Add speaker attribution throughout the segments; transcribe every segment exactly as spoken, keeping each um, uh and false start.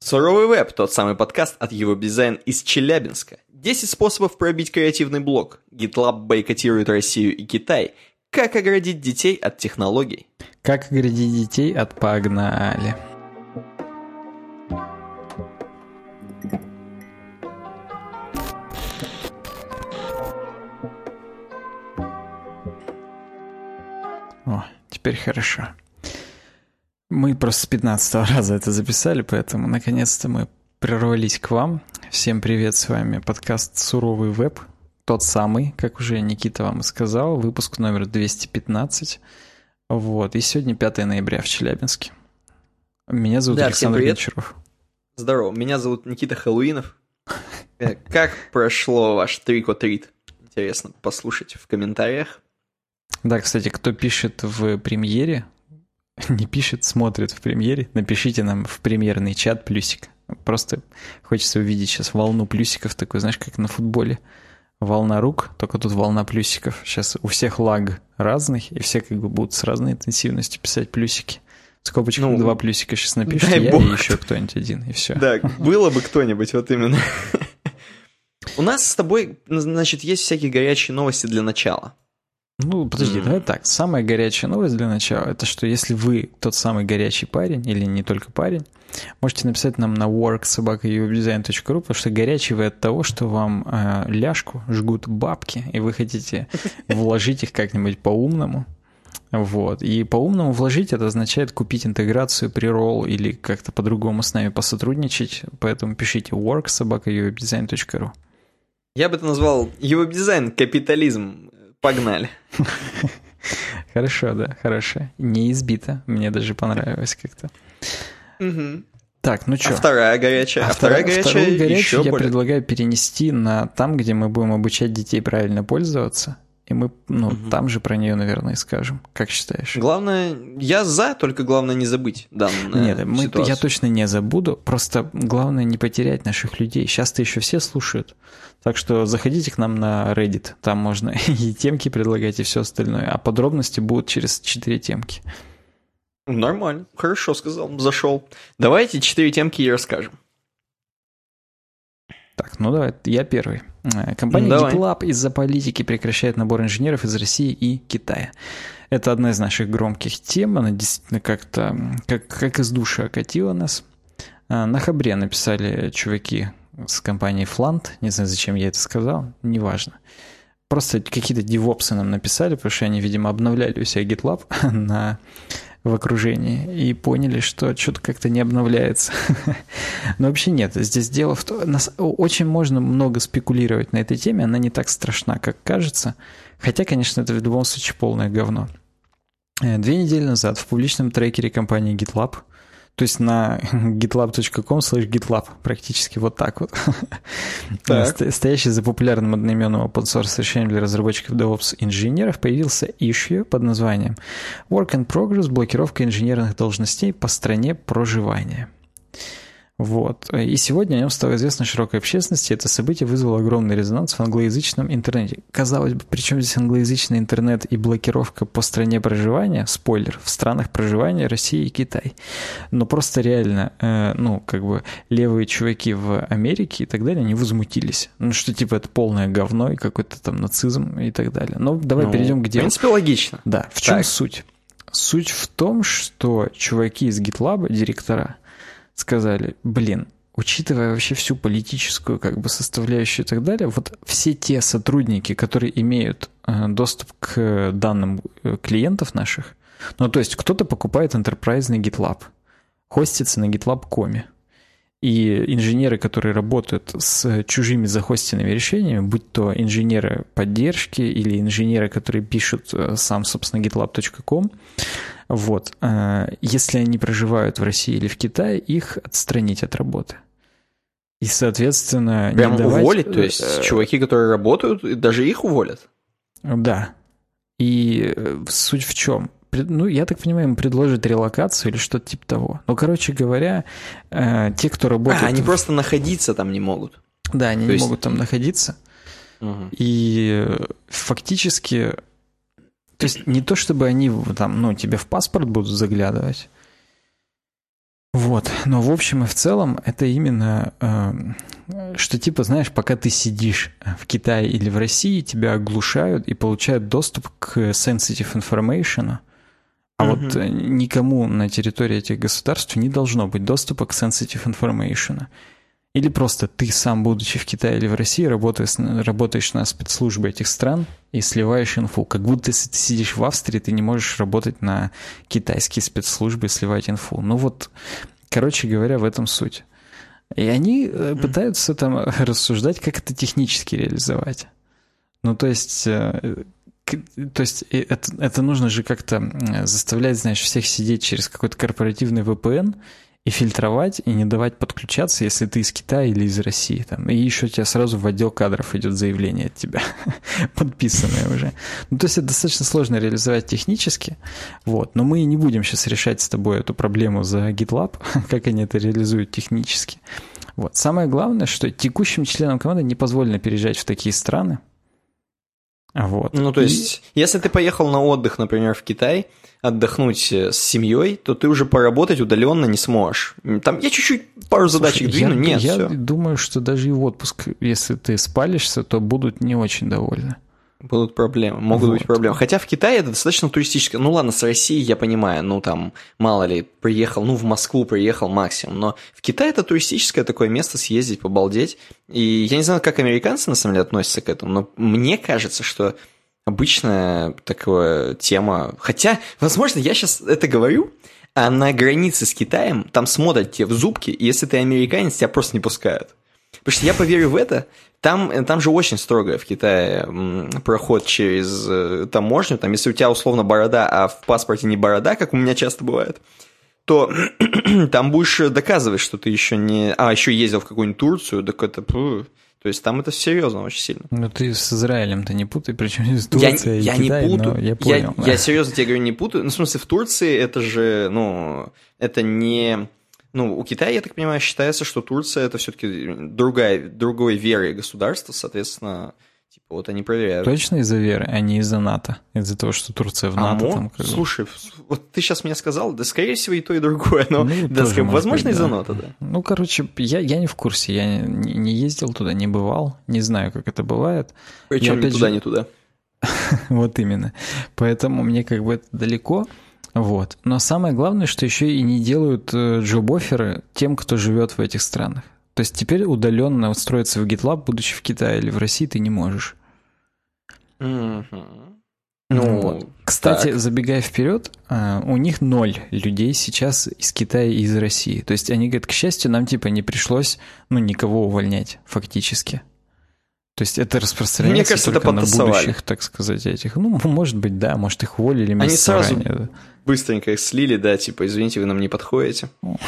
Speaker 1: Суровый веб – тот самый подкаст от Еводизайн из Челябинска. десять способов пробить креативный блог. GitLab бойкотирует Россию и Китай. Как оградить детей от технологий.
Speaker 2: Как оградить детей от погнали. О, теперь хорошо. Мы просто с пятнадцатого раза это записали, поэтому наконец-то мы прорвались к вам. Всем привет, с вами подкаст «Суровый веб», тот самый, как уже Никита вам и сказал, выпуск номер двести пятнадцать. Вот, и сегодня пятое ноября в Челябинске. Меня зовут да, Александр Гончаров.
Speaker 1: Здорово, меня зовут Никита Хэллоуинов. Как прошло ваш трик-о-трит? Интересно послушать в комментариях.
Speaker 2: Да, кстати, кто пишет в премьере, не пишет, смотрит в премьере, напишите нам в премьерный чат плюсик. Просто хочется увидеть сейчас волну плюсиков, такой, знаешь, как на футболе. Волна рук, только тут волна плюсиков. Сейчас у всех лаг разный, и все как бы будут с разной интенсивностью писать плюсики. В скобочках ну, два плюсика сейчас напишите, я бог. И еще кто-нибудь один, и все.
Speaker 1: Да, было бы кто-нибудь, вот именно. У нас с тобой, значит, есть всякие горячие новости для начала.
Speaker 2: Ну, подожди, mm. давай так. Самая горячая новость для начала, это что если вы тот самый горячий парень, или не только парень, можете написать нам на work собака uwebdesign точка ру, потому что горячий вы от того, что вам э, ляжку жгут бабки, и вы хотите вложить их как-нибудь по-умному. Вот. И по-умному вложить это означает купить интеграцию pre-roll или как-то по-другому с нами посотрудничать. Поэтому пишите work собака uwebdesign точка ру.
Speaker 1: Я бы это назвал uwebdesign капитализм. Погнали.
Speaker 2: Хорошо, да, хорошо. Не избито. Мне даже понравилось как-то.
Speaker 1: Угу.
Speaker 2: Так, ну что?
Speaker 1: А вторая горячая? А, а вторая горячая
Speaker 2: вторую горячую
Speaker 1: еще
Speaker 2: я
Speaker 1: более...
Speaker 2: предлагаю перенести на там, где мы будем обучать детей правильно пользоваться. И мы, ну, угу. там же про нее, наверное, и скажем. Как считаешь?
Speaker 1: Главное, я за, только главное не забыть данную
Speaker 2: Нет, мы,
Speaker 1: ситуацию.
Speaker 2: Я точно не забуду. Просто главное не потерять наших людей. Сейчас-то еще все слушают. Так что заходите к нам на Reddit. Там можно и темки предлагать, и все остальное. А подробности будут через четыре темки.
Speaker 1: Нормально. Хорошо сказал. Зашел. Давайте четыре темки и расскажем.
Speaker 2: Так, ну давай, я первый. Компания ну, GitLab из-за политики прекращает набор инженеров из России и Китая. Это одна из наших громких тем. Она действительно как-то, как, как из души окатила нас. На Хабре написали чуваки с компанией Флант. Не знаю, зачем я это сказал, неважно. Просто какие-то девопсы нам написали, потому что они, видимо, обновляли у себя GitLab на... в окружении и поняли, что что-то как-то не обновляется. Но вообще нет. Здесь дело в том, нас очень можно много спекулировать на этой теме, она не так страшна, как кажется. Хотя, конечно, это в любом случае полное говно. Две недели назад в публичном трекере компании GitLab, то есть на gitlab точка com слэш gitlab, практически вот так вот, так. стоящий за популярным одноименным open source решением для разработчиков DevOps инженеров, появился issue под названием Work in Progress, блокировка инженерных должностей по стране проживания. Вот. И сегодня о нем стало известно широкой общественности. Это событие вызвало огромный резонанс в англоязычном интернете. Казалось бы, при чем здесь англоязычный интернет и блокировка по стране проживания? Спойлер, в странах проживания Россия и Китай. Но просто реально, э, ну, как бы левые чуваки в Америке и так далее, они возмутились. Ну, что типа это полное говно и какой-то там нацизм и так далее. Но давай ну, перейдем к делу.
Speaker 1: В принципе, логично.
Speaker 2: Да, в чем так. суть? Суть в том, что чуваки из GitLab, директора, сказали, блин, учитывая вообще всю политическую как бы составляющую и так далее, вот все те сотрудники, которые имеют э, доступ к данным клиентов наших, ну то есть кто-то покупает enterprise GitLab, хостится на GitLab точка ком, и инженеры, которые работают с чужими захостенными решениями, будь то инженеры поддержки или инженеры, которые пишут сам, собственно, gitlab точка ком, вот, если они проживают в России или в Китае, их отстранить от работы. И, соответственно,
Speaker 1: прям
Speaker 2: не давать...
Speaker 1: уволить? То есть чуваки, которые работают, даже их уволят?
Speaker 2: Да. И суть в чем? Ну, я так понимаю, им предложат релокацию или что-то типа того. Ну, короче говоря, э, те, кто работает...
Speaker 1: А, они
Speaker 2: в...
Speaker 1: просто находиться там не могут.
Speaker 2: Да, они
Speaker 1: То
Speaker 2: не
Speaker 1: есть...
Speaker 2: могут там находиться. Угу. И фактически... То есть не то, чтобы они там, ну, тебе в паспорт будут заглядывать, Вот, но в общем и в целом это именно, э, что типа, знаешь, пока ты сидишь в Китае или в России, тебя оглушают и получают доступ к sensitive information, а mm-hmm. вот никому на территории этих государств не должно быть доступа к sensitive information. Или просто ты сам, будучи в Китае или в России, работаешь, работаешь на спецслужбы этих стран и сливаешь инфу. Как будто если ты сидишь в Австрии, ты не можешь работать на китайские спецслужбы и сливать инфу. Ну вот, короче говоря, в этом суть. И они mm-hmm. пытаются там рассуждать, как это технически реализовать. Ну то есть... То есть это, это нужно же как-то заставлять, знаешь, всех сидеть через какой-то корпоративный ви пи эн и фильтровать, и не давать подключаться, если ты из Китая или из России. Там. И еще у тебя сразу в отдел кадров идет заявление от тебя, подписанное уже. Ну, то есть это достаточно сложно реализовать технически, вот. Но мы не будем сейчас решать с тобой эту проблему за GitLab, как они это реализуют технически. Вот. Самое главное, что текущим членам команды не позволено переезжать в такие страны. Вот.
Speaker 1: Ну, то и... есть, если ты поехал на отдых, например, в Китай, отдохнуть с семьей, то ты уже поработать удаленно не сможешь. Там я чуть-чуть пару Слушай, задачек двину,
Speaker 2: я,
Speaker 1: нет,
Speaker 2: я
Speaker 1: все.
Speaker 2: думаю, что даже и в отпуск, если ты спалишься, то будут не очень довольны.
Speaker 1: Будут проблемы, могут вот. быть проблемы. Хотя в Китае это достаточно туристическое. Ну ладно, с Россией я понимаю, ну там, мало ли, приехал, ну в Москву приехал максимум, но в Китае это туристическое такое место, съездить, побалдеть. И я не знаю, как американцы на самом деле относятся к этому, но мне кажется, что обычная такая тема, хотя, возможно, я сейчас это говорю, а на границе с Китаем там смотрят тебе в зубки, и если ты американец, тебя просто не пускают. Потому что я поверю в это, там, там же очень строго в Китае проход через таможню, там, если у тебя условно борода, а в паспорте не борода, как у меня часто бывает, то там будешь доказывать, что ты еще не... А, еще ездил в какую-нибудь Турцию, так это... То есть там это серьезно очень сильно.
Speaker 2: Ну ты с Израилем-то не путай, причем из Турции
Speaker 1: я,
Speaker 2: и
Speaker 1: я
Speaker 2: Китай,
Speaker 1: не путаю.
Speaker 2: но я понял.
Speaker 1: Я,
Speaker 2: да.
Speaker 1: я серьезно тебе говорю, не путаю. Ну, в смысле, в Турции это же, ну, это не... Ну, у Китая, я так понимаю, считается, что Турция это все-таки другая, другой веры государство, соответственно, типа вот они проверяют.
Speaker 2: Точно из-за веры, а не из-за НАТО? Из-за того, что Турция в НАТО?
Speaker 1: А
Speaker 2: там,
Speaker 1: как слушай, бы... вот ты сейчас мне сказал, да, скорее всего, и то, и другое, но,
Speaker 2: ну,
Speaker 1: да, скорее, возможно,
Speaker 2: быть,
Speaker 1: из-за
Speaker 2: да.
Speaker 1: НАТО, да.
Speaker 2: Ну, короче, я, я не в курсе, я не, не ездил туда, не бывал, не знаю, как это бывает.
Speaker 1: Причем ни туда, же... ни туда.
Speaker 2: Вот именно. Поэтому мне как бы это далеко. Вот. Но самое главное, что еще и не делают джоб-офферы тем, кто живет в этих странах. То есть теперь удаленно устроиться в GitLab, будучи в Китае или в России, ты не можешь.
Speaker 1: Mm-hmm.
Speaker 2: Ну, вот. Кстати, так. забегая вперед, у них ноль людей сейчас из Китая и из России. То есть они говорят, к счастью, нам типа не пришлось ну, никого увольнять фактически. То есть это распространяется Мне кажется, только это на будущих, так сказать, этих. Ну, может быть, да, может, их уволили месяц
Speaker 1: Они сразу
Speaker 2: ранее. Да.
Speaker 1: быстренько их слили, да, типа, извините, вы нам не подходите.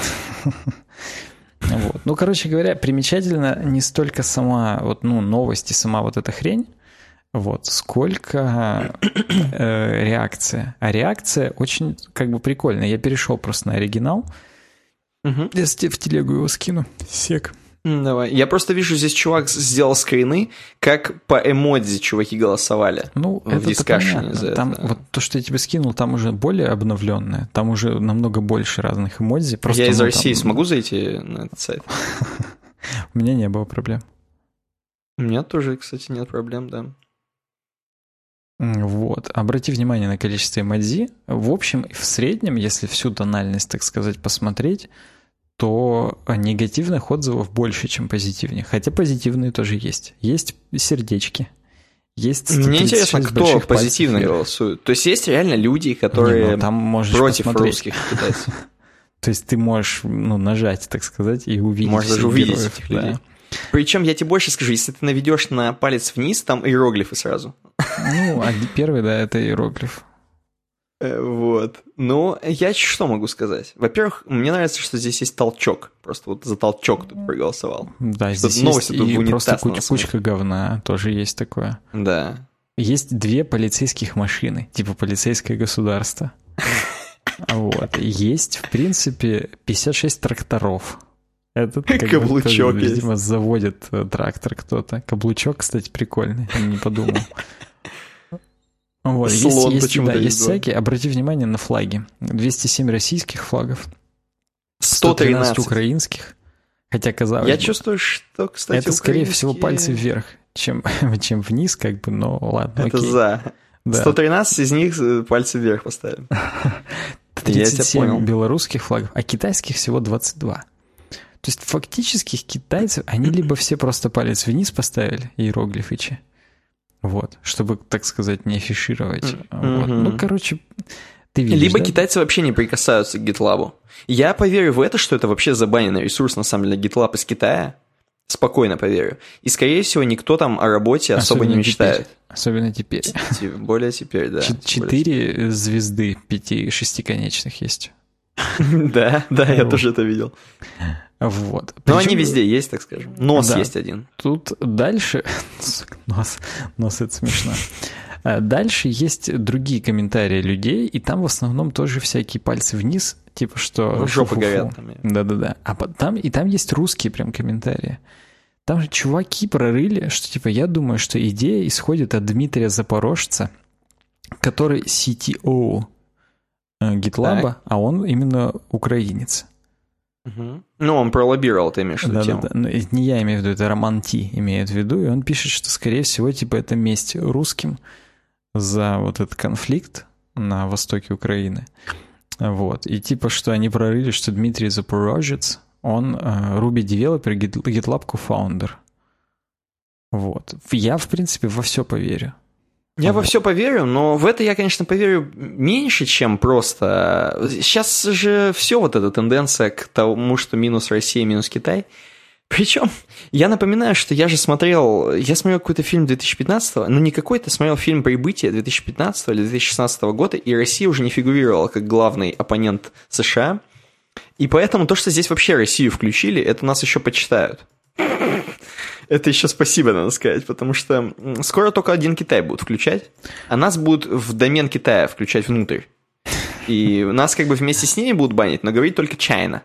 Speaker 2: Вот. Ну, короче говоря, примечательно не столько сама вот, ну, новость и сама вот эта хрень, вот, сколько э, реакция. А реакция очень как бы прикольная. Я перешел просто на оригинал. Угу. Я в телегу его скину. Сек.
Speaker 1: Давай. Я просто вижу, здесь чувак сделал скрины, как по эмодзи чуваки голосовали.
Speaker 2: Ну, в это дискашене за это. Там, вот то, что я тебе скинул, там уже более обновленное. Там уже намного больше разных эмодзи. Просто,
Speaker 1: я из
Speaker 2: ну,
Speaker 1: России
Speaker 2: там...
Speaker 1: смогу зайти на этот сайт?
Speaker 2: У меня не было проблем.
Speaker 1: У меня тоже, кстати, нет проблем, да.
Speaker 2: Вот. Обрати внимание на количество эмодзи. В общем, в среднем, если всю тональность, так сказать, посмотреть, то негативных отзывов больше, чем позитивных. Хотя позитивные тоже есть. Есть сердечки. Есть
Speaker 1: Мне интересно, кто позитивно голосует. То есть есть реально люди, которые
Speaker 2: Не, ну, там
Speaker 1: против
Speaker 2: посмотреть.
Speaker 1: русских китайцев.
Speaker 2: То есть ты можешь ну, нажать, так сказать, и увидеть
Speaker 1: Можешь даже увидеть
Speaker 2: героев,
Speaker 1: этих людей. Да. Причем я тебе больше скажу, если ты наведешь на палец вниз, там иероглифы сразу.
Speaker 2: Ну, а первый, да, это иероглиф.
Speaker 1: Вот. Ну, я что могу сказать? Во-первых, мне нравится, что здесь есть толчок. Просто вот за толчок тут проголосовал.
Speaker 2: Да, что здесь есть и просто куч- кучка говна, тоже есть такое.
Speaker 1: Да.
Speaker 2: Есть две полицейских машины, типа полицейское государство. Вот. Есть, в принципе, пятьдесят шесть тракторов. Этот как
Speaker 1: каблучок
Speaker 2: бы,
Speaker 1: есть.
Speaker 2: Видимо, заводит трактор кто-то. Каблучок, кстати, прикольный, я не подумал. Вот,
Speaker 1: Слон
Speaker 2: есть, есть, да,
Speaker 1: есть
Speaker 2: всякие. Обрати внимание на флаги. двести семь российских флагов. сто тринадцать украинских. Хотя, казалось
Speaker 1: Я
Speaker 2: бы,
Speaker 1: чувствую, что, кстати,
Speaker 2: это, скорее всего, пальцы вверх, чем, чем вниз, как бы, но ладно,
Speaker 1: это
Speaker 2: окей.
Speaker 1: за. Да. сто тринадцать из них пальцы вверх поставим.
Speaker 2: тридцать семь белорусских флагов, а китайских всего двадцать два. То есть фактически китайцев, они либо все просто палец вниз поставили, иероглифычи, вот, чтобы, так сказать, не афишировать. Mm-hmm. Вот. Ну, короче, ты видишь,
Speaker 1: либо
Speaker 2: да?
Speaker 1: китайцы вообще не прикасаются к GitLab. Я поверю в это, что это вообще забаненный ресурс, на самом деле, GitLab из Китая. Спокойно поверю. И, скорее всего, никто там о работе особо Особенно не мечтает.
Speaker 2: Теперь. Особенно теперь.
Speaker 1: Более теперь, да.
Speaker 2: Четыре звезды пяти шестиконечных есть.
Speaker 1: Да, да, я тоже это видел.
Speaker 2: Вот.
Speaker 1: Но они везде есть, так скажем. Нос есть один.
Speaker 2: Тут дальше... Нос, нос это смешно. Дальше есть другие комментарии людей, и там в основном тоже всякие пальцы вниз, типа что...
Speaker 1: Ну, жопы горят.
Speaker 2: Да-да-да. А там, и там есть русские прям комментарии. Там же чуваки прорыли, что типа я думаю, что идея исходит от Дмитрия Запорожца, который си ти о GitLab, а он именно украинец.
Speaker 1: Угу. Ну, он пролоббировал, ты имеешь в виду
Speaker 2: да,
Speaker 1: тему.
Speaker 2: Да, да. Но не я имею в виду, это Роман Ти имеет в виду, и он пишет, что, скорее всего, типа это месть русским за вот этот конфликт на востоке Украины. Вот. И типа, что они прорыли, что Дмитрий Запорожец, он uh, Ruby-девелопер, GitLab co-founder. Вот. Я, в принципе, во все поверю.
Speaker 1: Я
Speaker 2: вот.
Speaker 1: во все поверю, но в это я, конечно, поверю меньше, чем просто... Сейчас же все вот эта тенденция к тому, что минус Россия, минус Китай. Причем, я напоминаю, что я же смотрел... Я смотрел какой-то фильм две тысячи пятнадцатого, ну не какой-то, смотрел фильм «Прибытие» две тысячи пятнадцатого или две тысячи шестнадцатого года, и Россия уже не фигурировала как главный оппонент США. И поэтому то, что здесь вообще Россию включили, это нас еще почитают. Это еще спасибо, надо сказать, потому что скоро только один Китай будут включать, а нас будут в домен Китая включать внутрь. И нас как бы вместе с ними будут банить, но говорить только China.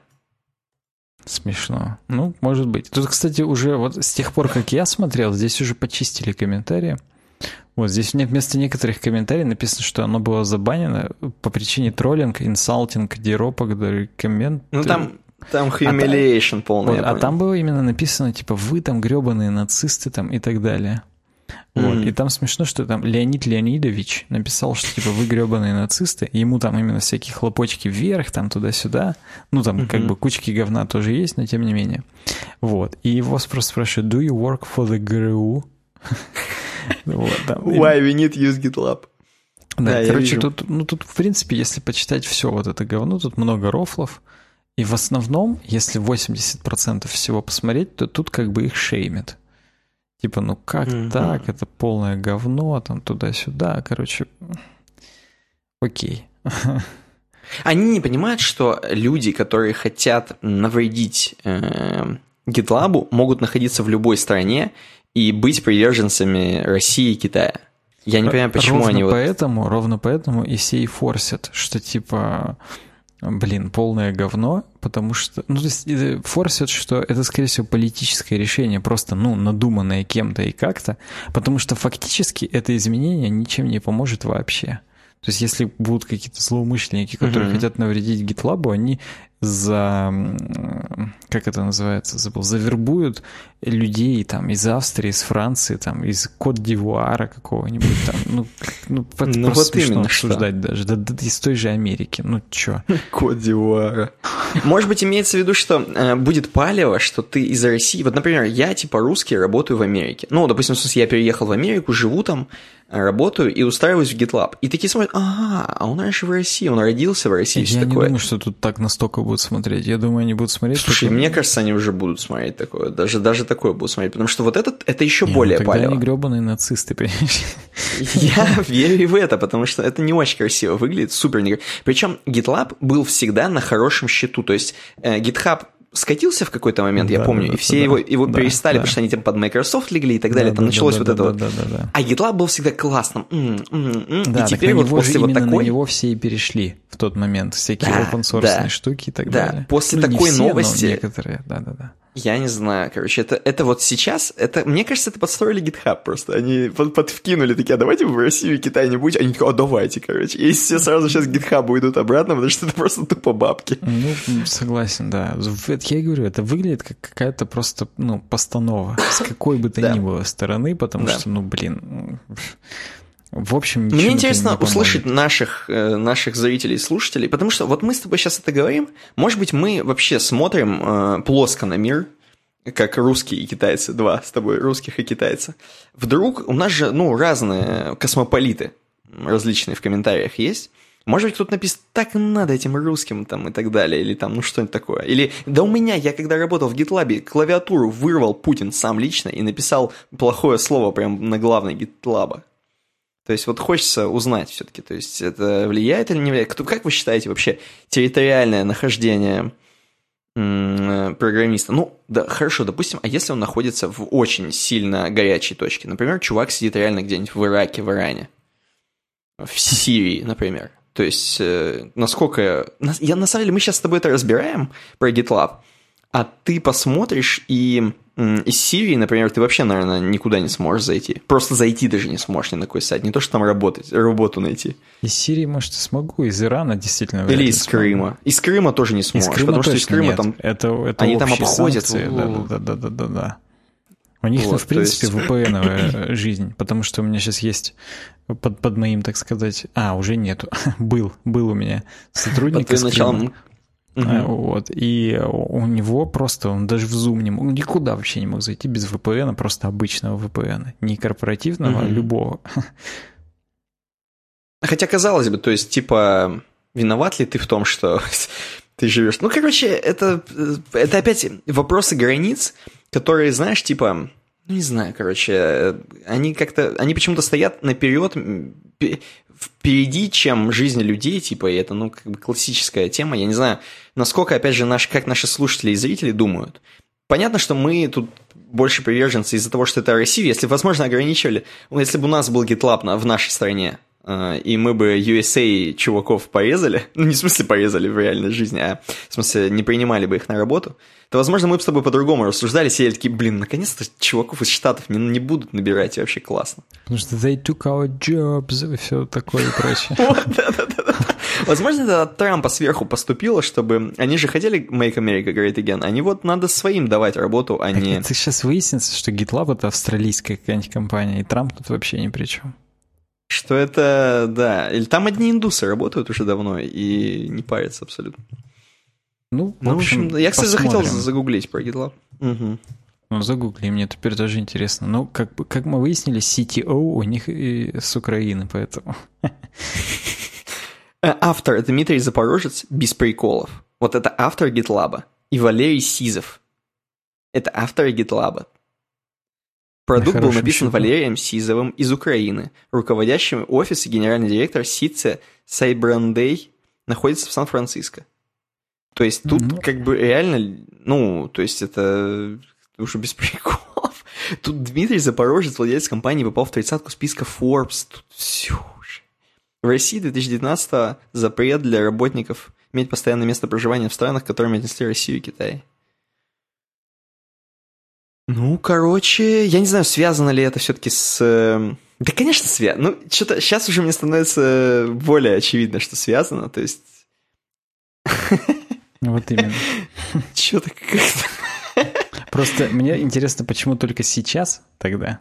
Speaker 2: Смешно. Ну, может быть. Тут, кстати, уже вот с тех пор, как я смотрел, здесь уже почистили комментарии. Вот здесь вместо некоторых комментариев написано, что оно было забанено по причине троллинг, инсалтинг, деропок, рекоменд.
Speaker 1: Ну, там... Там humiliation а полный.
Speaker 2: Вот, а там было именно написано, типа, вы там гребаные нацисты там и так далее. Вот. Mm-hmm. И там смешно, что там Леонид Леонидович написал, что типа вы гребаные нацисты, и ему там именно всякие хлопочки вверх, там туда-сюда. Ну, там mm-hmm. как бы кучки говна тоже есть, но тем не менее. Вот. И его просто спрашивают, do you work for the ГРУ?
Speaker 1: Why we need use GitLab?
Speaker 2: Да, короче, тут, ну, тут, в принципе, если почитать все вот это говно, тут много рофлов. И в основном, если восемьдесят процентов всего посмотреть, то тут как бы их шеймят. Типа, ну как mm-hmm. так? Это полное говно, там туда-сюда. Короче, окей.
Speaker 1: Они не понимают, что люди, которые хотят навредить э, GitLab, могут находиться в любой стране и быть приверженцами России и Китая. Я не понимаю, почему
Speaker 2: ровно
Speaker 1: они...
Speaker 2: Поэтому,
Speaker 1: вот...
Speaker 2: Ровно поэтому и все и форсят, что типа... Блин, полное говно, потому что... Ну, то есть форсят, что это, скорее всего, политическое решение, просто, ну, надуманное кем-то и как-то, потому что фактически это изменение ничем не поможет вообще. То есть если будут какие-то злоумышленники, которые mm-hmm. хотят навредить GitLab, они за... Как это называется? Забыл. Завербуют людей там из Австрии, из Франции, там, из Кот-д'Ивуара какого-нибудь там. Ну, ну,
Speaker 1: ну
Speaker 2: просто
Speaker 1: вот
Speaker 2: смешно обсуждать что? Даже. Да, да, из той же Америки. Ну, чё?
Speaker 1: Кот-д'Ивуара. Может быть, имеется в виду, что э, будет палево, что ты из России... Вот, например, я, типа, русский, работаю в Америке. Ну, допустим, в смысле, я переехал в Америку, живу там, работаю и устраиваюсь в GitLab. И такие смотрят, ага, а он раньше в России, он родился в России.
Speaker 2: Я не
Speaker 1: такое.
Speaker 2: думаю, что тут так настолько будут смотреть. Я думаю, они будут смотреть...
Speaker 1: Слушай,
Speaker 2: только...
Speaker 1: мне кажется, они уже будут смотреть такое. Даже, даже такое будут смотреть. Потому что вот этот, это еще
Speaker 2: не,
Speaker 1: более
Speaker 2: ну, тогда
Speaker 1: палево.
Speaker 2: Они гребаные нацисты, понимаешь?
Speaker 1: Я верю и в это, потому что это не очень красиво выглядит, супер некрасиво. Причем GitLab был всегда на хорошем счету. То есть э, GitHub скатился в какой-то момент, да, я помню, да, и все да, его, его да, перестали, да. потому что они там под Microsoft легли и так далее, да, там да, началось да, вот да, это да, вот. Да, да, да. А GitLab был всегда классным. М-м-м.
Speaker 2: Да,
Speaker 1: и теперь вот после вот
Speaker 2: такой... на него все и перешли в тот момент, всякие
Speaker 1: да,
Speaker 2: open source
Speaker 1: да,
Speaker 2: штуки и так
Speaker 1: да.
Speaker 2: далее.
Speaker 1: После
Speaker 2: ну,
Speaker 1: такой
Speaker 2: не все,
Speaker 1: новости...
Speaker 2: но некоторые, да-да-да.
Speaker 1: Я не знаю, короче, это, это вот сейчас, это, мне кажется, это подстроили GitHub просто, они под, подкинули такие, а давайте в Россию и Китай не будете, они такие, а давайте, короче, и все сразу сейчас к GitHub уйдут обратно, потому что это просто тупо бабки.
Speaker 2: Ну, согласен, да, я и говорю, это выглядит как какая-то просто, ну, постанова, с какой бы то ни было стороны, потому что, ну, блин... В общем,
Speaker 1: мне интересно услышать наших, э, наших зрителей и слушателей, потому что вот мы с тобой сейчас это говорим, может быть, мы вообще смотрим э, плоско на мир, как русские и китайцы, два с тобой, русских и китайца. Вдруг у нас же, ну, разные космополиты различные в комментариях есть. Может быть, кто-то напишет, так и надо этим русским там и так далее, или там, ну, что-нибудь такое. Или, да у меня, я когда работал в GitLab, клавиатуру вырвал Путин сам лично и написал плохое слово прямо на главной GitLab. То есть вот хочется узнать все-таки, то есть это влияет или не влияет? Как вы считаете вообще территориальное нахождение м- программиста? Ну, да, хорошо, допустим, а если он находится в очень сильно горячей точке? Например, чувак сидит реально где-нибудь в Ираке, в Иране, в Сирии, например. То есть э, насколько... Я, на самом деле, мы сейчас с тобой это разбираем про GitLab, а ты посмотришь и... Из Сирии, например, ты вообще, наверное, никуда не сможешь зайти. Просто зайти даже не сможешь ни на какой сайт. Не то, что там работать, работу найти.
Speaker 2: Из Сирии, может, и смогу. Из Ирана действительно...
Speaker 1: Или из Крыма. Из Крыма тоже не сможешь.
Speaker 2: Из Крыма
Speaker 1: потому что из Крыма
Speaker 2: нет.
Speaker 1: там...
Speaker 2: Это, это
Speaker 1: они там обходят.
Speaker 2: Да-да-да-да-да. У них,
Speaker 1: вот,
Speaker 2: ну, в принципе,
Speaker 1: есть...
Speaker 2: ви пи эн-овая жизнь. Потому что у меня сейчас есть под, под моим, так сказать... А, уже нету. был. Был у меня сотрудник из Крыма. Uh-huh. Вот. И у него просто, он даже в Zoom не мог, никуда вообще не мог зайти без ви пи эн, просто обычного ви пи эн, не корпоративного, uh-huh. а любого.
Speaker 1: Хотя, казалось бы, то есть, типа, виноват ли ты в том, что ты живешь? Ну, короче, это, это опять вопросы границ, которые, знаешь, типа, ну, не знаю, короче, они как-то, они почему-то стоят наперед, впереди, чем жизнь людей, типа, и это, ну, как бы классическая тема. Я не знаю, насколько, опять же, наш, как наши слушатели и зрители думают. Понятно, что мы тут больше приверженцы из-за того, что это Россия. Если, возможно, ограничивали, если бы у нас был GitLab на, в нашей стране, и мы бы ю эс эй чуваков порезали, ну, не в смысле порезали в реальной жизни, а в смысле не принимали бы их на работу, то, возможно, мы бы с тобой по-другому рассуждали, сидели такие, блин, наконец-то чуваков из Штатов не, не будут набирать, и вообще классно.
Speaker 2: Потому что they took our jobs и все такое и прочее.
Speaker 1: Да-да-да. Возможно, это от Трампа сверху поступило, чтобы... Они же хотели Make America Great Again, они вот надо своим давать работу, а не...
Speaker 2: Это сейчас выяснится, что GitLab — это австралийская какая-нибудь компания, и Трамп тут вообще ни при чем.
Speaker 1: Что это, да, или там одни индусы работают уже давно и не парятся абсолютно.
Speaker 2: Ну, в общем,
Speaker 1: ну, я, кстати, посмотрим. захотел загуглить про GitLab. Угу.
Speaker 2: Ну, загугли, мне теперь тоже интересно. Ну, как, как мы выяснили, си ти о у них и с Украины, поэтому...
Speaker 1: Автор Дмитрий Запорожец, без приколов. Вот это автор GitLab. И Валерий Сизов. Это авторы GitLab. Продукт был написан счету. Валерием Сизовым из Украины. Руководящим офис и генеральный директор Ситце Сайбрандей находится в Сан-Франциско. То есть тут mm-hmm. как бы реально, ну, то есть это уже без приколов. Тут Дмитрий Запорожец, владелец компании, попал в тридцатку списка Forbes. Тут все уже. В России две тысячи девятнадцатого запрет для работников иметь постоянное место проживания в странах, которыми отнесли Россию и Китай. Ну, короче, я не знаю, связано ли это все-таки с... Да, конечно, связано. Ну, что-то сейчас уже мне становится более очевидно, что связано, то есть...
Speaker 2: Вот именно.
Speaker 1: Что-то как-то...
Speaker 2: Просто мне интересно, почему только сейчас тогда?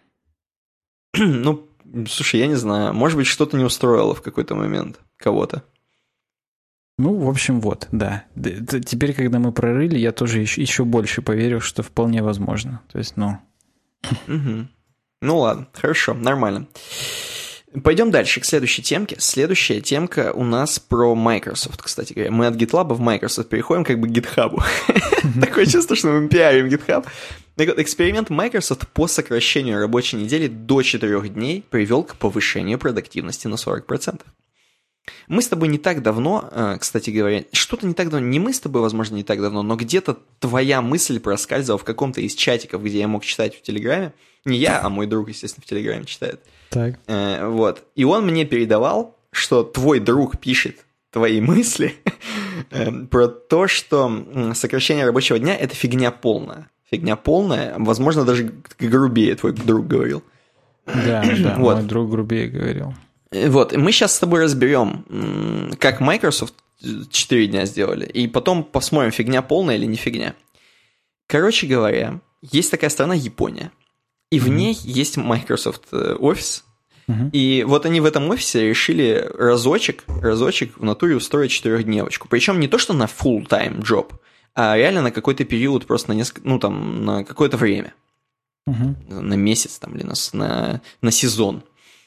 Speaker 1: Ну, слушай, я не знаю. Может быть, что-то не устроило в какой-то момент кого-то.
Speaker 2: Ну, в общем, вот, да. Теперь, когда мы прорыли, я тоже еще, еще больше поверил, что вполне возможно. То есть, ну...
Speaker 1: Угу. Ну ладно, хорошо, нормально. Пойдем дальше к следующей темке. Следующая темка у нас про Microsoft, кстати говоря. Мы от GitLab в Microsoft переходим как бы к GitHub. Такое чувство, что мы пиарим GitHub. Эксперимент Microsoft по сокращению рабочей недели до четырех дней привел к повышению продуктивности на сорок процентов. Мы с тобой не так давно, кстати говоря, что-то не так давно, не мы с тобой, возможно, не так давно, но где-то твоя мысль проскальзывала в каком-то из чатиков, где я мог читать в Телеграме. Не я, а мой друг, естественно, в Телеграме читает.
Speaker 2: Так.
Speaker 1: Вот. И он мне передавал, что твой друг пишет твои мысли про то, что сокращение рабочего дня – это фигня полная. Фигня полная, возможно, даже грубее твой друг говорил.
Speaker 2: Да, да, вот. Мой друг грубее говорил.
Speaker 1: Вот, и мы сейчас с тобой разберем, как Microsoft четыре дня сделали, и потом посмотрим, фигня полная или не фигня. Короче говоря, есть такая страна Япония, и mm-hmm. в ней есть Microsoft офис, mm-hmm. и вот они в этом офисе решили разочек, разочек в натуре устроить четырехдневочку. Причем не то, что на full-time job, а реально на какой-то период, просто на несколько, ну там, на какое-то время. Uh-huh. На месяц там, или на, на, на сезон.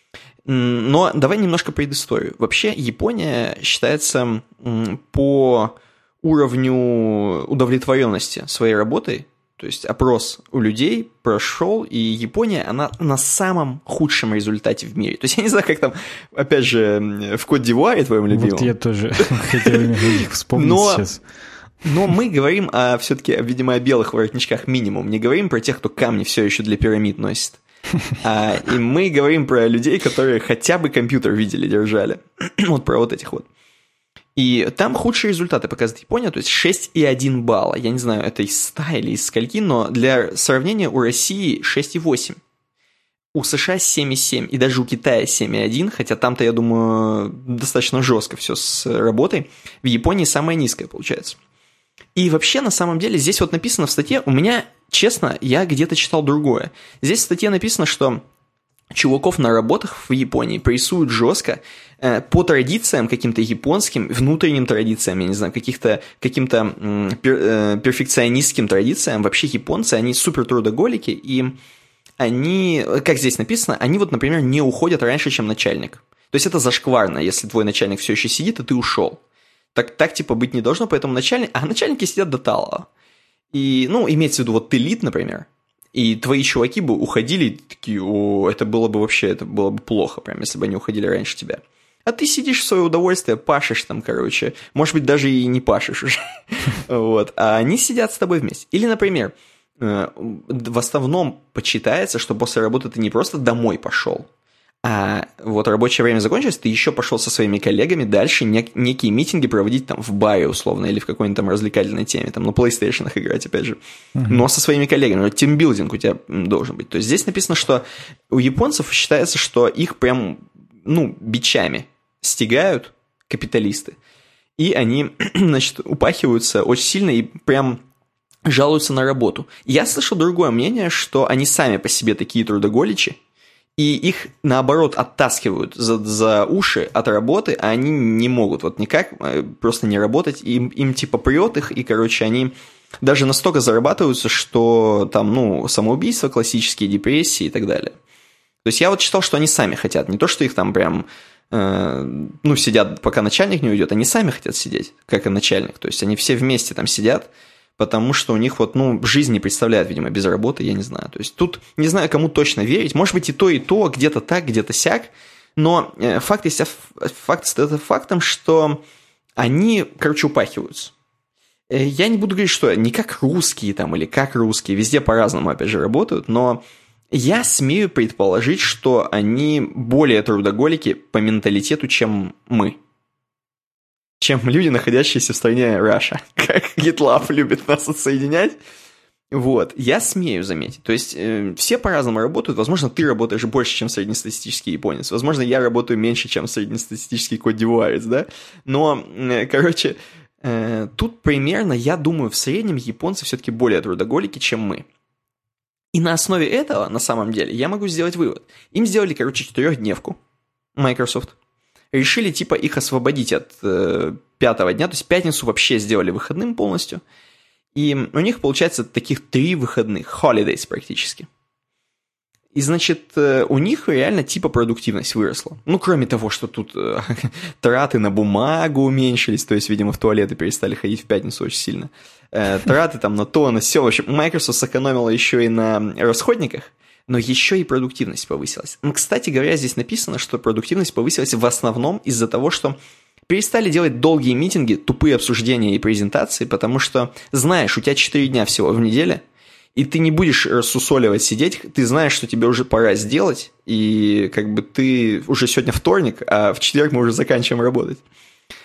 Speaker 1: Но давай немножко предысторию. Вообще Япония считается по уровню удовлетворенности своей работой, то есть опрос у людей прошел, и Япония, она на самом худшем результате в мире. То есть я не знаю, как там, опять же, в Кот-д'Ивуаре твоем любимом. Вот
Speaker 2: я тоже хотел их вспомнить
Speaker 1: но...
Speaker 2: сейчас.
Speaker 1: Но мы говорим о, все-таки, видимо, о белых воротничках минимум. Не говорим про тех, кто камни все еще для пирамид носит. А, и мы говорим про людей, которые хотя бы компьютер видели, держали. Вот про вот этих вот. И там худшие результаты показывает Япония, то есть шесть и один балла. Я не знаю, это из ста или из скольки, но для сравнения у России шесть и восемь. У США семь и семь, и даже у Китая семь и один, хотя там-то, я думаю, достаточно жестко все с работой. В Японии самое низкое получается. И вообще, на самом деле, здесь вот написано в статье, у меня, честно, я где-то читал другое. Здесь в статье написано, что чуваков на работах в Японии прессуют жестко э, по традициям каким-то японским, внутренним традициям, я не знаю, каких-то, каким-то э, пер, э, перфекционистским традициям. Вообще японцы, они супер трудоголики, и они, как здесь написано, они вот, например, не уходят раньше, чем начальник. То есть это зашкварно, если твой начальник все еще сидит, и ты ушел. Так, так, типа, быть не должно, поэтому начальник... А начальники сидят до талого. И, ну, имеется в виду, вот ты лид, например, и твои чуваки бы уходили, такие, о, это было бы вообще, это было бы плохо, прям, если бы они уходили раньше тебя. А ты сидишь в свое удовольствие, пашешь там, короче, может быть, даже и не пашешь уже. Вот. А они сидят с тобой вместе. Или, например, в основном почитается, что после работы ты не просто домой пошел, а вот рабочее время закончилось, ты еще пошел со своими коллегами дальше нек- некие митинги проводить там в баре условно или в какой-нибудь там развлекательной теме, там на PlayStation играть опять же, uh-huh. но со своими коллегами, тимбилдинг у тебя должен быть. То есть здесь написано, что у японцев считается, что их прям, ну, бичами стягают капиталисты, и они, значит, упахиваются очень сильно и прям жалуются на работу. Я слышал другое мнение, что они сами по себе такие трудоголичи, и их, наоборот, оттаскивают за, за уши от работы, а они не могут вот никак просто не работать. Им, им типа прет их, и, короче, они даже настолько зарабатываются, что там, ну, самоубийства классические, депрессии и так далее. То есть я вот читал, что они сами хотят. Не то, что их там прям, э, ну, сидят, пока начальник не уйдет. Они сами хотят сидеть, как и начальник. То есть они все вместе там сидят, потому что у них вот, ну, жизнь не представляет, видимо, без работы, я не знаю. То есть тут не знаю, кому точно верить. Может быть, и то, и то, где-то так, где-то сяк. Но факт есть, факт остается фактом, что они, короче, упахиваются. Я не буду говорить, что не как русские там или как русские, везде по-разному, опять же, работают, но я смею предположить, что они более трудоголики по менталитету, чем мы. Чем люди, находящиеся в стране Russia, как GitLab любит нас отсоединять. Вот, я смею заметить. То есть, э, все по-разному работают. Возможно, ты работаешь больше, чем среднестатистический японец. Возможно, я работаю меньше, чем среднестатистический кот-д'Ивуарец, да? Но, э, короче, э, тут примерно, я думаю, в среднем японцы все-таки более трудоголики, чем мы. И на основе этого, на самом деле, я могу сделать вывод. Им сделали, короче, четырехдневку Microsoft. Решили, типа, их освободить от э, пятого дня, то есть пятницу вообще сделали выходным полностью, и у них, получается, таких три выходных, holidays практически. И, значит, э, у них реально типа продуктивность выросла. Ну, кроме того, что тут э, траты на бумагу уменьшились, то есть, видимо, в туалеты перестали ходить в пятницу очень сильно. Э, траты там на то, на сё. В общем, Microsoft сэкономила еще и на расходниках, но еще и продуктивность повысилась. Ну, кстати говоря, здесь написано, что продуктивность повысилась в основном из-за того, что перестали делать долгие митинги, тупые обсуждения и презентации, потому что, знаешь, у тебя четыре дня всего в неделе, и ты не будешь рассусоливать, сидеть, ты знаешь, что тебе уже пора сделать, и как бы ты уже сегодня вторник, а в четверг мы уже заканчиваем работать.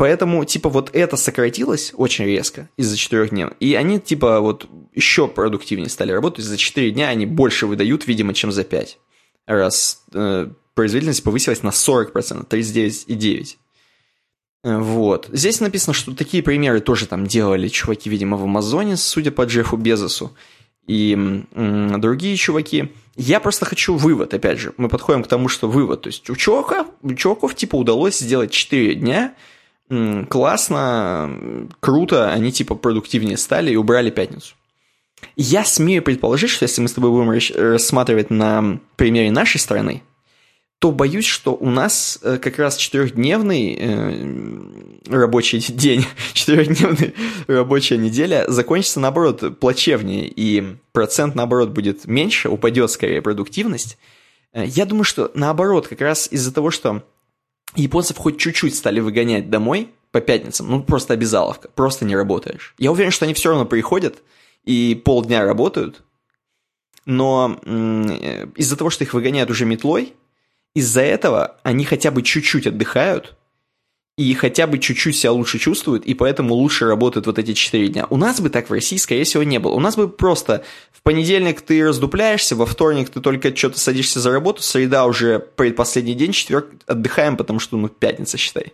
Speaker 1: Поэтому, типа, вот это сократилось очень резко из-за четырех дней. И они, типа, вот еще продуктивнее стали работать. За четыре дня они больше выдают, видимо, чем за пять. Раз э, производительность повысилась на сорок процентов, тридцать девять целых девять десятых. Вот. Здесь написано, что такие примеры тоже там делали чуваки, видимо, в Амазоне, судя по Джеффу Безосу, и м, другие чуваки. Я просто хочу вывод, опять же. Мы подходим к тому, что вывод. То есть у чуваков, у чуваков типа удалось сделать четыре дня, м, классно, круто, они типа продуктивнее стали и убрали пятницу. Я смею предположить, что если мы с тобой будем рассматривать на примере нашей страны, то боюсь, что у нас как раз четырехдневный э, рабочий день, четырехдневная рабочая неделя закончится, наоборот, плачевнее, и процент, наоборот, будет меньше, упадет скорее продуктивность. Я думаю, что наоборот, как раз из-за того, что японцев хоть чуть-чуть стали выгонять домой по пятницам, ну просто обязаловка, просто не работаешь. Я уверен, что они все равно приходят и полдня работают, но э, из-за того, что их выгоняют уже метлой, из-за этого они хотя бы чуть-чуть отдыхают и хотя бы чуть-чуть себя лучше чувствуют, и поэтому лучше работают вот эти четыре дня. У нас бы так в России, скорее всего, не было. У нас бы просто в понедельник ты раздупляешься, во вторник ты только что-то садишься за работу, среда уже предпоследний день, четверг отдыхаем, потому что, ну, пятница, считай.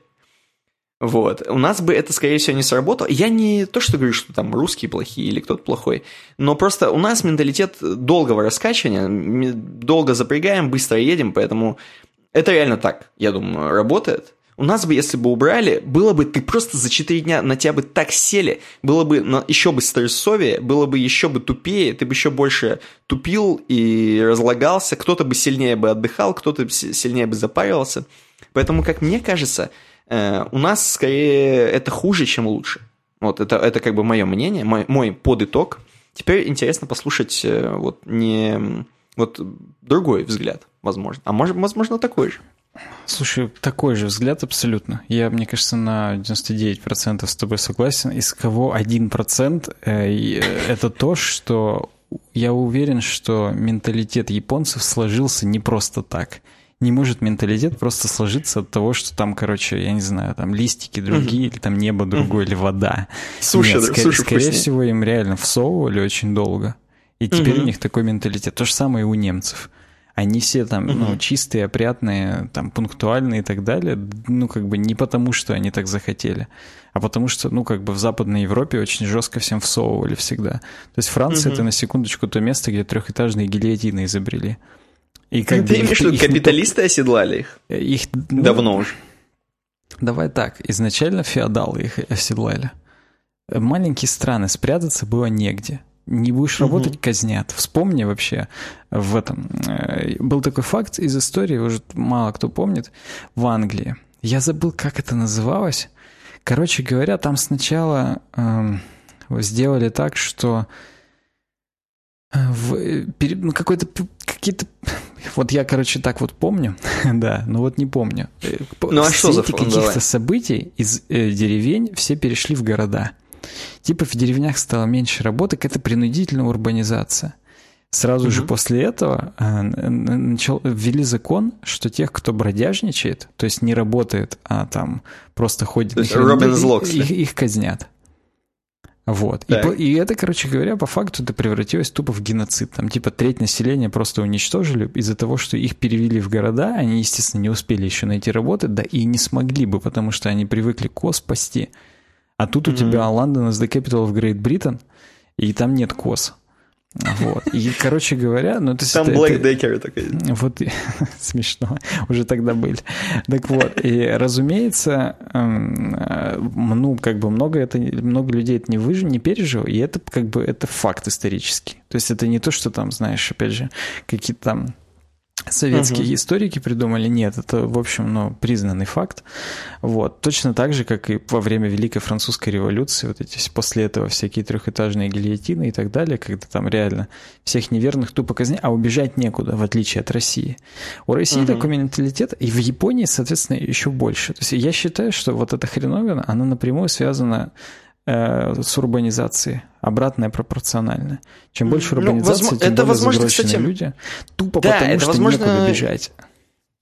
Speaker 1: Вот. У нас бы это, скорее всего, не сработало. Я не то, что говорю, что там русские плохие или кто-то плохой, но просто у нас менталитет долгого раскачивания, долго запрягаем, быстро едем, поэтому это реально так, я думаю, работает. У нас бы, если бы убрали, было бы, ты просто за четыре дня на тебя бы так сели, было бы еще бы стрессовее, было бы еще бы тупее, ты бы еще больше тупил и разлагался, кто-то бы сильнее бы отдыхал, кто-то сильнее бы запаривался. Поэтому, как мне кажется, у нас скорее это хуже, чем лучше. Вот это, это как бы мое мнение, мой, мой подытог. Теперь интересно послушать вот не вот другой взгляд, возможно. А может, возможно, такой же.
Speaker 2: Слушай, такой же взгляд абсолютно. Я, мне кажется, на девяносто девять процентов с тобой согласен. Из кого один процент это то, что я уверен, что менталитет японцев сложился не просто так. Не может менталитет просто сложиться от того, что там, короче, я не знаю, там листики другие, uh-huh. или там небо другое, uh-huh. или вода.
Speaker 1: Суши,
Speaker 2: Нет, ск-
Speaker 1: суши
Speaker 2: скорее
Speaker 1: вкуснее.
Speaker 2: всего, им реально всовывали очень долго. И теперь uh-huh. у них такой менталитет. То же самое и у немцев. Они все там, uh-huh. ну, чистые, опрятные, там, пунктуальные и так далее. Ну, как бы не потому, что они так захотели, а потому что, ну, как бы в Западной Европе очень жестко всем всовывали всегда. То есть Франция uh-huh. — это, на секундочку, то место, где трехэтажные гильотины изобрели.
Speaker 1: И как ты имеешь в виду, капиталисты только... оседлали их?
Speaker 2: их ну,
Speaker 1: давно уже.
Speaker 2: Давай так, изначально феодалы их оседлали. Маленькие страны, спрятаться было негде. Не будешь работать, угу. казнят. Вспомни вообще в этом. Был такой факт из истории, уже мало кто помнит, в Англии. Я забыл, как это называлось. Короче говоря, там сначала э, сделали так, что в, ну, какой-то какие-то... Вот я, короче, так вот помню, да, но вот не помню.
Speaker 1: Ну а что за фон?
Speaker 2: каких-то
Speaker 1: Давай.
Speaker 2: событий из э, деревень все перешли в города. Типа в деревнях стало меньше работы, это принудительная урбанизация. Сразу mm-hmm. же после этого э, начал, ввели закон, что тех, кто бродяжничает, то есть не работает, а там просто ходит на херню, их, их казнят. Вот. И, по, и это, короче говоря, по факту это превратилось тупо в геноцид. Там типа треть населения просто уничтожили из-за того, что их перевели в города. Они, естественно, не успели еще найти работу, да и не смогли бы, потому что они привыкли коз пасти. А тут mm-hmm. у тебя London is the capital of Great Britain, и там нет коз. Вот. И, короче говоря... Ну, то есть
Speaker 1: там блэкдекеры такой.
Speaker 2: Вот, смешно, уже тогда были. Так вот, и, разумеется, ну, как бы много, это, много людей это не выжил, не пережил, и это как бы это факт исторический. То есть это не то, что там, знаешь, опять же, какие-то там советские uh-huh. историки придумали. Нет, это, в общем, ну, признанный факт. Вот. Точно так же, как и во время Великой Французской революции, вот эти после этого всякие трехэтажные гильотины и так далее, когда там реально всех неверных тупо казнили, а убежать некуда, в отличие от России. У России uh-huh. такой менталитет, и в Японии, соответственно, еще больше. То есть я считаю, что вот эта хреновина, она напрямую связана с урбанизацией, обратная пропорциональная. Чем больше урбанизации, ну, возможно, тем это более заброшенные кстати... люди, тупо да, потому, что возможно... некуда бежать.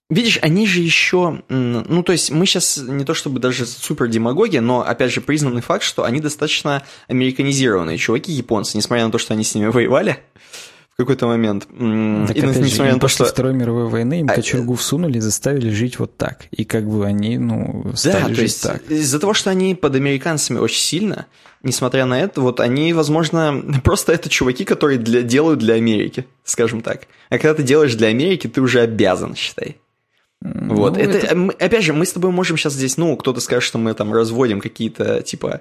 Speaker 1: Видишь, они же еще, ну, то есть мы сейчас не то чтобы даже супер демагоги, но, опять же, признанный факт, что они достаточно американизированные чуваки, японцы, несмотря на то, что они с ними воевали в какой-то момент.
Speaker 2: Так, и, опять несмотря же, на то, что... Второй мировой войны им а... кочергу всунули и заставили жить вот так. И как бы они, ну, стали да, жить
Speaker 1: то есть
Speaker 2: так.
Speaker 1: Из-за того, что они под американцами очень сильно, несмотря на это, вот они, возможно, просто это чуваки, которые для... делают для Америки, скажем так. А когда ты делаешь для Америки, ты уже обязан, считай. Вот, ну, это, это... опять же, мы с тобой можем сейчас здесь, ну, кто-то скажет, что мы там разводим какие-то, типа,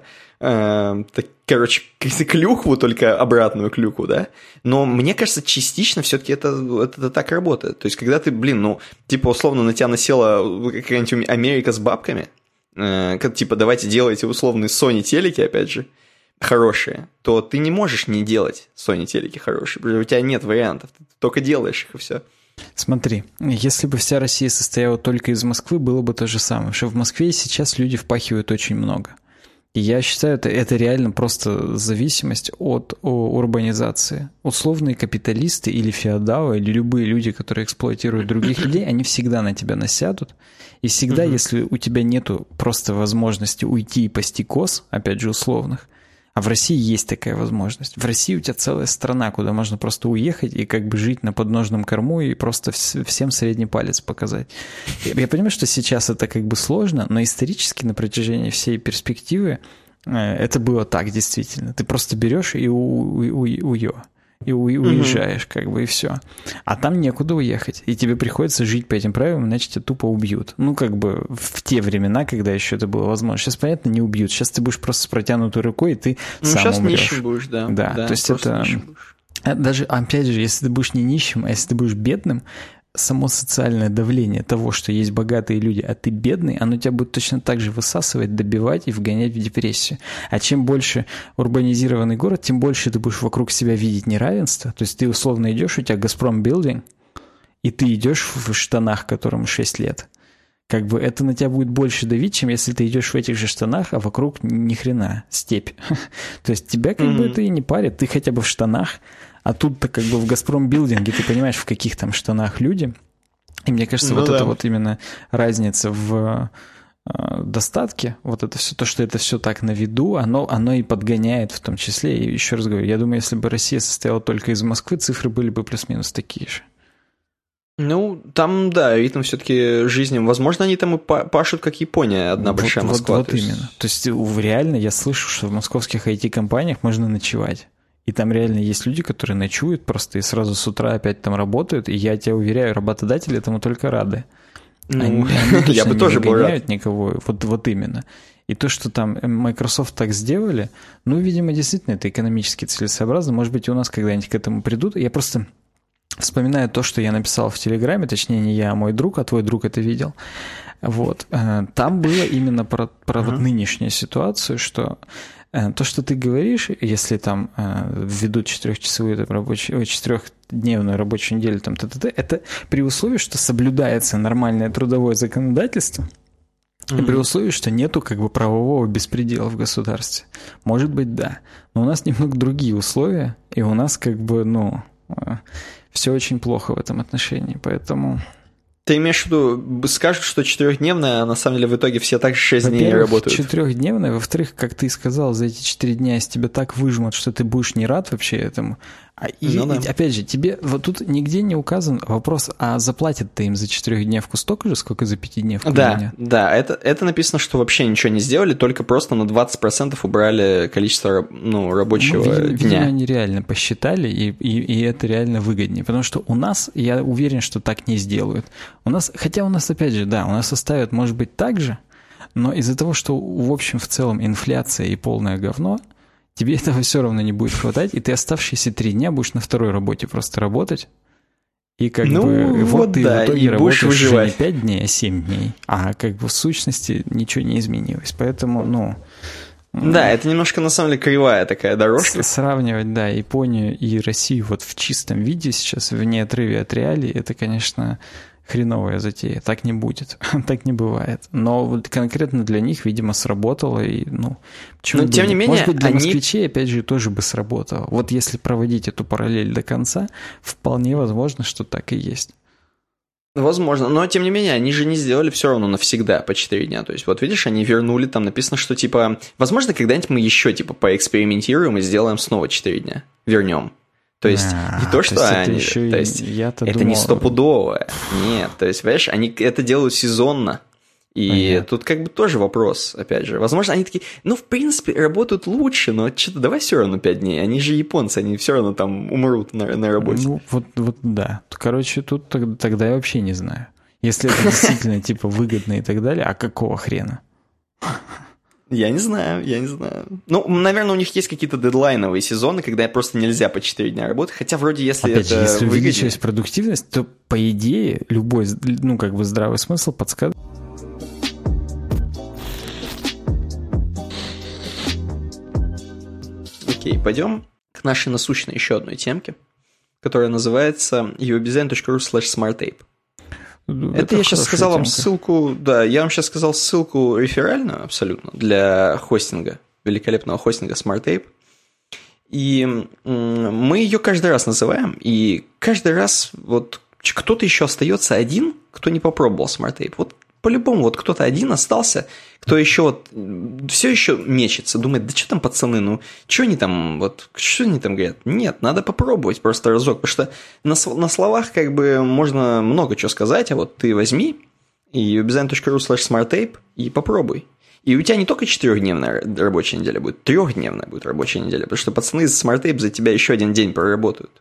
Speaker 1: э, так, короче, клюкву, только обратную клюкву, да, но мне кажется, частично все-таки это, это, это так работает, то есть, когда ты, блин, ну, типа, условно, на тебя насела какая-нибудь Америка с бабками, э, как, типа, давайте делайте условные Sony телеки, опять же, хорошие, то ты не можешь не делать Sony телеки хорошие, потому что у тебя нет вариантов, ты только делаешь их и все.
Speaker 2: Смотри, если бы вся Россия состояла только из Москвы, было бы то же самое. Потому что в Москве сейчас люди впахивают очень много. И я считаю, это, это реально просто зависимость от урбанизации. Условные капиталисты или феодалы, или любые люди, которые эксплуатируют других людей, они всегда на тебя насядут. И всегда, uh-huh. если у тебя нету просто возможности уйти и пасти коз, опять же, условных, а в России есть такая возможность. В России у тебя целая страна, куда можно просто уехать и как бы жить на подножном корму и просто всем средний палец показать. Я понимаю, что сейчас это как бы сложно, но исторически на протяжении всей перспективы это было так действительно. Ты просто берешь и у, у, у, уё. И уезжаешь, mm-hmm. как бы, и все. А там некуда уехать. И тебе приходится жить по этим правилам, иначе тебя тупо убьют. Ну, как бы, в те времена, когда еще это было возможно. Сейчас, понятно, не убьют. Сейчас ты будешь просто с протянутой рукой, и ты ну, сам
Speaker 1: сейчас
Speaker 2: умрешь.
Speaker 1: Нищим будешь, да.
Speaker 2: Да, да, то есть это... Даже, опять же, если ты будешь не нищим, а если ты будешь бедным, само социальное давление того, что есть богатые люди, а ты бедный, оно тебя будет точно так же высасывать, добивать и вгонять в депрессию. А чем больше урбанизированный город, тем больше ты будешь вокруг себя видеть неравенство. То есть ты условно идешь, у тебя Газпром Билдинг, и ты идешь в штанах, которым шесть лет. Как бы это на тебя будет больше давить, чем если ты идешь в этих же штанах, а вокруг ни хрена, степь. То есть тебя как mm-hmm. бы это и не парит, ты хотя бы в штанах, а тут-то как бы в Газпром Билдинге ты понимаешь, в каких там штанах люди. И мне кажется, ну, вот да. это вот именно разница в э, достатке, вот это все, то, что это все так на виду, оно, оно и подгоняет в том числе. И еще раз говорю, я думаю, если бы Россия состояла только из Москвы, цифры были бы плюс-минус такие же.
Speaker 1: Ну, там, да, ритм все-таки жизни. Возможно, они там и пашут, как Япония, одна вот, большая Москва.
Speaker 2: Вот, вот то есть... именно. То есть реально я слышу, что в московских ай ти-компаниях можно ночевать. И там реально есть люди, которые ночуют просто и сразу с утра опять там работают. И я тебя уверяю, работодатели этому только рады.
Speaker 1: Ну,
Speaker 2: они, они
Speaker 1: я бы тоже был рад.
Speaker 2: Никого. Вот, вот именно. И то, что там Microsoft так сделали, ну, видимо, действительно это экономически целесообразно. Может быть, у нас когда-нибудь к этому придут. Я просто вспоминаю то, что я написал в Телеграме, точнее, не я, а мой друг, а твой друг это видел. Вот. Там было именно про, про uh-huh. вот нынешнюю ситуацию, что то, что ты говоришь, если там введут четырехчасовую там, рабочую, четырехдневную рабочую неделю, там, т.т.т., это при условии, что соблюдается нормальное трудовое законодательство, mm-hmm. и при условии, что нету как бы правового беспредела в государстве. Может быть, да. Но у нас немного другие условия, и у нас как бы, ну, все очень плохо в этом отношении, поэтому...
Speaker 1: Ты имеешь в виду, скажут, что четырехдневная, а на самом деле в итоге все так шесть дней работают?
Speaker 2: Четырехдневная, во-вторых, как ты сказал, за эти четыре дня из тебя так выжмут, что ты будешь не рад вообще этому. А и, ну, да. и опять же, тебе вот тут нигде не указан вопрос, а заплатят-то им за четырехдневку столько же, сколько за пятидневку?
Speaker 1: Да, да, это, это написано, что вообще ничего не сделали, только просто на двадцать процентов убрали количество ну, рабочего ну, видимо,
Speaker 2: дня. Видимо, они реально посчитали, и, и, и это реально выгоднее, потому что у нас, я уверен, что так не сделают. У нас, хотя у нас, опять же, да, у нас оставят, может быть, так же, но из-за того, что в общем, в целом инфляция и полное говно, тебе этого все равно не будет хватать, и ты оставшиеся три дня будешь на второй работе просто работать. И как ну, бы вот, вот ты да, в итоге работаешь уже не пять дней, а семь дней. А как бы в сущности ничего не изменилось. Поэтому, ну...
Speaker 1: Да, это немножко на самом деле кривая такая дорожка.
Speaker 2: Сравнивать, да, Японию и Россию вот в чистом виде сейчас, в неотрыве от реалий, это, конечно... хреновая затея. Так не будет. Так не бывает. Но вот конкретно для них, видимо, сработало. И, ну,
Speaker 1: Но, тем не менее,
Speaker 2: может быть, для
Speaker 1: они...
Speaker 2: москвичей, опять же, тоже бы сработало. Вот если проводить эту параллель до конца, вполне возможно, что так и есть.
Speaker 1: Возможно, но тем не менее, они же не сделали все равно навсегда по четыре дня. То есть, вот видишь, они вернули, там написано, что типа, возможно, когда-нибудь мы еще типа поэкспериментируем и сделаем снова четыре дня. Вернем. То есть, а, не то, что
Speaker 2: то
Speaker 1: они.
Speaker 2: Это,
Speaker 1: то есть,
Speaker 2: это
Speaker 1: думал... не стопудовое. Нет. То есть, понимаешь, они это делают сезонно. И Понятно. Тут как бы тоже вопрос, опять же. Возможно, они такие, ну, в принципе, работают лучше, но что-то давай все равно пять дней. Они же японцы, они все равно там умрут на, на работе.
Speaker 2: Ну, вот, вот да. Короче, тут тогда я вообще не знаю. Если это действительно, типа, выгодно и так далее, а какого хрена?
Speaker 1: Я не знаю, я не знаю. Ну, наверное, у них есть какие-то дедлайновые сезоны, когда просто нельзя по четыре дня работать. Хотя вроде, если
Speaker 2: Опять
Speaker 1: это
Speaker 2: же, если
Speaker 1: выгоднее...
Speaker 2: увеличивать продуктивность, то, по идее, любой, ну, как бы здравый смысл подсказывает.
Speaker 1: Окей, пойдем к нашей насущной еще одной темке, которая называется uwebdesign.ru slash smartape. Это, Это я сейчас сказал темка. вам ссылку, да, я вам сейчас сказал ссылку реферальную абсолютно для хостинга, великолепного хостинга smartape. И мы ее каждый раз называем, и каждый раз вот кто-то еще остается один, кто не попробовал smartape. Вот по-любому вот кто-то один остался, кто еще вот все еще мечется, думает, да что там пацаны, ну что они там, вот что они там говорят? Нет, надо попробовать просто разок, потому что на, на словах как бы можно много чего сказать, а вот ты возьми и uwebdesign.ru slash smartape и попробуй. И у тебя не только четырехдневная рабочая неделя будет, трехдневная будет рабочая неделя, потому что пацаны из smartape за тебя еще один день проработают.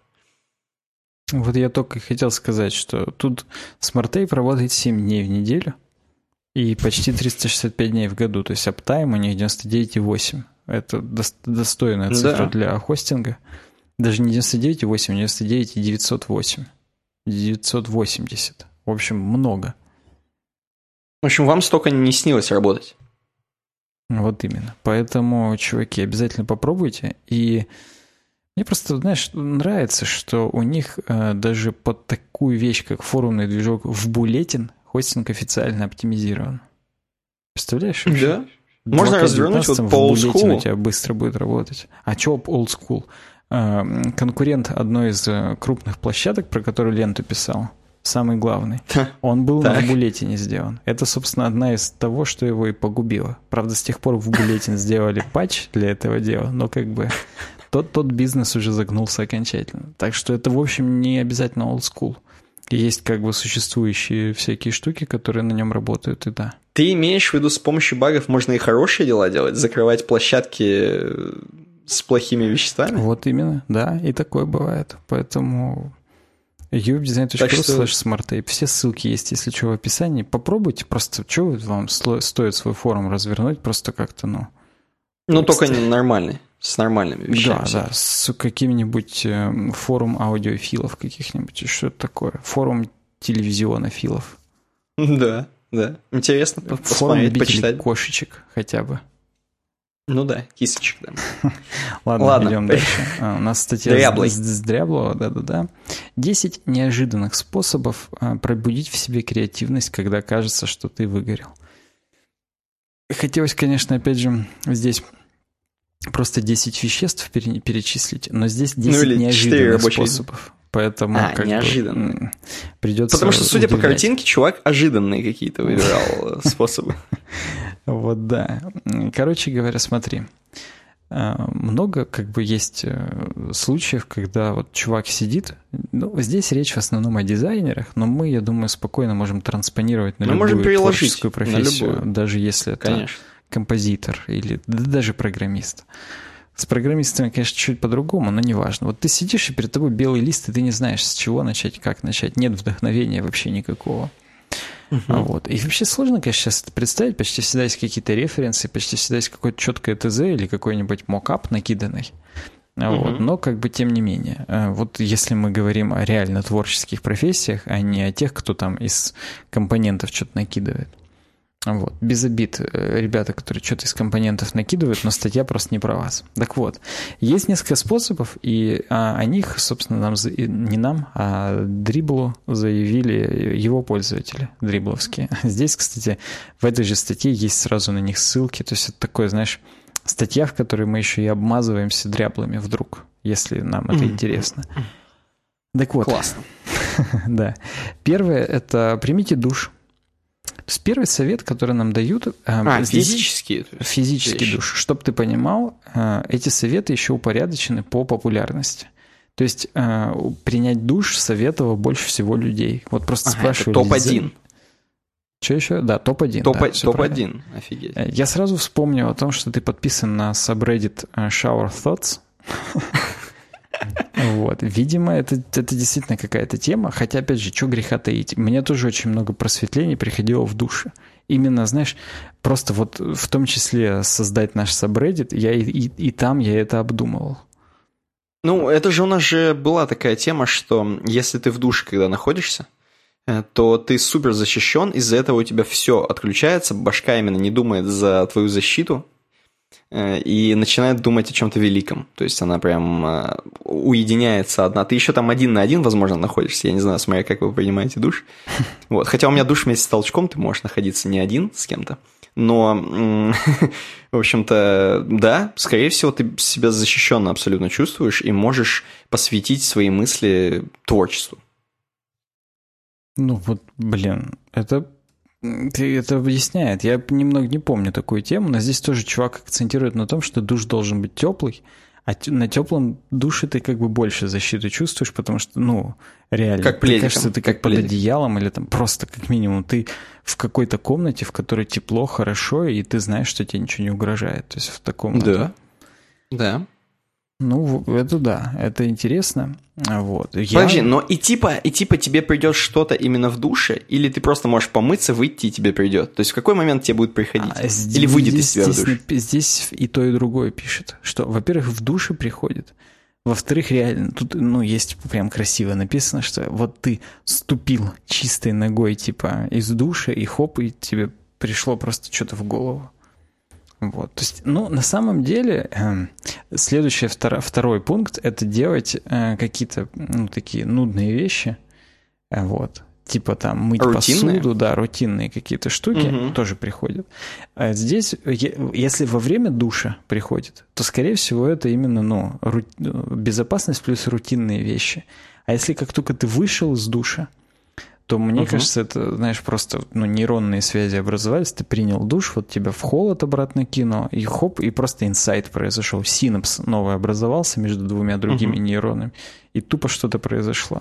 Speaker 2: Вот я только хотел сказать, что тут smartape работает семь дней в неделю. И почти триста шестьдесят пять дней в году. То есть аптайм у них девяносто девять и восемь. Это достойная цифра да. для хостинга. Даже не девяносто девять и восемь, а девяносто девять и девятьсот восемь. девятьсот восемьдесят. В общем, много.
Speaker 1: В общем, вам столько не снилось работать.
Speaker 2: Вот именно. Поэтому, чуваки, обязательно попробуйте. И мне просто, знаешь, нравится, что у них э, даже под такую вещь, как форумный движок в Bulletin, хостинг официально оптимизирован. Представляешь?
Speaker 1: Да. Можно развернуть вот по олдскулу.
Speaker 2: У тебя быстро будет работать. А что олдскул? Конкурент одной из крупных площадок, про которую Ленту писал, самый главный, он был так. на Bulletin сделан. Это, собственно, одна из того, что его и погубило. Правда, с тех пор в Bulletin сделали патч для этого дела, но как бы тот, тот бизнес уже загнулся окончательно. Так что это, в общем, не обязательно олдскул. Есть как бы существующие всякие штуки, которые на нем работают, и да.
Speaker 1: Ты имеешь в виду, с помощью багов можно и хорошие дела делать? Закрывать площадки с плохими веществами?
Speaker 2: Вот именно, да, и такое бывает. Поэтому uwebdesign.ru slash smartape. Все ссылки есть, если что, в описании. Попробуйте просто, что вам стоит свой форум развернуть, просто как-то, ну...
Speaker 1: Ну, только нормальный. С нормальными вещами.
Speaker 2: Да, да, с каким-нибудь э, форум аудиофилов каких-нибудь, что-то такое. Форум телевизионофилов.
Speaker 1: Да, да. Интересно
Speaker 2: форум
Speaker 1: посмотреть, почитать.
Speaker 2: Кошечек хотя бы.
Speaker 1: Ну да, кисочек, да.
Speaker 2: Ладно, Ладно, идем дальше. У нас статья с, с Дряблова, да-да-да. десять неожиданных способов пробудить в себе креативность, когда кажется, что ты выгорел. Хотелось, конечно, опять же, здесь... Просто десять веществ перечислить, но здесь десять ну, неожиданных способов. Поэтому
Speaker 1: а,
Speaker 2: как
Speaker 1: неожиданно.
Speaker 2: бы придется
Speaker 1: Потому что, судя
Speaker 2: удивлять.
Speaker 1: по картинке, чувак ожиданные какие-то выбирал способы.
Speaker 2: Вот да. Короче говоря, смотри. Много как бы есть случаев, когда вот чувак сидит. Ну, здесь речь в основном о дизайнерах, но мы, я думаю, спокойно можем транспонировать на мы любую можем творческую профессию, даже если это... Конечно. композитор или да, даже программист. С программистами, конечно, чуть по-другому, но неважно. Вот ты сидишь, и перед тобой белый лист, и ты не знаешь, с чего начать, как начать. Нет вдохновения вообще никакого. Uh-huh. Вот. И вообще сложно, конечно, сейчас это представить. Почти всегда есть какие-то референсы, почти всегда есть какое-то четкое ТЗ или какой-нибудь мокап накиданный. Uh-huh. Вот. Но как бы тем не менее. Вот если мы говорим о реально творческих профессиях, а не о тех, кто там из компонентов что-то накидывает. Вот. Без обид, ребята, которые что-то из компонентов накидывают, но статья просто не про вас. Так вот, есть несколько способов, и а, о них, собственно, нам, не нам, а Дриблу заявили его пользователи, дрибловские. Здесь, кстати, в этой же статье есть сразу на них ссылки, то есть это такое, знаешь, статья, в которой мы еще и обмазываемся дряблами вдруг, если нам это интересно. Так вот.
Speaker 1: Классно.
Speaker 2: Да. Первое – это примите душ. То есть первый совет, который нам дают...
Speaker 1: А, здесь, физический?
Speaker 2: Физический душ. Чтобы ты понимал, эти советы еще упорядочены по популярности. То есть принять душ советовало больше всего людей. Вот просто ага, спрашивали...
Speaker 1: топ один.
Speaker 2: Что еще? Да, топ один.
Speaker 1: топ
Speaker 2: один,
Speaker 1: да, офигеть.
Speaker 2: Я сразу вспомнил о том, что ты подписан на subreddit Shower Thoughts. Вот. Видимо, это, это действительно какая-то тема. Хотя, опять же, что греха таить. Мне тоже очень много просветлений приходило в душе. Именно, знаешь, просто вот в том числе создать наш subreddit, я и, и, и там я это обдумывал.
Speaker 1: Ну, это же у нас же была такая тема, что если ты в душе, когда находишься, то ты супер защищен, из-за этого у тебя все отключается, башка именно не думает за твою защиту и начинает думать о чем-то великом. То есть она прям уединяется одна. Ты еще там один на один, возможно, находишься. Я не знаю, смотря как вы принимаете душ. Вот. Хотя у меня душ вместе с толчком, ты можешь находиться не один с кем-то. Но, в общем-то, да, скорее всего, ты себя защищенно абсолютно чувствуешь и можешь посвятить свои мысли творчеству.
Speaker 2: Ну вот, блин, это, это объясняет. Я немного не помню такую тему, но здесь тоже чувак акцентирует на том, что душ должен быть теплый, а на теплом душе ты как бы больше защиты чувствуешь, потому что, ну, реально,
Speaker 1: как
Speaker 2: мне кажется, ты как,
Speaker 1: как
Speaker 2: под
Speaker 1: пледик.
Speaker 2: одеялом или там просто как минимум ты в какой-то комнате, в которой тепло, хорошо, и ты знаешь, что тебе ничего не угрожает. То есть в таком...
Speaker 1: Да, да.
Speaker 2: Ну, это да, это интересно. Вот. Я...
Speaker 1: Подожди, но и типа, и типа тебе придет что-то именно в душе, или ты просто можешь помыться, выйти, и тебе придет? То есть в какой момент тебе будет приходить?
Speaker 2: А, здесь,
Speaker 1: или выйдет
Speaker 2: здесь,
Speaker 1: из тебя
Speaker 2: здесь,
Speaker 1: в душ?
Speaker 2: Здесь и то, и другое пишет. Что, во-первых, в душе приходит. Во-вторых, реально, тут, ну, есть прям красиво написано, что вот ты ступил чистой ногой, типа, из душа, и хоп, и тебе пришло просто что-то в голову. Вот, то есть, ну, на самом деле, э, следующий, втор, второй пункт – это делать э, какие-то, ну, такие нудные вещи, э, вот, типа там мыть рутинные? посуду, да, рутинные какие-то штуки угу. тоже приходят. А здесь, если во время душа приходит, то, скорее всего, это именно, ну, ру, безопасность плюс рутинные вещи. А если как только ты вышел из душа, то мне uh-huh. кажется, это, знаешь, просто ну, нейронные связи образовались, ты принял душ, вот тебя в холод обратно кинуло, и хоп, и просто инсайт произошел, синапс новый образовался между двумя другими uh-huh. нейронами, и тупо что-то произошло.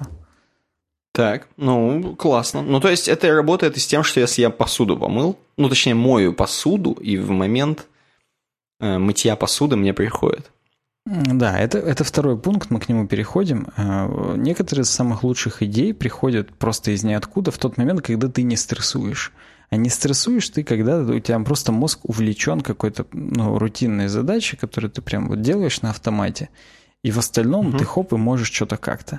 Speaker 1: Так, ну, классно. Ну, то есть это работает и с тем, что если я посуду помыл, ну, точнее, мою посуду, и в момент э, мытья посуды мне приходит.
Speaker 2: Да, это, это второй пункт, мы к нему переходим. Некоторые из самых лучших идей приходят просто из ниоткуда в тот момент, когда ты не стрессуешь. А не стрессуешь ты, когда у тебя просто мозг увлечен какой-то ну, рутинной задачей, которую ты прям вот делаешь на автомате, и в остальном угу. ты хоп и можешь что-то как-то.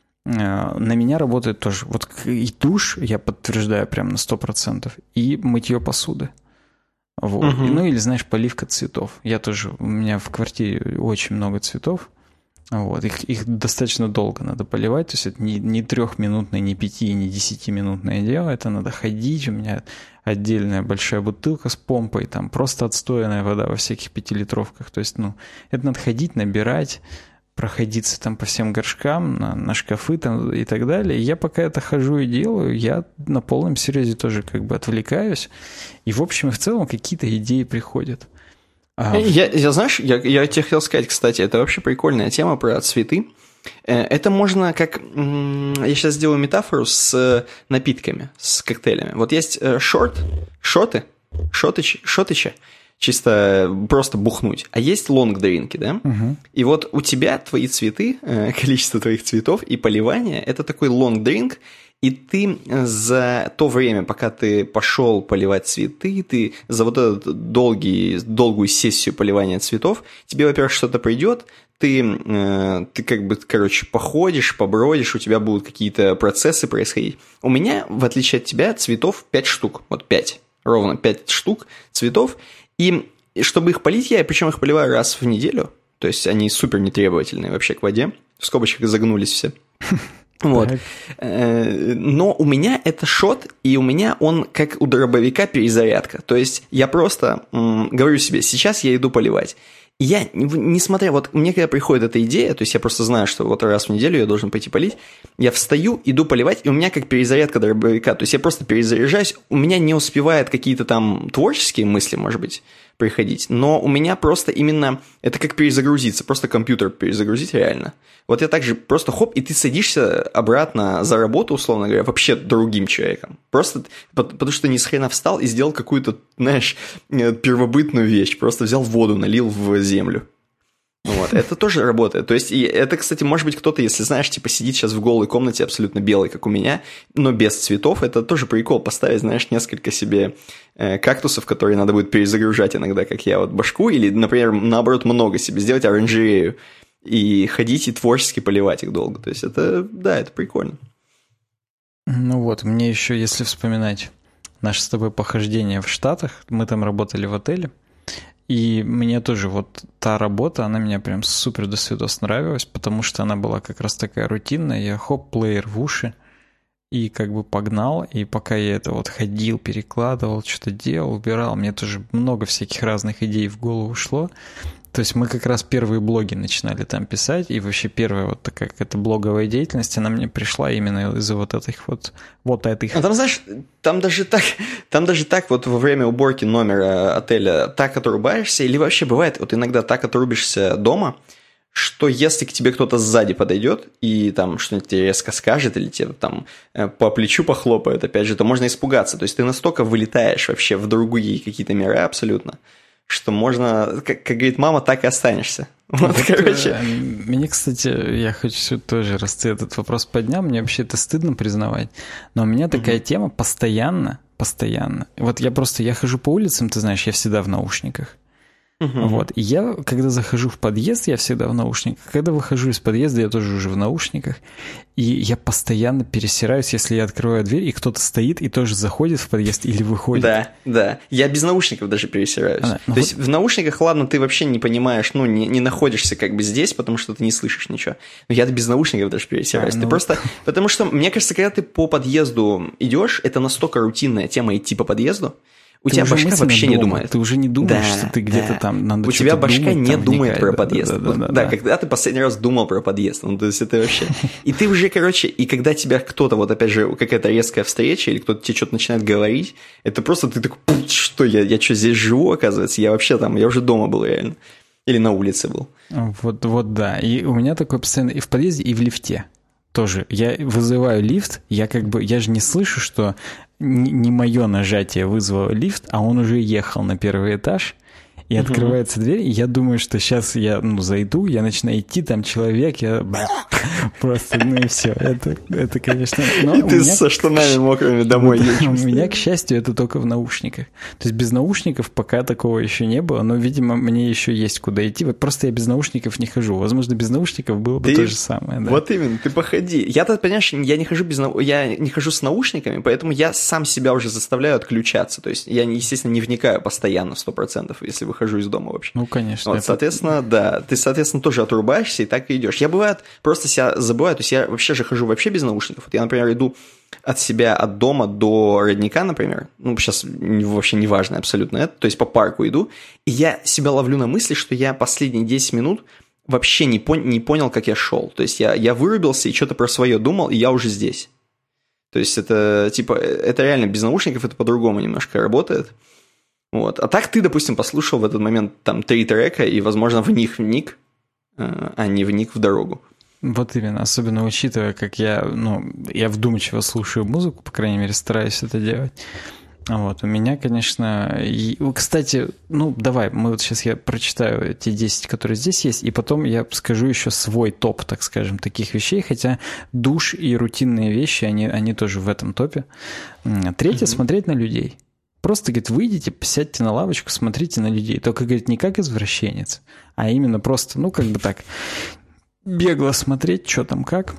Speaker 2: На меня работает тоже. Вот и душ, я подтверждаю прям на сто процентов, и мытье посуды. Вот. Uh-huh. Ну или, знаешь, поливка цветов. Я тоже, у меня в квартире очень много цветов. Вот. Их, их достаточно долго надо поливать. То есть это не, не трехминутное, не пяти, не десятиминутное дело. Это надо ходить. У меня отдельная большая бутылка с помпой. Там просто отстоянная вода во всяких пятилитровках. То есть, ну, это надо ходить, набирать, проходиться там по всем горшкам, на, на шкафы там и так далее. И я пока это хожу и делаю, я на полном серьезе тоже как бы отвлекаюсь. И в общем и в целом какие-то идеи приходят. А...
Speaker 1: Я, я, знаешь, я, я тебе хотел сказать, кстати, это вообще прикольная тема про цветы. Это можно как... Я сейчас сделаю метафору с напитками, с коктейлями. Вот есть шорт, шоты, шотычи, шотычи, чисто просто бухнуть. А есть лонг-дринки, да?
Speaker 2: Угу.
Speaker 1: И вот у тебя твои цветы, количество твоих цветов и поливание – это такой лонг-дринк, и ты за то время, пока ты пошел поливать цветы, ты за вот эту долгий, долгую сессию поливания цветов, тебе, во-первых, что-то придет, ты, э, ты как бы, короче, походишь, побродишь, у тебя будут какие-то процессы происходить. У меня, в отличие от тебя, цветов пять штук, вот пять, ровно пять штук цветов, и чтобы их полить, я причем их поливаю раз в неделю, то есть они супер нетребовательные вообще к воде, в скобочках загнулись все. Вот. Но у меня это шот, и у меня он, как у дробовика, перезарядка. То есть я просто м, говорю себе, сейчас я иду поливать. И я, несмотря, вот мне когда приходит эта идея, то есть я просто знаю, что вот раз в неделю я должен пойти полить, я встаю, иду поливать, и у меня как перезарядка дробовика, то есть я просто перезаряжаюсь, у меня не успевает какие-то там творческие мысли, может быть, приходить, но у меня просто именно, это как перезагрузиться, просто компьютер перезагрузить реально. Вот я также просто хоп, и ты садишься обратно за работу, условно говоря, вообще другим человеком. Просто потому что ни с хрена встал и сделал какую-то, знаешь, первобытную вещь, просто взял воду, налил в землю. Вот, это тоже работает. То есть, и это, кстати, может быть, кто-то, если знаешь, типа сидит сейчас в голой комнате, абсолютно белой, как у меня, но без цветов, это тоже прикол поставить, знаешь, несколько себе э, кактусов, которые надо будет перезагружать иногда, как я, вот башку, или, например, наоборот, много себе сделать оранжерею и ходить и творчески поливать их долго. То есть, это, да, это прикольно.
Speaker 2: Ну вот, мне еще, если вспоминать наше с тобой похождение в Штатах, мы там работали в отеле, и мне тоже вот та работа, она мне прям супер до свидос нравилась, потому что она была как раз такая рутинная. Я хоп, плеер в уши, и как бы погнал, и пока я это вот ходил, перекладывал, что-то делал, убирал, мне тоже много всяких разных идей в голову шло. То есть мы как раз первые блоги начинали там писать, и вообще первая вот такая какая-то блоговая деятельность, она мне пришла именно из-за вот этих вот, вот этих.
Speaker 1: Ну, там, знаешь, там даже так, там даже так вот во время уборки номера отеля так отрубаешься, или вообще бывает вот иногда так отрубишься дома, что если к тебе кто-то сзади подойдет и там что-нибудь тебе резко скажет или тебе там по плечу похлопает, опять же, то можно испугаться. То есть ты настолько вылетаешь вообще в другие какие-то мира абсолютно, что можно, как, как говорит мама, так и останешься. Вот,
Speaker 2: вот,
Speaker 1: короче.
Speaker 2: Мне, кстати, я хочу тоже, раз ты этот вопрос поднял, мне вообще это стыдно признавать, но у меня такая mm-hmm. тема постоянно, постоянно. Вот я просто, я хожу по улицам, ты знаешь, я всегда в наушниках. Uh-huh. Вот. И я, когда захожу в подъезд, я всегда в наушниках. Когда выхожу из подъезда, я тоже уже в наушниках. И я постоянно пересираюсь, если я открываю дверь, и кто-то стоит и тоже заходит в подъезд или выходит.
Speaker 1: Да, да. Я без наушников даже пересираюсь. А, ну То вот... есть в наушниках, ладно, ты вообще не понимаешь, ну, не, не находишься как бы здесь, потому что ты не слышишь ничего. Но я без наушников даже пересираюсь. А, ну... Ты просто... Потому что, мне кажется, когда ты по подъезду идешь, это настолько рутинная тема идти по подъезду, у ты тебя башка вообще
Speaker 2: дома.
Speaker 1: не думает.
Speaker 2: Ты уже не думаешь, да, что ты где-то
Speaker 1: да.
Speaker 2: там надо
Speaker 1: У тебя башка
Speaker 2: думать,
Speaker 1: не думает
Speaker 2: вникать.
Speaker 1: про подъезд.
Speaker 2: Да, да,
Speaker 1: вот,
Speaker 2: да,
Speaker 1: да,
Speaker 2: да,
Speaker 1: да, когда ты последний раз думал про подъезд. Ну, то есть это вообще... И ты уже, короче, и когда тебя кто-то, вот опять же, какая-то резкая встреча, или кто-то тебе что-то начинает говорить, это просто ты такой, что я, я что, здесь живу, оказывается? Я вообще там, я уже дома был реально. Или на улице был.
Speaker 2: Вот, вот, да. И у меня такое постоянно и в подъезде, и в лифте. Тоже. Я вызываю лифт, я как бы, я же не слышу, что не мое нажатие вызвало лифт, а он уже ехал на первый этаж, и угу. открывается дверь, и я думаю, что сейчас я, ну, зайду, я начинаю идти, там человек, я просто, ну и все. Это, это конечно...
Speaker 1: Но и ты меня... со штанами мокрыми домой едешь.
Speaker 2: У меня, к счастью, это только в наушниках. То есть без наушников пока такого еще не было, но, видимо, мне еще есть куда идти. Вот просто я без наушников не хожу. Возможно, без наушников было бы ты... то же самое. Да.
Speaker 1: Вот именно, ты походи. Я-то, понимаешь, я не хожу без нау... я не хожу с наушниками, поэтому я сам себя уже заставляю отключаться. То есть я, естественно, не вникаю постоянно сто процентов, если выхожу из дома вообще.
Speaker 2: Ну, конечно.
Speaker 1: Вот,
Speaker 2: это...
Speaker 1: соответственно, да, ты, соответственно, тоже отрубаешься и так и идешь. Я, бывает, просто себя забываю, то есть я вообще же хожу вообще без наушников. Вот я, например, иду от себя, от дома до родника, например, ну, сейчас вообще не важно абсолютно это, то есть по парку иду, и я себя ловлю на мысли, что я последние десять минут вообще не, пон- не понял, как я шел. То есть я, я вырубился и что-то про свое думал, и я уже здесь. То есть это, типа, это реально без наушников, это по-другому немножко работает. Вот. А так ты, допустим, послушал в этот момент там три трека и, возможно, в них вник, а не вник в дорогу.
Speaker 2: Вот именно, особенно учитывая, как я, ну, я вдумчиво слушаю музыку, по крайней мере, стараюсь это делать. Вот, у меня, конечно... И, кстати, ну, давай, мы вот сейчас я прочитаю те десять, которые здесь есть, и потом я скажу еще свой топ, так скажем, таких вещей, хотя душ и рутинные вещи, они, они тоже в этом топе. Третье, mm-hmm. смотреть на людей. Просто, говорит, выйдите, сядьте на лавочку, смотрите на людей. Только, говорит, не как извращенец, а именно просто, ну, как бы так, бегло смотреть, что там как.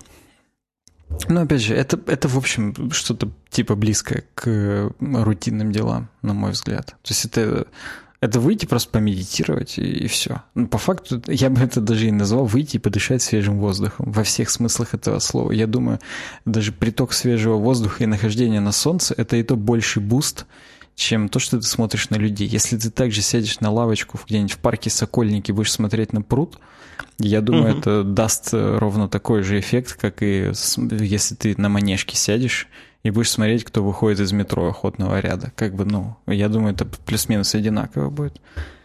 Speaker 2: Но, опять же, это, это, в общем, что-то типа близкое к рутинным делам, на мой взгляд. То есть это, это выйти просто помедитировать, и, и все. Ну, по факту, я бы это даже и назвал выйти и подышать свежим воздухом во всех смыслах этого слова. Я думаю, даже приток свежего воздуха и нахождение на солнце – это и то больший буст, чем то, что ты смотришь на людей. Если ты также сядешь на лавочку где-нибудь в парке Сокольники и будешь смотреть на пруд, я думаю, угу. это даст ровно такой же эффект, как и если ты на манежке сядешь и будешь смотреть, кто выходит из метро охотного ряда. Как бы, ну, я думаю, это плюс-минус одинаково будет.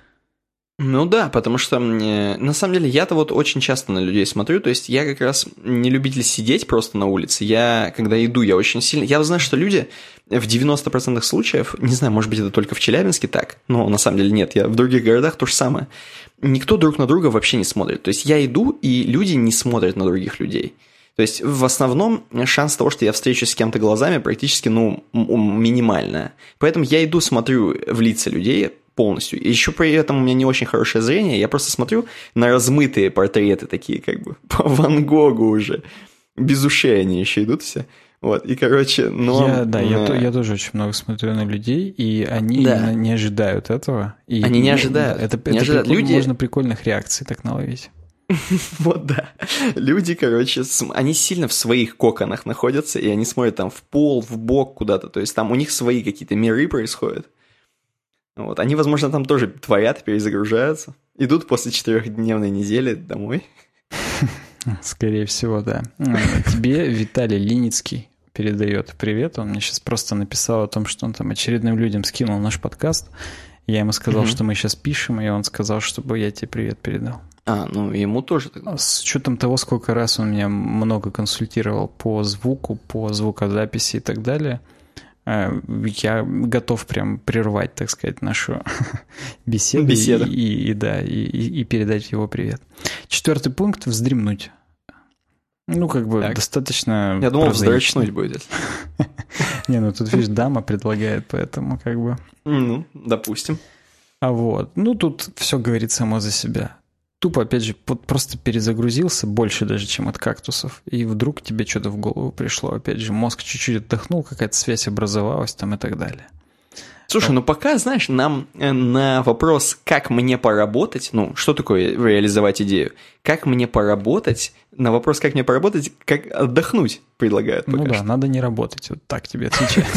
Speaker 1: Ну да, потому что на самом деле я-то вот очень часто на людей смотрю, то есть я как раз не любитель сидеть просто на улице, я когда иду, я очень сильно, я знаю, что люди в девяноста процентах случаев, не знаю, может быть это только в Челябинске так, но на самом деле нет, я в других городах то же самое, никто друг на друга вообще не смотрит, то есть я иду, и люди не смотрят на других людей. То есть в основном шанс того, что я встречусь с кем-то глазами, практически, ну, минимальная. Поэтому я иду, смотрю в лица людей полностью. И еще при этом у меня не очень хорошее зрение, я просто смотрю на размытые портреты такие, как бы, по Ван Гогу уже. Без ушей они еще идут все. Вот, и, короче, но...
Speaker 2: Я, да, я, я, я тоже очень много смотрю на людей, и они да. именно не ожидают этого. И,
Speaker 1: они не ожидают.
Speaker 2: Да, это
Speaker 1: не
Speaker 2: это
Speaker 1: ожидают.
Speaker 2: Прикольно,
Speaker 1: Люди...
Speaker 2: можно прикольных реакций так наловить.
Speaker 1: Вот да. Люди, короче, они сильно в своих коконах находятся, и они смотрят там в пол, в бок куда-то. То есть там у них свои какие-то миры происходят. Вот. Они, возможно, там тоже творят, перезагружаются. Идут после четырехдневной недели домой.
Speaker 2: Скорее всего, да. Тебе Виталий Леницкий передает привет. Он мне сейчас просто написал о том, что он там очередным людям скинул наш подкаст. Я ему сказал, mm-hmm. что мы сейчас пишем, и он сказал, чтобы я тебе привет передал.
Speaker 1: А, ну ему тоже тогда.
Speaker 2: С учетом того, сколько раз он меня много консультировал по звуку, по звукозаписи и так далее, я готов прям прервать, так сказать, нашу беседу,
Speaker 1: Беседу.
Speaker 2: И, и, и, да, и, и передать его привет. Четвертый пункт – вздремнуть. Ну, как бы так. достаточно...
Speaker 1: Я думал, вздрочнуть будет.
Speaker 2: Не, ну тут, видишь, дама предлагает, поэтому как бы...
Speaker 1: Ну, допустим.
Speaker 2: А вот, ну тут все говорит само за себя. Тупо, опять же, просто перезагрузился больше даже, чем от кактусов, и вдруг тебе что-то в голову пришло. Опять же, мозг чуть-чуть отдохнул, какая-то связь образовалась там и так далее.
Speaker 1: Слушай, ну пока, знаешь, нам на вопрос, как мне поработать, ну, что такое реализовать идею, как мне поработать, на вопрос, как мне поработать, как отдохнуть предлагают пока
Speaker 2: Ну да,
Speaker 1: что.
Speaker 2: надо не работать, вот так тебе отвечают.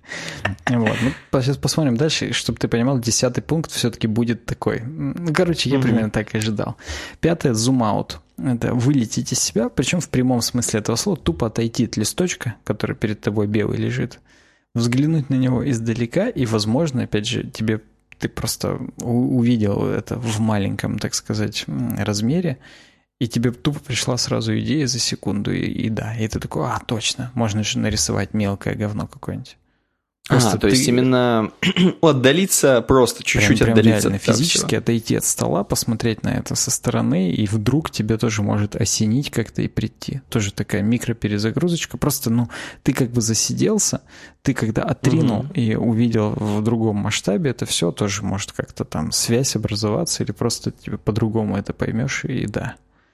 Speaker 2: Вот, ну, сейчас посмотрим дальше, чтобы ты понимал, десятый пункт все-таки будет такой. Ну, короче, я примерно так и ожидал. Пятое, зум-аут. Это вылететь из себя, причем в прямом смысле этого слова, тупо отойти от листочка, который перед тобой белый лежит, взглянуть на него издалека, и, возможно, опять же, тебе ты просто увидел это в маленьком, так сказать, размере, и тебе тупо пришла сразу идея за секунду, и, и да, и ты такой, а, точно, можно же нарисовать мелкое говно какое-нибудь.
Speaker 1: Просто а, то ты... есть именно отдалиться, просто чуть-чуть прям, прям отдалиться.
Speaker 2: Реально, физически всего. Отойти от стола, посмотреть на это со стороны, и вдруг тебе тоже может осенить как-то и прийти. Тоже такая микроперезагрузочка. Просто, ну, ты как бы засиделся, ты когда отринул угу. и увидел в другом масштабе это все, тоже может как-то там связь образоваться, или просто тебе по-другому это поймешь, и да.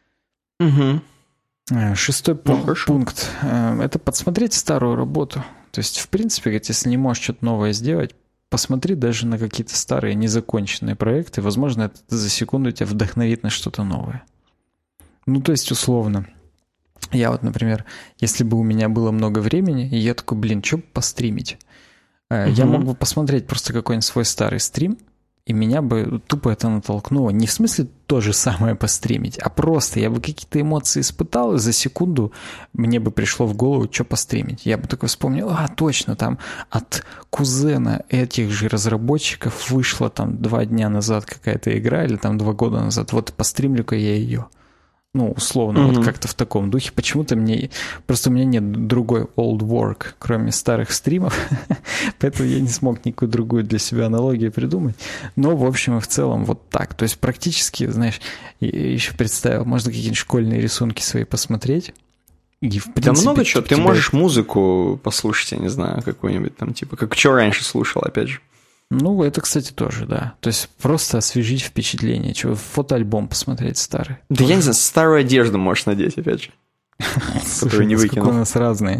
Speaker 1: Угу.
Speaker 2: Шестой ну, пункт – это подсмотреть старую работу. То есть, в принципе, если не можешь что-то новое сделать, посмотри даже на какие-то старые незаконченные проекты. Возможно, это за секунду тебя вдохновит на что-то новое. Ну, то есть, условно, я вот, например, если бы у меня было много времени, и я такой, блин, что бы постримить? Uh-huh. Я мог бы посмотреть просто какой-нибудь свой старый стрим, и меня бы тупо это натолкнуло. Не в смысле то же самое постримить, а просто я бы какие-то эмоции испытал, и за секунду мне бы пришло в голову, что постримить. Я бы такой вспомнил, а, точно, там от кузена этих же разработчиков вышла там два дня назад какая-то игра, или там два года назад, вот постримлю-ка я ее. Ну, условно, mm-hmm. вот как-то в таком духе. Почему-то мне... Просто у меня нет другой old work, кроме старых стримов, поэтому я не смог никакую другую для себя аналогию придумать. Но, в общем и в целом, вот так. То есть практически, знаешь, я еще представил, можно какие-нибудь школьные рисунки свои посмотреть. И, в принципе,
Speaker 1: да много чего. Ты
Speaker 2: тебя...
Speaker 1: можешь музыку послушать, я не знаю, какую-нибудь там, типа, как что раньше слушал, опять же.
Speaker 2: Ну, это, кстати, тоже, да. То есть просто освежить впечатление, чего фотоальбом посмотреть старый.
Speaker 1: Да тоже. Я не знаю, старую одежду можешь надеть, опять же. Которую не выкинул.
Speaker 2: У нас разные.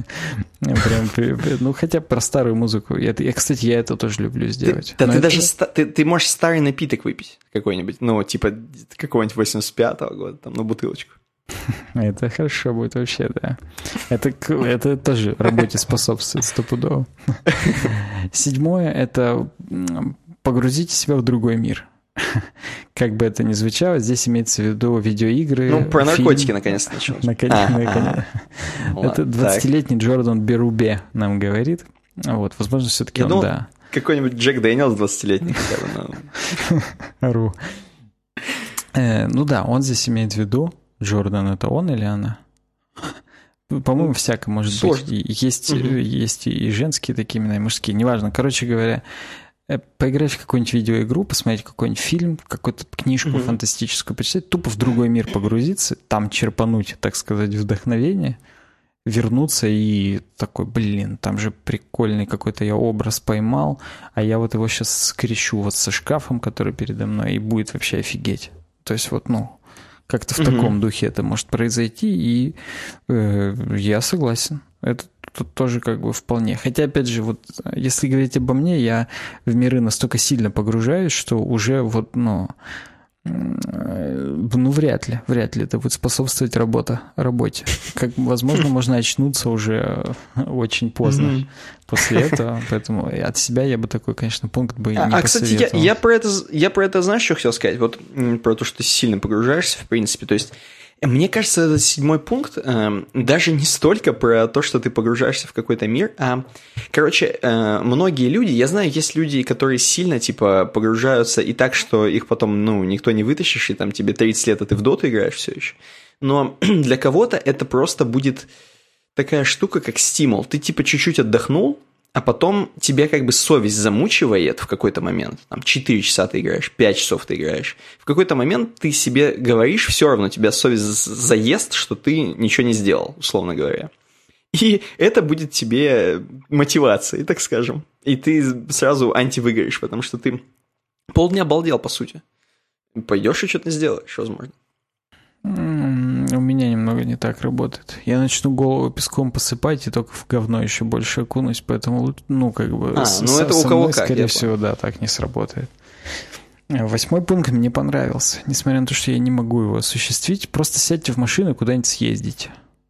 Speaker 2: Ну, хотя про старую музыку. Я, кстати, я это тоже люблю сделать.
Speaker 1: Да, ты даже ты можешь старый напиток выпить какой-нибудь, ну, типа какого-нибудь восемьдесят пятого года, там, на бутылочку.
Speaker 2: Это хорошо будет вообще, да. Это, это тоже работе способствует стопудово. Седьмое — это погрузите себя в другой мир. Как бы это ни звучало, здесь имеется в виду видеоигры.
Speaker 1: Ну, про фильм. Наркотики наконец-то началось.
Speaker 2: Наконец-то. Это двадцатилетний Джордан Берубе нам говорит. Вот, возможно, все-таки он, да.
Speaker 1: Какой-нибудь Джек Дэниелс двадцатилетний хотя бы.
Speaker 2: Ру. Ну да, он здесь имеет в виду. Джордан — это он или она? По-моему, всяко может Сложно. быть. Есть, угу. есть и женские такие имена, и мужские. Неважно. Короче говоря, поиграть в какую-нибудь видеоигру, посмотреть какой-нибудь фильм, какую-то книжку угу. фантастическую, почитать, тупо в другой мир погрузиться, там черпануть, так сказать, вдохновение, вернуться и такой, блин, там же прикольный какой-то я образ поймал, а я вот его сейчас скрещу вот со шкафом, который передо мной, и будет вообще офигеть. То есть вот, ну, как-то в угу. таком духе это может произойти, и э, я согласен. Это тут тоже как бы вполне. Хотя, опять же, вот если говорить обо мне, я в миры настолько сильно погружаюсь, что уже вот, ну, ну вряд ли, вряд ли это будет способствовать работа, работе. Как, возможно, можно очнуться уже очень поздно mm-hmm. после этого, поэтому от себя я бы такой, конечно, пункт бы а, не
Speaker 1: а,
Speaker 2: посоветовал.
Speaker 1: Кстати, я, я, про это, я про это, знаешь, что хотел сказать? Вот про то, что ты сильно погружаешься, в принципе, то есть мне кажется, этот седьмой пункт э, даже не столько про то, что ты погружаешься в какой-то мир, а, короче, э, многие люди, я знаю, есть люди, которые сильно, типа, погружаются и так, что их потом, ну, никто не вытащишь, и там тебе тридцать лет, а ты в доту играешь все еще. Но для кого-то это просто будет такая штука, как стимул. Ты, типа, чуть-чуть отдохнул, а потом тебя как бы совесть замучивает в какой-то момент. Там четыре часа ты играешь, пять часов ты играешь. В какой-то момент ты себе говоришь, все равно тебя совесть заест, что ты ничего не сделал, условно говоря. И это будет тебе мотивацией, так скажем. И ты сразу антивыгоришь, потому что ты полдня обалдел, по сути. Пойдешь и что-то сделаешь, возможно.
Speaker 2: У меня немного не так работает. Я начну голову песком посыпать и только в говно еще больше окунусь, поэтому, ну, как бы...
Speaker 1: А,
Speaker 2: с,
Speaker 1: ну это
Speaker 2: со
Speaker 1: у кого
Speaker 2: мной,
Speaker 1: как,
Speaker 2: скорее всего, да, так не сработает. Восьмой пункт мне понравился. Несмотря на то, что я не могу его осуществить, просто сядьте в машину и куда-нибудь съездите.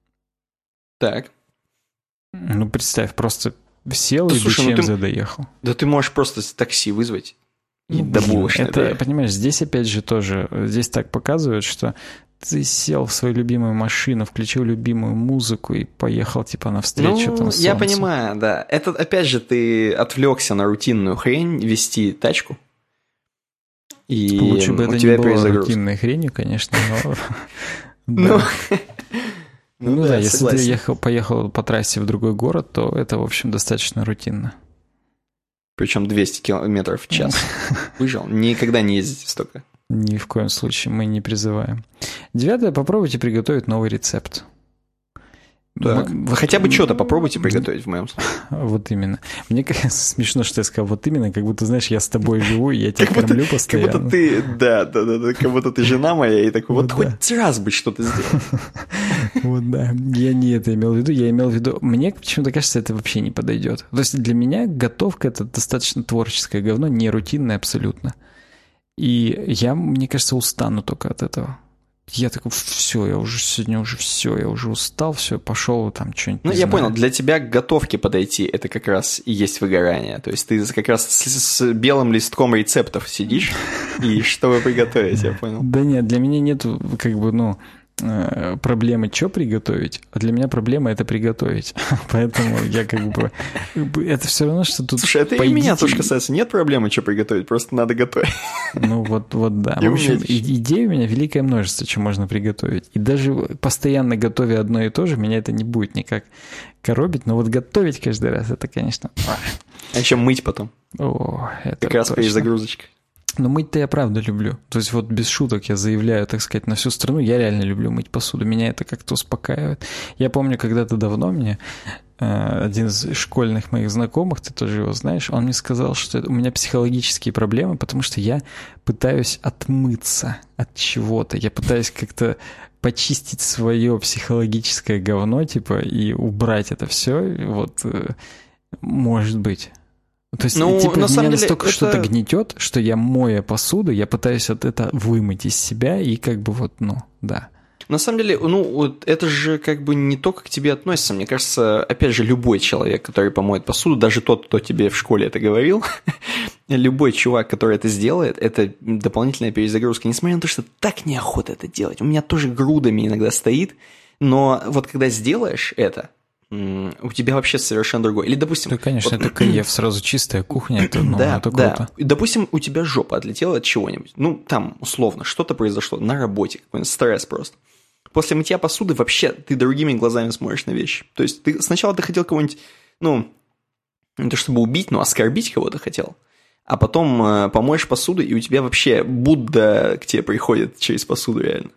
Speaker 1: Так.
Speaker 2: Ну, представь, просто сел да, и
Speaker 1: слушай,
Speaker 2: до
Speaker 1: ну
Speaker 2: Чемза
Speaker 1: ты...
Speaker 2: доехал.
Speaker 1: Да ты можешь просто такси вызвать. И
Speaker 2: ну,
Speaker 1: до булочной.
Speaker 2: Это, понимаешь, здесь опять же тоже, здесь так показывают, что ты сел в свою любимую машину, включил любимую музыку и поехал типа навстречу
Speaker 1: ну,
Speaker 2: там солнцу.
Speaker 1: Я понимаю, да. Это опять же ты отвлекся на рутинную хрень вести тачку. И
Speaker 2: лучше бы это не было рутинной хренью, конечно, но...
Speaker 1: Ну,
Speaker 2: ну да, если ты ехал, поехал по трассе в другой город, то это, в общем, достаточно рутинно.
Speaker 1: Причем двести километров в час. Выжил. Никогда не ездите столько.
Speaker 2: Ни в коем случае мы не призываем. Девятое. Попробуйте приготовить новый рецепт.
Speaker 1: Так. Мы, Хотя бы что-то попробуйте приготовить в моем случае.
Speaker 2: Вот именно. Мне кажется, смешно, что я сказал вот именно, как будто, знаешь, я с тобой живу, и я тебя кормлю постоянно.
Speaker 1: Как будто ты, да, да, да, да, как будто ты жена моя, и такой, вот хоть раз бы что-то сделал.
Speaker 2: Вот да, я не это имел в виду, я имел в виду, мне почему-то кажется, это вообще не подойдет. То есть для меня готовка — это достаточно творческое говно, не рутинное абсолютно. И я, мне кажется, устану только от этого. Я такой, все, я уже сегодня уже все, я уже устал, все, пошел там что-нибудь.
Speaker 1: Ну, я знаю. Понял, для тебя к готовке подойти, это как раз и есть выгорание. То есть ты как раз с, с белым листком рецептов сидишь, и чтобы приготовить, я понял.
Speaker 2: Да нет, для меня нет, как бы, ну, проблемы, что приготовить, а для меня проблема — это приготовить. Поэтому я как бы... Это все равно, что тут...
Speaker 1: Слушай, это и меня тоже касается. Нет проблемы, что приготовить, просто надо готовить.
Speaker 2: Ну вот, вот да. В общем, идей у меня великое множество, что можно приготовить. И даже постоянно готовя одно и то же, меня это не будет никак коробить. Но вот готовить каждый раз, это, конечно...
Speaker 1: А еще мыть потом.
Speaker 2: О, это
Speaker 1: как раз перезагрузочка.
Speaker 2: Но мыть-то я правда люблю. То есть вот без шуток я заявляю, так сказать, на всю страну, я реально люблю мыть посуду. Меня это как-то успокаивает. Я помню, когда-то давно мне э, один из школьных моих знакомых, ты тоже его знаешь, он мне сказал, что это, у меня психологические проблемы, потому что я пытаюсь отмыться от чего-то. Я пытаюсь как-то почистить свое психологическое говно, типа, и убрать это все. Вот, э, может быть... То есть, ну, типа, на меня настолько это... что-то гнетет, что я, моя посуду, я пытаюсь от этого вымыть из себя, и как бы вот, ну, да.
Speaker 1: На самом деле, ну, вот это же как бы не то, как к тебе относятся. Мне кажется, опять же, любой человек, который помоет посуду, даже тот, кто тебе в школе это говорил, любой чувак, который это сделает, это дополнительная перезагрузка. Несмотря на то, что так неохота это делать. У меня тоже грудами иногда стоит, но вот когда сделаешь это, у тебя вообще совершенно другой. Или, допустим...
Speaker 2: Да, конечно, вот... это кайф, сразу чистая кухня, это, ну,
Speaker 1: да,
Speaker 2: это
Speaker 1: да.
Speaker 2: круто.
Speaker 1: Допустим, у тебя жопа отлетела от чего-нибудь. Ну, там, условно, что-то произошло на работе, какой-нибудь стресс просто. После мытья посуды вообще ты другими глазами смотришь на вещи. То есть ты сначала ты хотел кого-нибудь, ну, не то чтобы убить, но оскорбить кого-то хотел. А потом э, помоешь посуду, и у тебя вообще Будда к тебе приходит через посуду реально.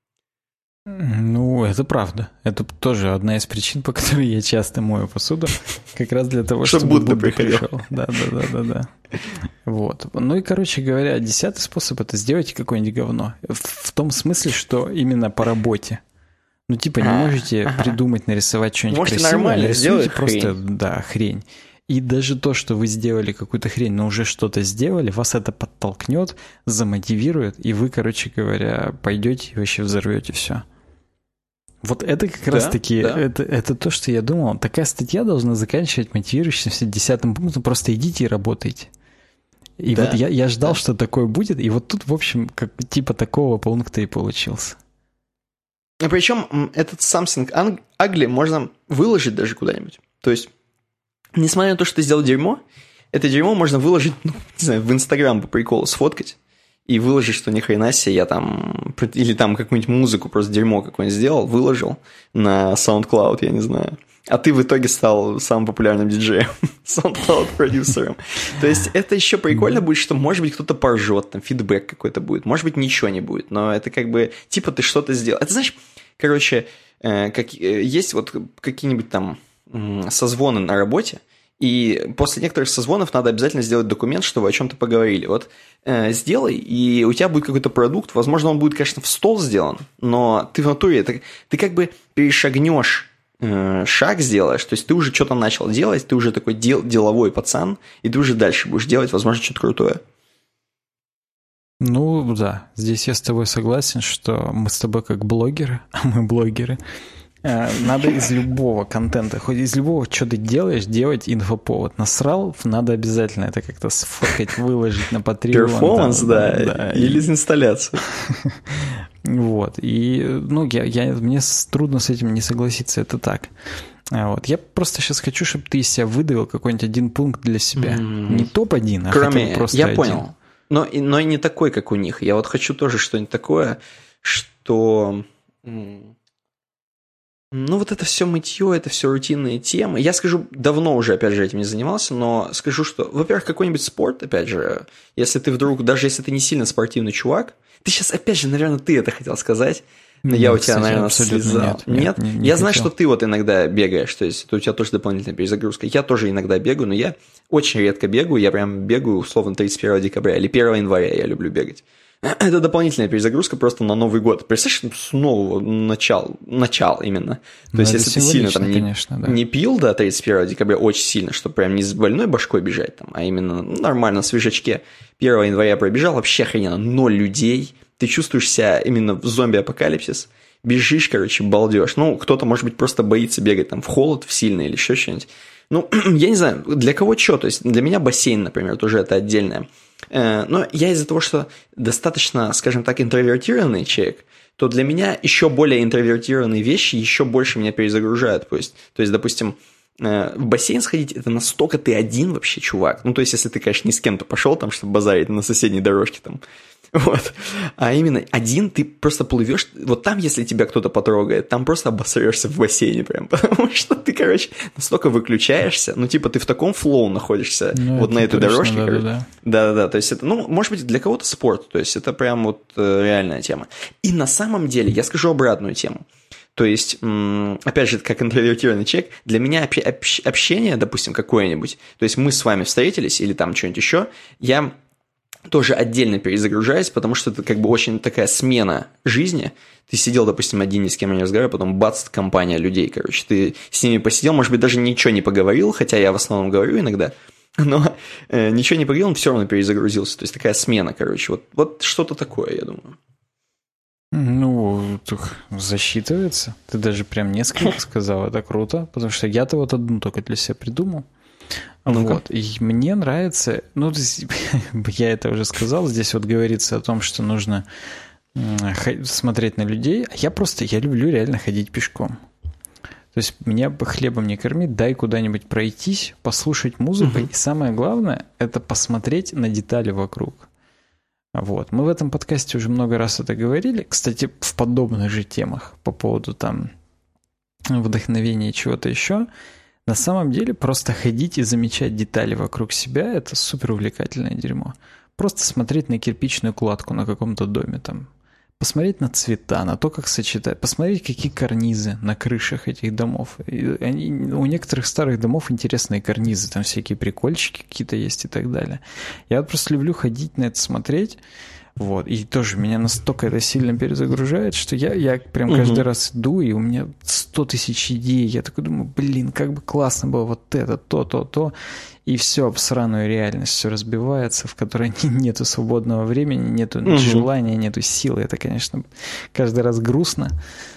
Speaker 2: Ну, это правда. Это тоже одна из причин, по которой я часто мою посуду. Как раз для того, чтобы Будда пришел. Да, да, да, да, да. Вот. Ну и, короче говоря, десятый способ – это сделайте какое-нибудь говно. В том смысле, что именно по работе. Ну, типа, не можете ага. придумать, нарисовать что-нибудь
Speaker 1: можете
Speaker 2: красивое.
Speaker 1: Нормально сделать
Speaker 2: просто,
Speaker 1: хрень.
Speaker 2: Да, хрень. И даже то, что вы сделали какую-то хрень, но уже что-то сделали, вас это подтолкнет, замотивирует, и вы, короче говоря, пойдете и вообще взорвете все. Вот это как да, раз-таки, да. это, это то, что я думал. Такая статья должна заканчивать мотивирующимся десятым пунктом. Просто идите и работайте. И да, вот я, я ждал, да. что такое будет. И вот тут, в общем, как, типа такого пункта и получился.
Speaker 1: А причем этот something ugly можно выложить даже куда-нибудь. То есть, несмотря на то, что ты сделал дерьмо, это дерьмо можно выложить, ну, не знаю, в Инстаграм по приколу сфоткать. И выложить, что ни хрена себе я там... Или там какую-нибудь музыку, просто дерьмо какое-нибудь сделал, выложил на SoundCloud, я не знаю. А ты в итоге стал самым популярным диджеем, SoundCloud-продюсером. То есть это еще прикольно будет, что, может быть, кто-то поржет, там фидбэк какой-то будет, может быть, ничего не будет, но это как бы, типа, ты что-то сделал. Это, знаешь, короче, э, как, э, есть вот какие-нибудь там э, созвоны на работе, и после некоторых созвонов надо обязательно сделать документ, что вы о чем-то поговорили. Вот э, сделай, и у тебя будет какой-то продукт. Возможно, он будет, конечно, в стол сделан, но ты в натуре, ты, ты как бы перешагнешь, э, шаг сделаешь, то есть ты уже что-то начал делать, ты уже такой дел, деловой пацан, и ты уже дальше будешь делать, возможно, что-то крутое.
Speaker 2: Ну, да, здесь я с тобой согласен, что мы с тобой как блогеры, а мы блогеры, надо из любого контента, хоть из любого, что ты делаешь, делать инфоповод. Насрал, надо обязательно это как-то сфоткать, выложить на Patreon.
Speaker 1: Перформанс, да, да, или из инсталляции.
Speaker 2: Вот, и, ну, я, я, мне трудно с этим не согласиться, это так. Вот. Я просто сейчас хочу, чтобы ты из себя выдавил какой-нибудь один пункт для себя. Mm. Не топ один, а
Speaker 1: Кроме,
Speaker 2: хотя бы просто
Speaker 1: я
Speaker 2: один.
Speaker 1: понял, но, но и не такой, как у них. Я вот хочу тоже что-нибудь такое, что... Ну, вот это все мытье, это все рутинные темы. Я скажу, давно уже, опять же, этим не занимался, но скажу, что, во-первых, какой-нибудь спорт, опять же, если ты вдруг, даже если ты не сильно спортивный чувак, ты сейчас, опять же, наверное, ты это хотел сказать, но нет, я у тебя, кстати, наверное, слезал. Нет? нет? нет не, не я хотел. Знаю, что ты вот иногда бегаешь, то есть это у тебя тоже дополнительная перезагрузка. Я тоже иногда бегаю, но я очень редко бегаю, я прям бегаю, условно, тридцать первого декабря или первого января я люблю бегать. Это дополнительная перезагрузка просто на Новый год. Представляешь, с нового начала, начала именно. То ну, есть, если ты сильно там не, конечно, да. не пил до тридцать первого декабря очень сильно, чтобы прям не с больной башкой бежать, там, а именно ну, нормально, на свежачке, первого января пробежал, вообще охрененно, ноль людей, ты чувствуешь себя именно в зомби-апокалипсис, бежишь, короче, балдеж. Ну, кто-то, может быть, просто боится бегать там в холод, в сильный или еще что-нибудь. Ну, я не знаю, для кого что, то есть для меня бассейн, например, тоже это отдельное. Но я из-за того, что достаточно, скажем так, интровертированный человек, то для меня еще более интровертированные вещи еще больше меня перезагружают. То есть, то есть, допустим, в бассейн сходить, это настолько ты один вообще, чувак. Ну, то есть, если ты, конечно, не с кем-то пошел там, чтобы базарить на соседней дорожке там, вот. А именно один ты просто плывешь, вот там, если тебя кто-то потрогает, там просто обосрешься в бассейне прям, потому что ты, короче, настолько выключаешься, ну, типа, ты в таком флоу находишься ну, вот на этой точно, дорожке. Да-да-да. Да-да-да, то есть это, ну, может быть, для кого-то спорт, то есть это прям вот э, реальная тема. И на самом деле, я скажу обратную тему. То есть, опять же, как интровертированный человек, для меня общ- общение, допустим, какое-нибудь, то есть мы с вами встретились или там что-нибудь еще, я... тоже отдельно перезагружаюсь, потому что это как бы очень такая смена жизни. Ты сидел, допустим, один, ни с кем не разговаривал, потом бац, компания людей, короче. Ты с ними посидел, может быть, даже ничего не поговорил, хотя я в основном говорю иногда, но э, ничего не поговорил, он все равно перезагрузился. То есть такая смена, короче. Вот, вот что-то такое, я думаю.
Speaker 2: Ну, засчитывается. Ты даже прям несколько сказал, это круто, потому что я-то вот одну только для себя придумал. Ну-ка. Вот, и мне нравится, ну, я это уже сказал, здесь вот говорится о том, что нужно смотреть на людей, а я просто, я люблю реально ходить пешком. То есть меня бы хлебом не кормить, дай куда-нибудь пройтись, послушать музыку, uh-huh. и самое главное, это посмотреть на детали вокруг. Вот. Мы в этом подкасте уже много раз это говорили, кстати, в подобных же темах по поводу там вдохновения и чего-то еще. На самом деле просто ходить и замечать детали вокруг себя – это супер увлекательное дерьмо. Просто смотреть на кирпичную кладку на каком-то доме там. Посмотреть на цвета, на то, как сочетать, посмотреть, какие карнизы на крышах этих домов. И они, у некоторых старых домов интересные карнизы, там всякие прикольчики какие-то есть и так далее. Я вот просто люблю ходить на это смотреть, вот, и тоже меня настолько это сильно перезагружает, что я, я прям каждый угу. раз иду, и у меня сто тысяч идей, я такой думаю, блин, как бы классно было вот это, то, то, то, и все, обсраную реальность, все разбивается, в которой нету свободного времени, нету угу. желания, нету силы, это, конечно, каждый раз грустно,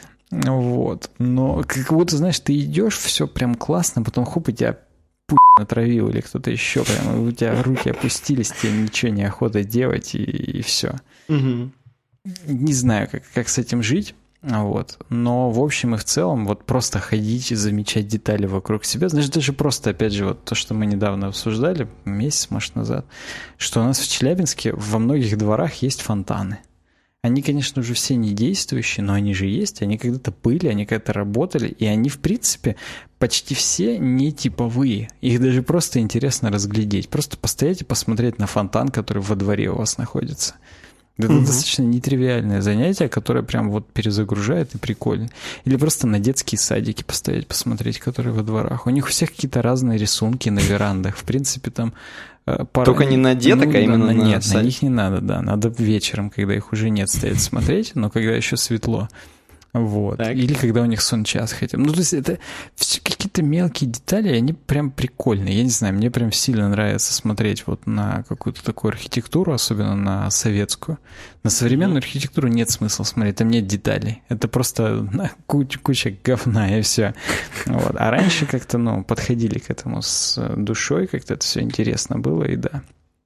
Speaker 2: вот, но как будто, знаешь, ты идешь, все прям классно, потом хоп, и тебя натравил или кто-то еще, прям у тебя руки опустились, тебе ничего не охота делать, и, и все.
Speaker 1: Угу.
Speaker 2: Не знаю, как, как с этим жить, вот. Но в общем и в целом вот просто ходить и замечать детали вокруг себя. Знаешь, даже просто, опять же, вот то, что мы недавно обсуждали, месяц, может, назад, что у нас в Челябинске во многих дворах есть фонтаны. Они, конечно, уже все не действующие, но они же есть, они когда-то были, они когда-то работали, и они, в принципе, почти все не типовые. Их даже просто интересно разглядеть. Просто постоять и посмотреть на фонтан, который во дворе у вас находится. Это угу. достаточно нетривиальное занятие, которое прям вот перезагружает и прикольно. Или просто на детские садики постоять, посмотреть, которые во дворах. У них у всех какие-то разные рисунки на верандах. В принципе, там... Пара...
Speaker 1: Только не на деток, ну, а именно
Speaker 2: на,
Speaker 1: на
Speaker 2: Нет,
Speaker 1: садик.
Speaker 2: На них не надо, да. Надо вечером, когда их уже нет, стоять смотреть, но когда еще светло. Вот. Так. Или когда у них сон-час хотя бы. Ну, то есть это все какие-то мелкие детали, они прям прикольные. Я не знаю, мне прям сильно нравится смотреть вот на какую-то такую архитектуру, особенно на советскую. На современную mm-hmm. архитектуру нет смысла смотреть, там нет деталей. Это просто ну, куча, куча говна и все. Вот. А раньше как-то, ну, подходили к этому с душой, как-то это все интересно было, и да.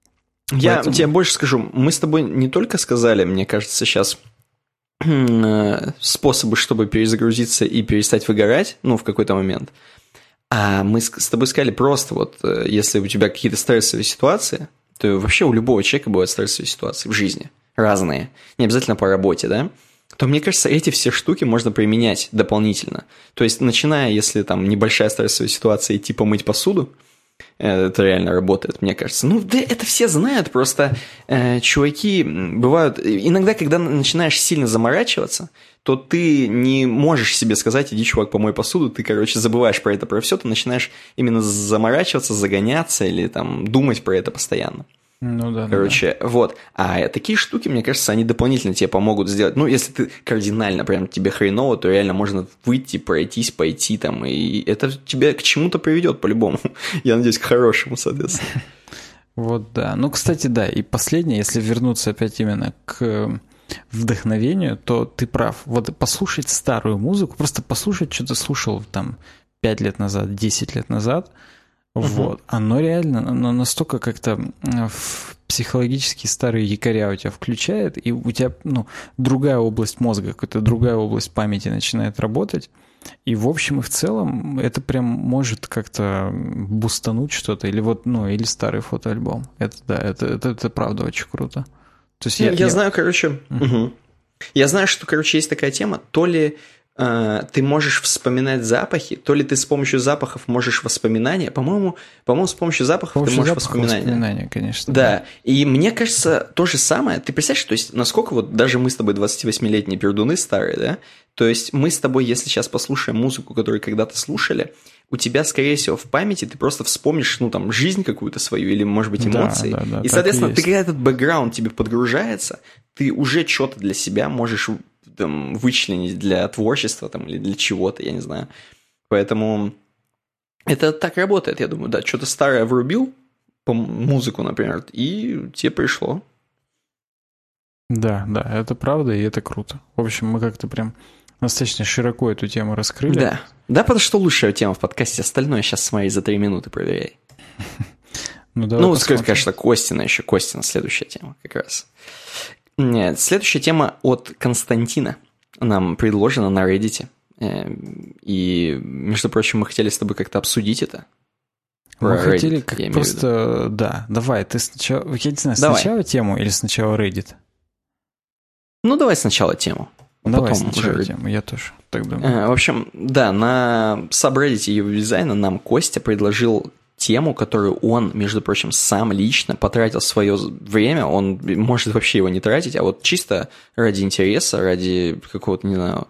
Speaker 1: Я Поэтому... тебе больше скажу, мы с тобой не только сказали, мне кажется, сейчас... способы, чтобы перезагрузиться и перестать выгорать, ну, в какой-то момент. А мы с тобой сказали просто вот, если у тебя какие-то стрессовые ситуации, то вообще у любого человека бывают стрессовые ситуации в жизни, разные, не обязательно по работе, да, то, мне кажется, эти все штуки можно применять дополнительно. То есть, начиная, если там небольшая стрессовая ситуация, идти помыть посуду, это реально работает, мне кажется. Ну, да, это все знают, просто э, чуваки бывают... Иногда, когда начинаешь сильно заморачиваться, то ты не можешь себе сказать, иди, чувак, помой посуду, ты, короче, забываешь про это, про все, ты начинаешь именно заморачиваться, загоняться или там думать про это постоянно.
Speaker 2: Ну да.
Speaker 1: Короче,
Speaker 2: да.
Speaker 1: вот. А такие штуки, мне кажется, они дополнительно тебе помогут сделать. Ну, если ты кардинально прям тебе хреново, то реально можно выйти, пройтись, пойти там, и это тебя к чему-то приведет по-любому. Я надеюсь, к хорошему, соответственно.
Speaker 2: Вот, да. Ну, кстати, да, и последнее, если вернуться опять именно к вдохновению, то ты прав. Вот послушать старую музыку, просто послушать, что ты слушал там пять лет назад, десять лет назад, вот, uh-huh. оно реально, оно настолько как-то в психологически старые якоря у тебя включает, и у тебя, ну, другая область мозга, какая-то другая область памяти начинает работать, и в общем и в целом это прям может как-то бустануть что-то, или вот, ну, или старый фотоальбом. Это, да, это, это, это правда очень круто. То есть
Speaker 1: я,
Speaker 2: я,
Speaker 1: я,
Speaker 2: я
Speaker 1: знаю, короче, uh-huh. угу. я знаю, что, короче, есть такая тема, то ли ты можешь вспоминать запахи, то ли ты с помощью запахов можешь воспоминания. По-моему, по-моему, с помощью запахов
Speaker 2: помощью
Speaker 1: ты можешь
Speaker 2: запахов
Speaker 1: воспоминания.
Speaker 2: воспоминания, конечно.
Speaker 1: Да.
Speaker 2: да,
Speaker 1: и мне кажется, то же самое. Ты представляешь, то есть, насколько вот даже мы с тобой двадцативосьмилетние пердуны старые, да? То есть, мы с тобой, если сейчас послушаем музыку, которую когда-то слушали, у тебя, скорее всего, в памяти ты просто вспомнишь, ну, там, жизнь какую-то свою или, может быть, эмоции.
Speaker 2: Да, да, да,
Speaker 1: и, соответственно,
Speaker 2: и
Speaker 1: ты, когда этот бэкграунд тебе подгружается, ты уже что-то для себя можешь... там, вычленить для творчества там, или для чего-то, я не знаю. Поэтому это так работает, я думаю, да. Что-то старое врубил, по музыку, например, и тебе пришло.
Speaker 2: Да, да, это правда, и это круто. В общем, мы как-то прям достаточно широко эту тему раскрыли.
Speaker 1: Да, да, потому что лучшая тема в подкасте, остальное сейчас смотри за три минуты проверяй.
Speaker 2: Ну, давай
Speaker 1: ну скажи, конечно, Костина еще, Костина, следующая тема как раз. Нет, следующая тема от Константина нам предложена на Reddit. И, между прочим, мы хотели с тобой как-то обсудить это.
Speaker 2: Мы Reddit, хотели как просто... Да, давай, ты сначала... Я не знаю, давай. Сначала тему или сначала Reddit?
Speaker 1: Ну, давай сначала тему.
Speaker 2: Давай потом сначала уже... тему, я тоже так думаю.
Speaker 1: В общем, да, на сабреддите его дизайна нам Костя предложил тему, которую он, между прочим, сам лично потратил свое время, он может вообще его не тратить, а вот чисто ради интереса, ради какого-то, не знаю,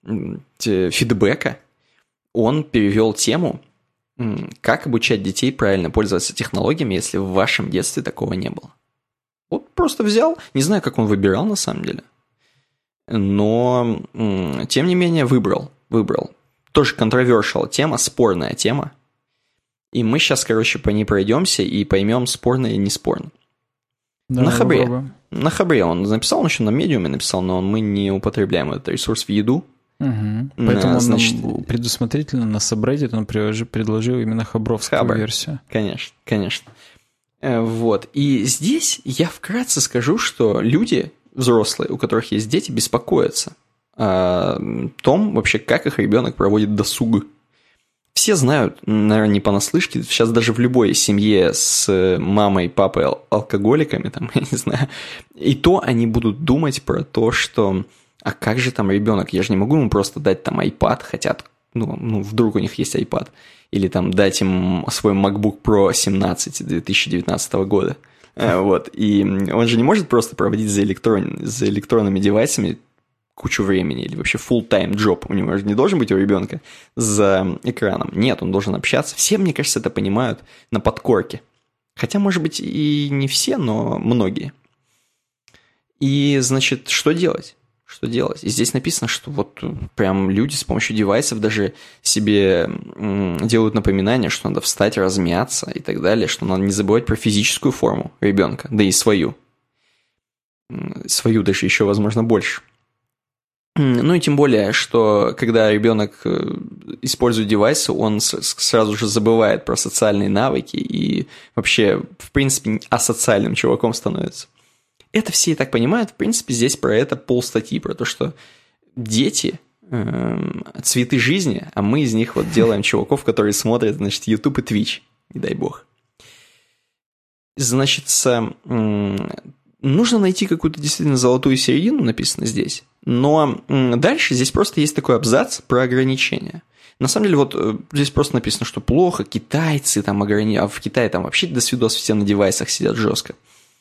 Speaker 1: фидбэка, он перевел тему, как обучать детей правильно пользоваться технологиями, если в вашем детстве такого не было. Вот просто взял, не знаю, как он выбирал на самом деле, но, тем не менее, выбрал, выбрал. Тоже controversial тема, спорная тема. И мы сейчас, короче, по ней пройдемся и поймем, спорно или не спорно. Да, на Хабре. Попробуем. На Хабре он написал, он еще на медиуме написал, но мы не употребляем этот ресурс в еду.
Speaker 2: Угу. Поэтому он значит, предусмотрительно на сабреддит он предложил именно хабровскую Хабр. версию.
Speaker 1: Конечно, конечно. Вот. И здесь я вкратце скажу, что люди, взрослые, у которых есть дети, беспокоятся о том, вообще, как их ребенок проводит досуг. Все знают, наверное, не понаслышке, сейчас даже в любой семье с мамой, папой, алкоголиками, там, я не знаю, и то они будут думать про то, что, а как же там ребенок, я же не могу ему просто дать там iPad, хотят, ну, ну вдруг у них есть iPad, или там дать им свой MacBook Pro семнадцать две тысячи девятнадцатого года, вот, и он же не может просто проводить за, электрон, за электронными девайсами кучу времени, или вообще full-time job, у него же не должен быть у ребенка за экраном. Нет, он должен общаться. Все, мне кажется, это понимают на подкорке. Хотя, может быть, и не все, но многие. И, значит, что делать? Что делать? И здесь написано, что вот прям люди с помощью девайсов даже себе делают напоминание, что надо встать, размяться и так далее, что надо не забывать про физическую форму ребенка, да и свою. Свою даже еще, возможно, больше. Ну и тем более, что когда ребенок использует девайсы, он сразу же забывает про социальные навыки и вообще, в принципе, асоциальным чуваком становится. Это все и так понимают, в принципе, здесь про это полстатьи, про то, что дети э, цветы жизни, а мы из них вот делаем чуваков, которые смотрят, значит, YouTube и Twitch, не дай бог. Значит, э, нужно найти какую-то действительно золотую середину, написано здесь. Но дальше здесь просто есть такой абзац про ограничения. На самом деле, вот здесь просто написано, что плохо, китайцы там ограничивают, а в Китае там вообще до свидос все на девайсах сидят жестко.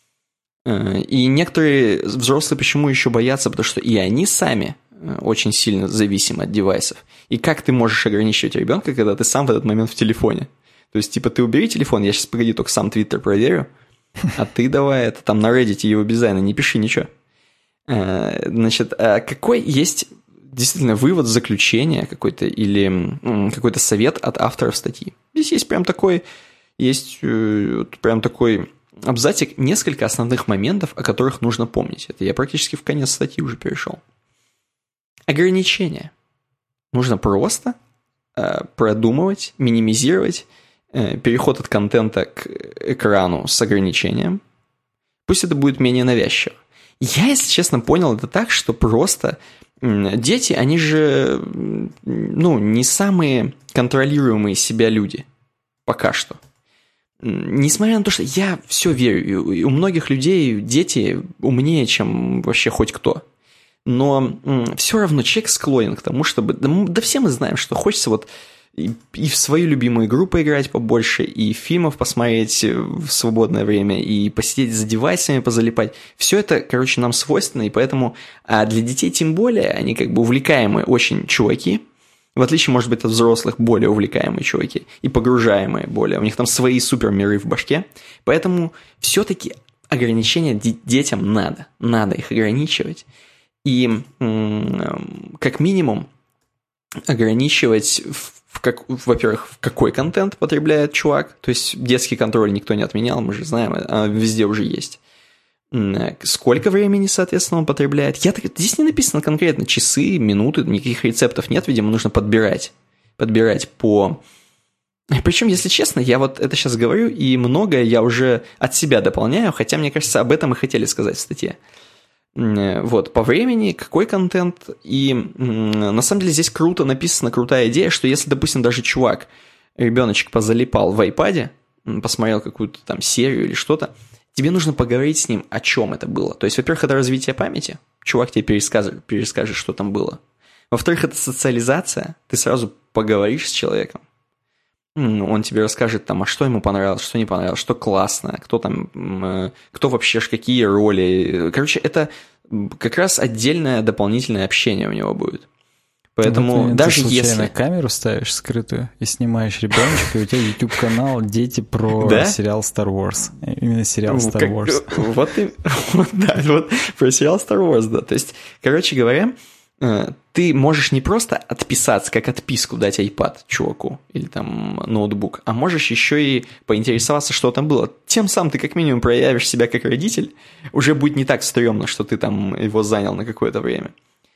Speaker 1: И некоторые взрослые почему еще боятся, потому что и они сами очень сильно зависимы от девайсов. И как ты можешь ограничивать ребенка, когда ты сам в этот момент в телефоне? То есть, типа, ты убери телефон, я сейчас, погоди, только сам Твиттер проверю, а ты давай это там на Reddit его дизайна, не пиши ничего. Значит, какой есть действительно вывод, заключение какой-то или какой-то совет от авторов статьи? Здесь есть прям такой, есть прям такой абзацик, несколько основных моментов, о которых нужно помнить. Это я практически в конец статьи уже перешел. Ограничения. Нужно просто продумывать, минимизировать переход от контента к экрану с ограничением. Пусть это будет менее навязчиво. Я, если честно, понял это так, что просто дети, они же, ну, не самые контролируемые себя люди пока что. Несмотря на то, что я все верю, у многих людей дети умнее, чем вообще хоть кто. Но все равно человек склонен к тому, чтобы... Да, да все мы знаем, что хочется вот и, и в свою любимую игру поиграть побольше, и фильмов посмотреть в свободное время, и посидеть за девайсами, позалипать. Все это, короче, нам свойственно, и поэтому... А для детей тем более, они как бы увлекаемые очень чуваки, в отличие, может быть, от взрослых, более увлекаемые чуваки, и погружаемые более. У них там свои супермиры в башке. Поэтому все-таки ограничения детям надо. Надо их ограничивать. И как минимум ограничивать, в как, во-первых, в какой контент потребляет чувак. То есть детский контроль никто не отменял, мы же знаем, а везде уже есть. сколько времени, соответственно, он потребляет. Я, здесь не написано конкретно часы, минуты, никаких рецептов нет, видимо, нужно подбирать. Подбирать по... Причем, если честно, я вот это сейчас говорю, и многое я уже от себя дополняю, хотя, мне кажется, об этом и хотели сказать в статье. Вот, по времени, какой контент, и на самом деле здесь круто написана, крутая идея, что если, допустим, даже чувак, ребеночек позалипал в айпаде, посмотрел какую-то там серию или что-то, тебе нужно поговорить с ним, о чем это было. То есть, во-первых, это развитие памяти, чувак тебе перескажет, перескажет, что там было. Во-вторых, это социализация, ты сразу поговоришь с человеком, он тебе расскажет, там, а что ему понравилось, что не понравилось, что классно, кто там, кто вообще, какие роли. Короче, это как раз отдельное дополнительное общение у него будет. Поэтому
Speaker 2: вот,
Speaker 1: даже
Speaker 2: ты
Speaker 1: если...
Speaker 2: камеру ставишь скрытую и снимаешь ребеночка, и у тебя YouTube-канал «Дети» про да? сериал Star Wars. Именно сериал Star
Speaker 1: как...
Speaker 2: Wars.
Speaker 1: Вот, и... вот, да, вот про сериал Star Wars, да. То есть, короче говоря, ты можешь не просто отписаться, как отписку дать iPad чуваку или там ноутбук, а можешь еще и поинтересоваться, что там было. Тем самым ты как минимум проявишь себя как родитель, уже будет не так стрёмно, что ты там его занял на какое-то время.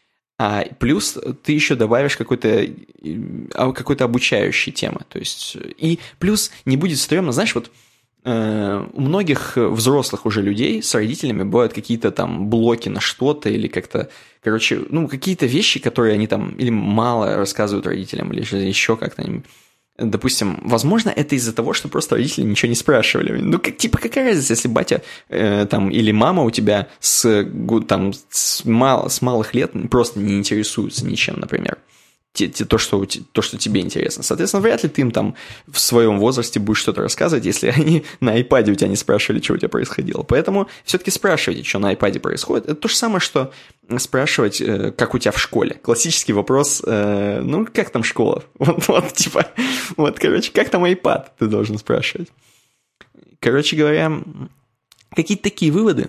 Speaker 1: А плюс ты еще добавишь какой-то, какой-то обучающей темы. То есть, и плюс не будет стрёмно, знаешь, вот э, у многих взрослых уже людей с родителями бывают какие-то там блоки на что-то или как-то, короче, ну, какие-то вещи, которые они там или мало рассказывают родителям, или же еще как-то. Допустим, возможно, это из-за того, что просто родители ничего не спрашивали. Ну, как, типа, какая разница, если батя э, там, или мама у тебя с, там, с, мал, с малых лет просто не интересуются ничем, например. Те, те, то, что, то, что тебе интересно. Соответственно, вряд ли ты им там в своем возрасте будешь что-то рассказывать, если они на iPad у тебя не спрашивали, что у тебя происходило. Поэтому все-таки спрашивайте, что на iPad происходит. Это то же самое, что спрашивать, как у тебя в школе. Классический вопрос, ну, как там школа? Вот, вот, типа, вот, короче, как там iPad ты должен спрашивать. Короче говоря, какие-то такие выводы,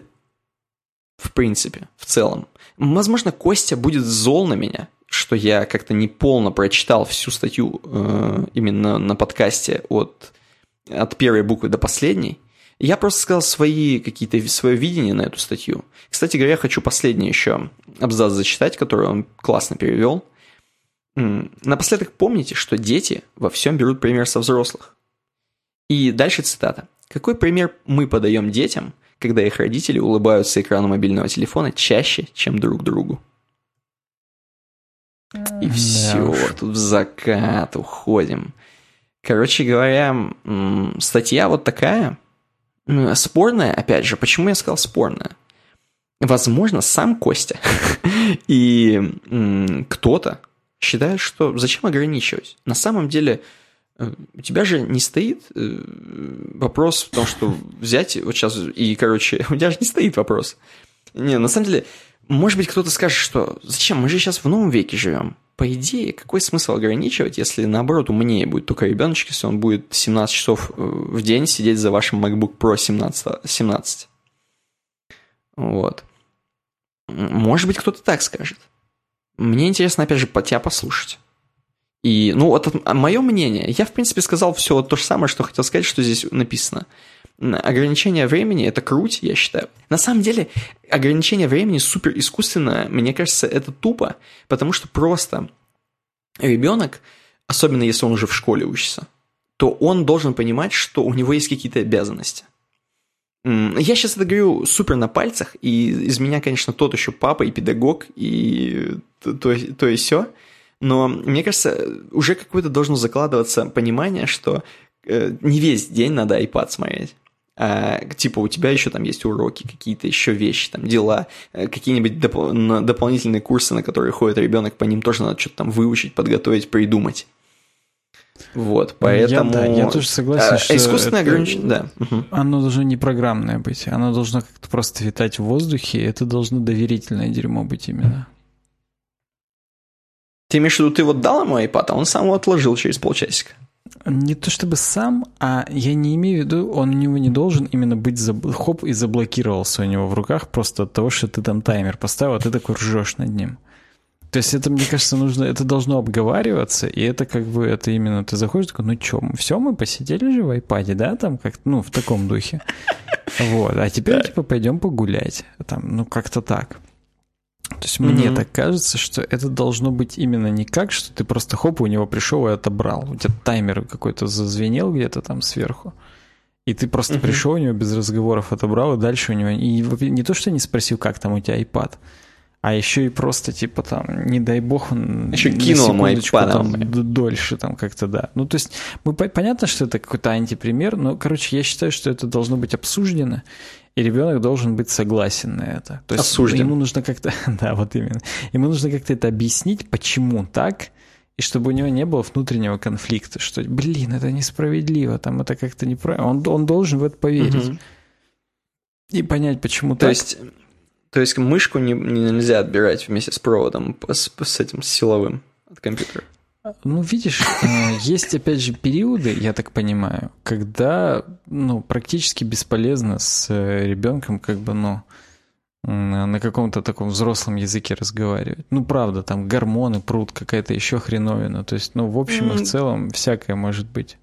Speaker 1: в принципе, в целом. Возможно, Костя будет зол на меня, что я как-то неполно прочитал всю статью э, именно на подкасте от, от первой буквы до последней. Я просто сказал свои какие-то, свое видение на эту статью. Кстати говоря, я хочу последний еще абзац зачитать, который он классно перевел. Напоследок помните, что дети во всем берут пример со взрослых. И дальше цитата. «Какой пример мы подаем детям, когда их родители улыбаются экрану мобильного телефона чаще, чем друг другу?» И все, да тут в закат уходим. Короче говоря, статья вот такая. Спорная, опять же. Почему я сказал спорная? Возможно, сам Костя и кто-то считает, что зачем ограничивать? На самом деле, у тебя же не стоит вопрос в том, что взять вот сейчас и, короче, у тебя же не стоит вопрос. Не, на самом деле... Может быть, кто-то скажет, что зачем, мы же сейчас в новом веке живем. По идее, какой смысл ограничивать, если наоборот умнее будет только ребеночек, если он будет семнадцать часов в день сидеть за вашим MacBook Pro семнадцать. Вот. Может быть, кто-то так скажет. Мне интересно, опять же, по тебя послушать. И, ну, вот мое мнение, я, в принципе, сказал все то же самое, что хотел сказать, что здесь написано. Ограничение времени – это круть, я считаю. На самом деле, ограничение времени супер искусственное, мне кажется, это тупо, потому что просто ребенок, особенно если он уже в школе учится, то он должен понимать, что у него есть какие-то обязанности. Я сейчас это говорю супер на пальцах, и из меня, конечно, тот еще папа и педагог, и то, то, то и сё, но мне кажется, уже какое-то должно закладываться понимание, что не весь день надо iPad смотреть. А, типа у тебя еще там есть уроки, какие-то еще вещи, там дела, какие-нибудь доп- дополнительные курсы, на которые ходит ребенок, по ним тоже надо что-то там выучить, подготовить, придумать. Вот, поэтому...
Speaker 2: Я, да, я тоже согласен, а, что
Speaker 1: искусственное ограничение, да. Угу.
Speaker 2: Оно должно не программное быть, оно должно как-то просто витать в воздухе, и это должно доверительное дерьмо быть именно.
Speaker 1: Ты имеешь в виду, ты вот дал ему iPad, а он сам его отложил через полчасика?
Speaker 2: Не то чтобы сам, а я не имею в виду, он у него не должен именно быть заб... хоп и заблокировался у него в руках просто от того, что ты там таймер поставил, а ты такой ржешь над ним. То есть это, мне кажется, нужно, это должно обговариваться, и это как бы, это именно, ты заходишь, такой, ну чё, все, мы посидели же в iPad, да, там как-то, ну, в таком духе. Вот, а теперь, типа, пойдем погулять. Там, ну, как-то так. То есть мне так кажется, что это должно быть именно не как, что ты просто хоп, у него пришел и отобрал. У тебя таймер какой-то зазвенел где-то там сверху. И ты просто пришел у него без разговоров, отобрал, и дальше у него... И не то, что не спросил, как там у тебя iPad, а еще и просто, типа, там, не дай бог, он
Speaker 1: еще кинул мой iPad
Speaker 2: дольше, там, как-то, да. Ну, то есть, мы, понятно, что это какой-то антипример, но, короче, я считаю, что это должно быть обсуждено, и ребенок должен быть согласен на это. То есть,
Speaker 1: осужден.
Speaker 2: Ему нужно как-то... Да, вот именно. Ему нужно как-то это объяснить, почему так, и чтобы у него не было внутреннего конфликта, что, блин, это несправедливо, там, это как-то неправильно. Он, он должен в это поверить. Угу. И понять, почему
Speaker 1: то
Speaker 2: так.
Speaker 1: Есть... То есть мышку не, не нельзя отбирать вместе с проводом, с, с этим с силовым от компьютера.
Speaker 2: Ну, видишь, есть, опять же, периоды, я так понимаю, когда, ну, практически бесполезно с ребенком, как бы, ну, на каком-то таком взрослом языке разговаривать. Ну, правда, там гормоны прут, какая-то еще хреновина. То есть, ну, в общем и в целом, всякое может быть.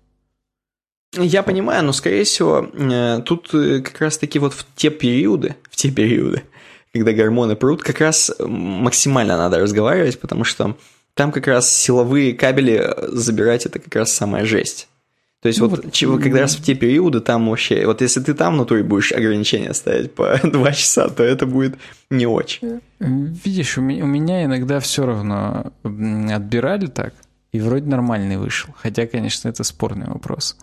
Speaker 1: Я понимаю, но, скорее всего, тут как раз-таки вот в те периоды, в те периоды, когда гормоны прут, как раз максимально надо разговаривать, потому что там как раз силовые кабели забирать – это как раз самая жесть. То есть ну, вот, вот как раз в те периоды там вообще… Вот если ты там внутри будешь ограничения ставить по два часа, то это будет не очень.
Speaker 2: Видишь, у меня, у меня иногда все равно отбирали так, и вроде нормальный вышел. Хотя, конечно, это спорный вопрос.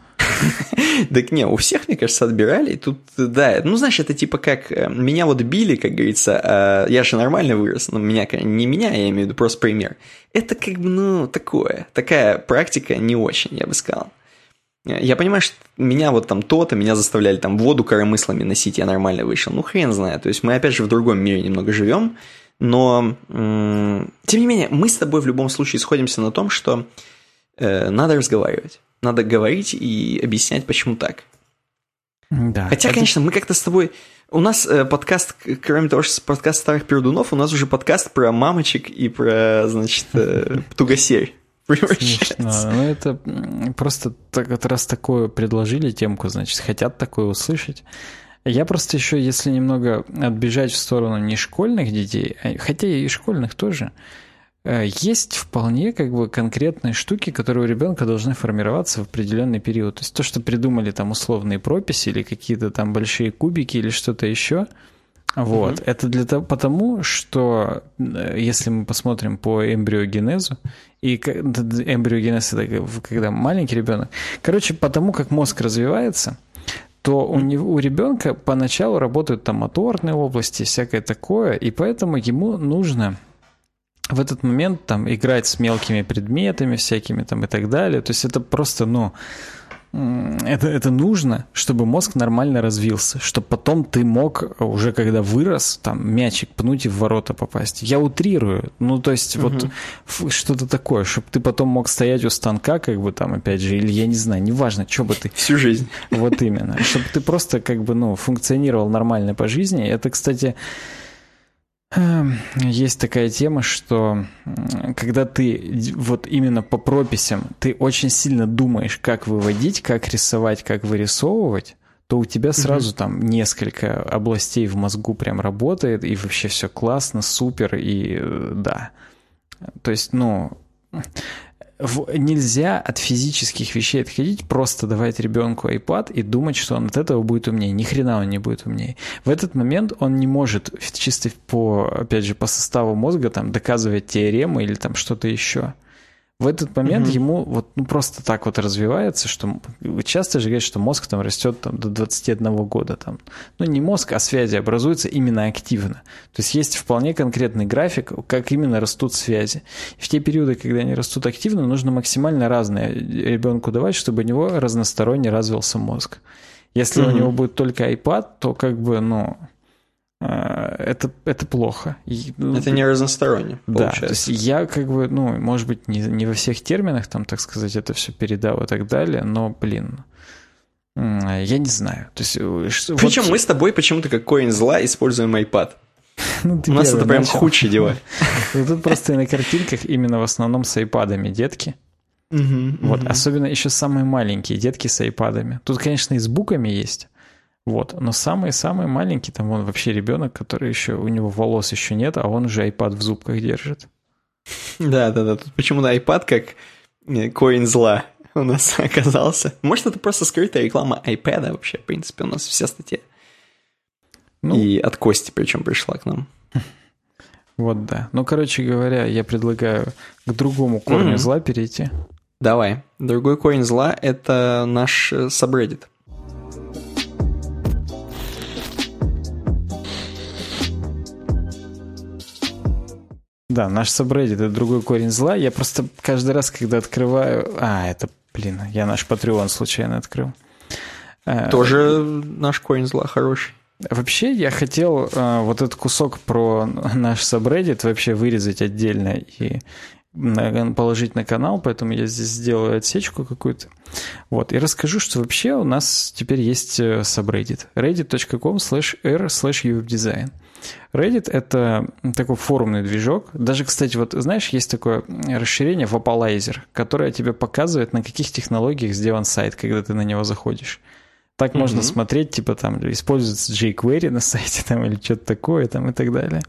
Speaker 1: Так не, у всех, мне кажется, отбирали. И тут, да, ну, знаешь, это типа как меня вот били, как говорится, я же нормально вырос, но меня, не меня, я имею в виду просто пример. Это как бы, ну, такое, такая практика не очень, я бы сказал. Я понимаю, что меня вот там то-то, меня заставляли там воду коромыслами носить, я нормально вышел. Ну, хрен знает. То есть мы, опять же, в другом мире немного живем, но, м- тем не менее, мы с тобой в любом случае сходимся на том, что э, надо разговаривать. Надо говорить и объяснять, почему так.
Speaker 2: Да,
Speaker 1: Хотя, это... конечно, мы как-то с тобой... У нас э, подкаст, кроме того, что подкаст старых пердунов, у нас уже подкаст про мамочек и про, значит, э, тугосерь.
Speaker 2: Смешно. Ну, это просто так, раз такое предложили темку, значит, хотят такое услышать. Я просто еще, если немного отбежать в сторону не школьных детей, хотя и школьных тоже, есть вполне как бы конкретные штуки, которые у ребенка должны формироваться в определенный период. То есть то, что придумали там условные прописи или какие-то там большие кубики или что-то еще, вот, mm-hmm. это для того, потому что если мы посмотрим по эмбриогенезу, и эмбриогенез это когда маленький ребенок, короче, потому как мозг развивается, то у, него, у ребенка поначалу работают там моторные области, всякое такое, и поэтому ему нужно в этот момент там играть с мелкими предметами всякими там и так далее. То есть это просто, ну, это, это нужно, чтобы мозг нормально развился, чтобы потом ты мог уже когда вырос, там, мячик пнуть и в ворота попасть. Я утрирую, ну, то есть угу. вот что-то такое, чтобы ты потом мог стоять у станка, как бы там, опять же, или я не знаю, неважно, что бы ты...
Speaker 1: Всю жизнь.
Speaker 2: Вот именно. Чтобы ты просто как бы, ну, функционировал нормально по жизни. Это, кстати... Есть такая тема, что когда ты вот именно по прописям, ты очень сильно думаешь, как выводить, как рисовать, как вырисовывать, то у тебя сразу mm-hmm. там несколько областей в мозгу прям работает, и вообще все классно, супер, и да. То есть, ну... В, нельзя от физических вещей отходить, просто давать ребенку iPad и думать, что он от этого будет умнее. Ни хрена он не будет умнее. В этот момент он не может чисто по, опять же, по составу мозга там доказывать теоремы или там что-то еще. В этот момент mm-hmm. ему вот ну, просто так вот развивается, что часто же говорят, что мозг там растет там, до двадцати одного года. Там. Ну, не мозг, а связи образуются именно активно. То есть есть вполне конкретный график, как именно растут связи. И в те периоды, когда они растут активно, нужно максимально разное ребенку давать, чтобы у него разносторонне развился мозг. Если mm-hmm. у него будет только iPad, то как бы, ну... Это, это плохо.
Speaker 1: Это не разносторонне, получается.
Speaker 2: Да, то есть я как бы, ну, может быть, не, не во всех терминах, там, так сказать, это все передал и так далее, но, блин, я не знаю. То есть,
Speaker 1: причем вот... мы с тобой почему-то как корень зла используем iPad. Ну, у нас это прям начал. Худшие дела.
Speaker 2: Тут просто и на картинках именно в основном с айпадами детки. Вот, особенно еще самые маленькие детки с айпадами. Тут, конечно, и с буквами есть. Вот. Но самый-самый маленький, там он вообще ребенок, который еще, у него волос еще нет, а он уже iPad в зубках держит.
Speaker 1: Да-да-да, тут почему-то iPad как корень зла у нас оказался. Может, это просто скрытая реклама iPad вообще, в принципе, у нас вся статья. Ну, и от Кости причем пришла к нам.
Speaker 2: Вот да. Ну, короче говоря, я предлагаю к другому корню mm-hmm. зла перейти.
Speaker 1: Давай. Другой корень зла – это наш subreddit.
Speaker 2: Да, наш subreddit – это другой корень зла. Я просто каждый раз, когда открываю... А, это, блин, я наш Patreon случайно открыл.
Speaker 1: Тоже наш корень зла хороший.
Speaker 2: Вообще, я хотел э, вот этот кусок про наш subreddit вообще вырезать отдельно и на, положить на канал, поэтому я здесь сделаю отсечку какую-то. Вот, и расскажу, что вообще у нас теперь есть subreddit. reddit.com slash r slash uwebdesign. Reddit — это такой форумный движок. Даже, кстати, вот знаешь, есть такое расширение Vapalizer, которое тебе показывает, на каких технологиях сделан сайт, когда ты на него заходишь. Так mm-hmm. можно смотреть, типа там используется jQuery на сайте там, или что-то такое там, и так далее.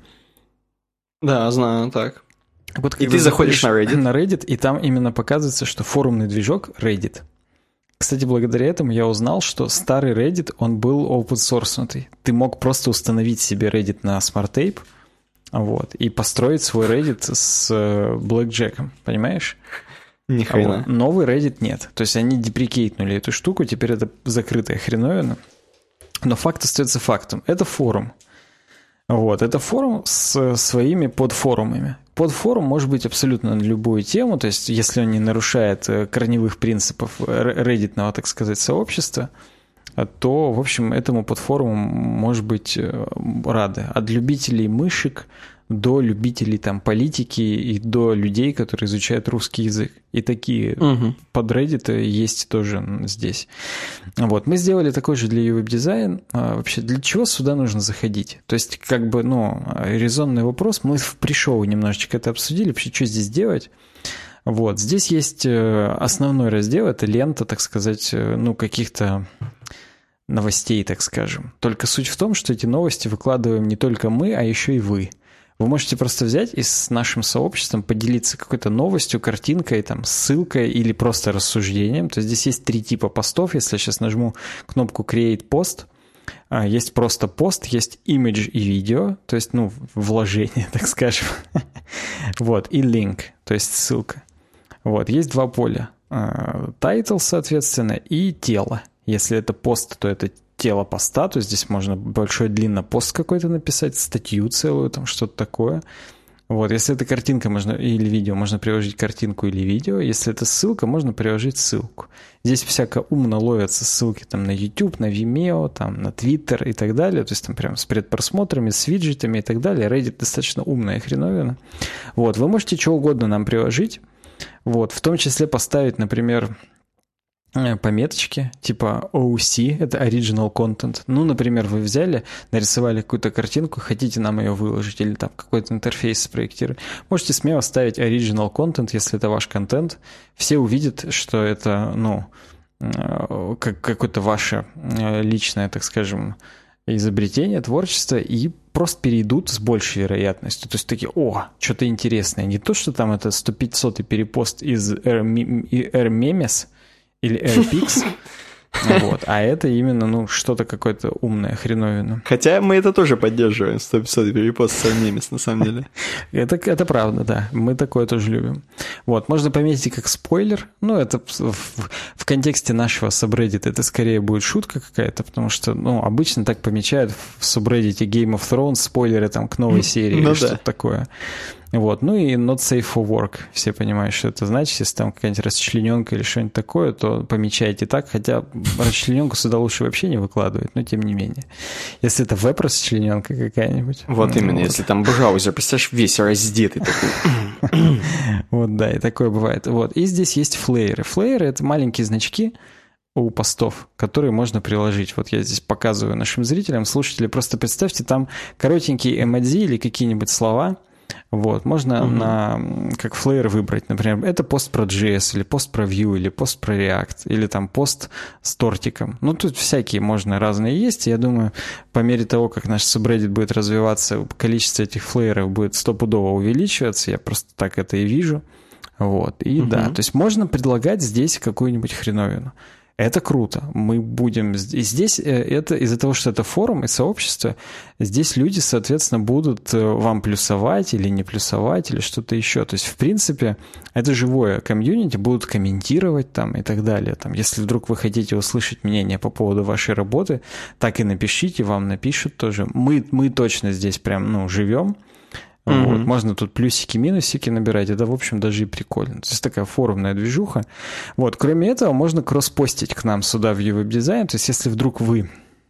Speaker 1: Да, знаю, так.
Speaker 2: Вот,
Speaker 1: и ты заходишь на Reddit.
Speaker 2: На Reddit, и там именно показывается, что форумный движок Reddit. Кстати, благодаря этому я узнал, что старый Reddit, он был open-source. Ты мог просто установить себе Reddit на SmartTape, вот, и построить свой Reddit с Blackjack'ом, понимаешь?
Speaker 1: Ни хрена.
Speaker 2: А вот новый Reddit нет. То есть они деприкейтнули эту штуку, теперь это закрытая хреновина. Но факт остается фактом. Это форум. Вот, это форум с своими подфорумами. Подфорум может быть абсолютно на любую тему, то есть если он не нарушает корневых принципов реддитного, так сказать, сообщества, то, в общем, этому подфоруму может быть рады. От любителей мышек до любителей там политики и до людей, которые изучают русский язык. И такие угу. подреддиты есть тоже здесь. Вот. Мы сделали такой же для веб-дизайн. А вообще, для чего сюда нужно заходить? То есть, как бы, ну, резонный вопрос. Мы в пришоу немножечко это обсудили. Вообще, что здесь делать? Вот. Здесь есть основной раздел. Это лента, так сказать, ну, каких-то новостей, так скажем. Только суть в том, что эти новости выкладываем не только мы, а еще и вы. Вы можете просто взять и с нашим сообществом поделиться какой-то новостью, картинкой, там, ссылкой или просто рассуждением. То есть здесь есть три типа постов. Если я сейчас нажму кнопку Create Post, есть просто пост, есть image и видео, то есть, ну, вложение, так скажем. Вот, и link, то есть ссылка. Вот, есть два поля. Title, соответственно, и тело. Если это пост, то это тело поста, то здесь можно большой длинный пост какой-то написать, статью целую, там что-то такое. Вот, если это картинка можно, или видео, можно приложить картинку или видео. Если это ссылка, можно приложить ссылку. Здесь всяко умно ловятся ссылки там на YouTube, на Vimeo, там, на Twitter и так далее. То есть там прям с предпросмотрами, с виджетами и так далее. Reddit достаточно умная хреновина. Вот, вы можете что угодно нам приложить. Вот, в том числе поставить, например, пометочки, типа о си, это Original Content. Ну, например, вы взяли, нарисовали какую-то картинку, хотите нам ее выложить, или там какой-то интерфейс спроектировать. Можете смело ставить Original Content, если это ваш контент. Все увидят, что это, ну, как какое-то ваше личное, так скажем, изобретение, творчество, и просто перейдут с большей вероятностью. То есть такие, о, что-то интересное. Не то, что там это сто-пятьсотый перепост из R-Memes, или AirPix, вот, а это именно, ну, что-то какое-то умное, хреновина.
Speaker 1: Хотя мы это тоже поддерживаем, сто-пятьсот перепост с немец, на самом деле.
Speaker 2: это, это правда, да, мы такое тоже любим. Вот, можно пометить как спойлер, ну, это в, в, в контексте нашего subreddit это скорее будет шутка какая-то, потому что, ну, обычно так помечают в subreddit Game of Thrones спойлеры там к новой серии, ну, или да. что-то такое. Вот, ну и not safe for work. Все понимают, что это значит. Если там какая-нибудь расчлененка или что-нибудь такое, то помечайте так. Хотя расчлененку сюда лучше вообще не выкладывать, но тем не менее. Если это веб-расчлененка какая-нибудь.
Speaker 1: Вот именно, вот. Если там браузер, представляешь, весь раздетый такой.
Speaker 2: Вот, да, и такое бывает. Вот, и здесь есть флееры. Флееры — это маленькие значки у постов, которые можно приложить. Вот я здесь показываю нашим зрителям, слушателям. Просто представьте, там коротенькие эмодзи или какие-нибудь слова, Вот, можно угу. на, как флеер выбрать, например, это пост про джей эс, или пост про Vue, или пост про React, или там пост с тортиком. Ну, тут всякие можно разные есть, и я думаю, по мере того, как наш сабреддит будет развиваться, количество этих флееров будет стопудово увеличиваться, я просто так это и вижу. Вот, и угу. да, то есть можно предлагать здесь какую-нибудь хреновину. Это круто. Мы будем... И здесь это из-за того, что это форум и сообщество, здесь люди, соответственно, будут вам плюсовать или не плюсовать, или что-то еще. То есть, в принципе, это живое комьюнити, будут комментировать там и так далее. Там, если вдруг вы хотите услышать мнение по поводу вашей работы, так и напишите, вам напишут тоже. Мы, мы точно здесь прям, ну, живем. Mm-hmm. Вот. Можно тут плюсики, минусики набирать. Это, в общем, даже и прикольно. То есть такая форумная движуха. Вот. Кроме этого, можно кросспостить к нам сюда в YouWebDesign. То есть если вдруг вы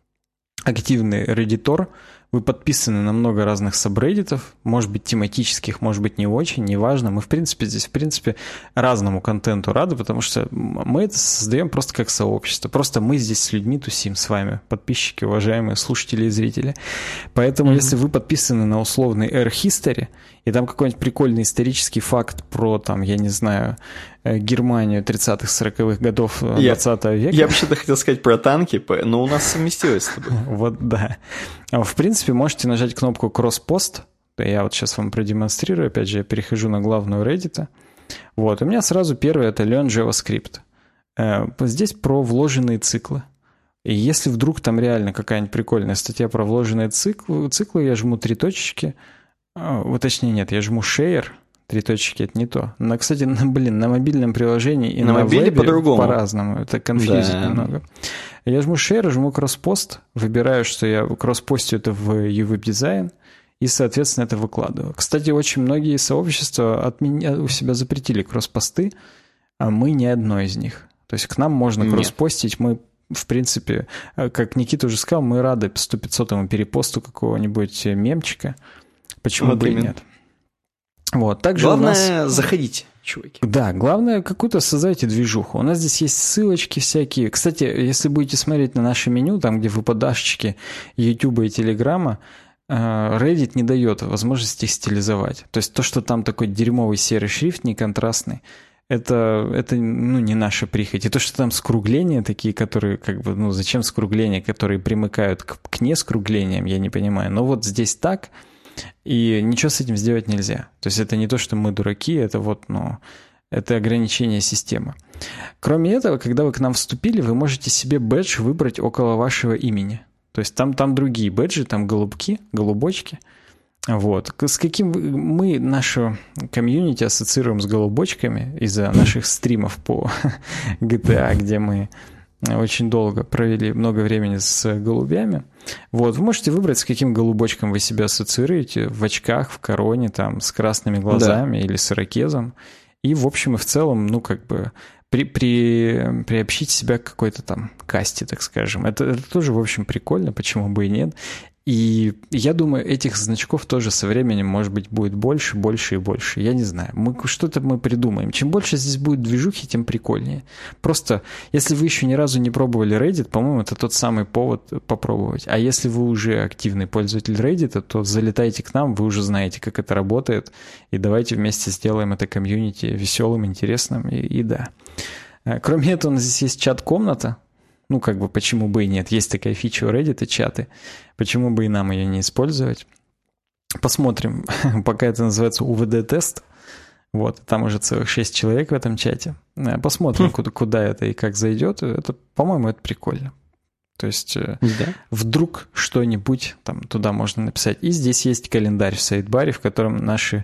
Speaker 2: активный реддитор, вы подписаны на много разных сабреддитов, может быть, тематических, может быть, не очень, неважно. Мы, в принципе, здесь, в принципе, разному контенту рады, потому что мы это создаем просто как сообщество. Просто мы здесь с людьми тусим, с вами, подписчики, уважаемые слушатели и зрители. Поэтому, mm-hmm. если вы подписаны на условный R-History, и там какой-нибудь прикольный исторический факт про, там, я не знаю, Германию тридцатых-сороковых годов двадцатого века.
Speaker 1: Я вообще-то хотел сказать про танки, но у нас совместилось с тобой.
Speaker 2: Вот, да. В принципе, можете нажать кнопку «Кросспост». Я вот сейчас вам продемонстрирую. Опять же, я перехожу на главную Reddit. Вот, у меня сразу первый — это Learn JavaScript. Здесь про вложенные циклы. И если вдруг там реально какая-нибудь прикольная статья про вложенные циклы, циклы я жму три точечки. Вот, точнее, нет, я жму Share. Три точки — это не то. Но, кстати, на, блин, на мобильном приложении и на, на вебе по-другому. По-разному. Это конфьюзит да. немного. Я жму Share, жму кросспост, выбираю, что я кросспостю это в YouWebDesign, и, соответственно, это выкладываю. Кстати, очень многие сообщества от меня, у себя запретили кросспосты, а мы не одно из них. То есть к нам можно Нет. кросспостить, мы... В принципе, как Никита уже сказал, мы рады сто-пятьсотому перепосту какого-нибудь мемчика. Почему вот бы именно. И нет? Вот. Также
Speaker 1: главное,
Speaker 2: у нас...
Speaker 1: заходите, чуваки.
Speaker 2: Да, главное, какую-то создайте движуху. У нас здесь есть ссылочки всякие. Кстати, если будете смотреть на наше меню, там, где выпадашечки YouTube и Телеграма, Reddit не дает возможности их стилизовать. То есть то, что там такой дерьмовый серый шрифт, неконтрастный, это, это ну, не наша прихоть. И то, что там скругления такие, которые, как бы, ну, зачем скругления, которые примыкают к, к нескруглениям, я не понимаю. Но вот здесь так, и ничего с этим сделать нельзя. То есть это не то, что мы дураки, это вот, ну, это ограничение системы. Кроме этого, когда вы к нам вступили, вы можете себе бэдж выбрать около вашего имени. То есть там, там другие бэджи, там голубки, голубочки. Вот. С каким мы нашу комьюнити ассоциируем с голубочками из-за наших стримов по джи ти эй, где мы очень долго провели много времени с голубями. Вот. Вы можете выбрать, с каким голубочком вы себя ассоциируете, в очках, в короне, там, с красными глазами да. или с ирокезом. И в общем и в целом, ну, как бы при, при, приобщить себя к какой-то там касте, так скажем. Это, это тоже, в общем, прикольно, почему бы и нет. И я думаю, этих значков тоже со временем, может быть, будет больше, больше и больше. Я не знаю. Мы, что-то мы придумаем. Чем больше здесь будет движухи, тем прикольнее. Просто, если вы еще ни разу не пробовали Reddit, по-моему, это тот самый повод попробовать. А если вы уже активный пользователь Reddit, то залетайте к нам, вы уже знаете, как это работает. И давайте вместе сделаем это комьюнити веселым, интересным. И, и да. Кроме этого, у нас здесь есть чат-комната. Ну, как бы, почему бы и нет. Есть такая фича у Reddit, чаты. Почему бы и нам ее не использовать? Посмотрим. Пока это называется ю ви ди-тест. Вот, там уже целых шесть человек в этом чате. Посмотрим, куда, куда это и как зайдет. Это, по-моему, это прикольно. То есть, да. вдруг что-нибудь там туда можно написать. И здесь есть календарь в сайдбаре, в котором наши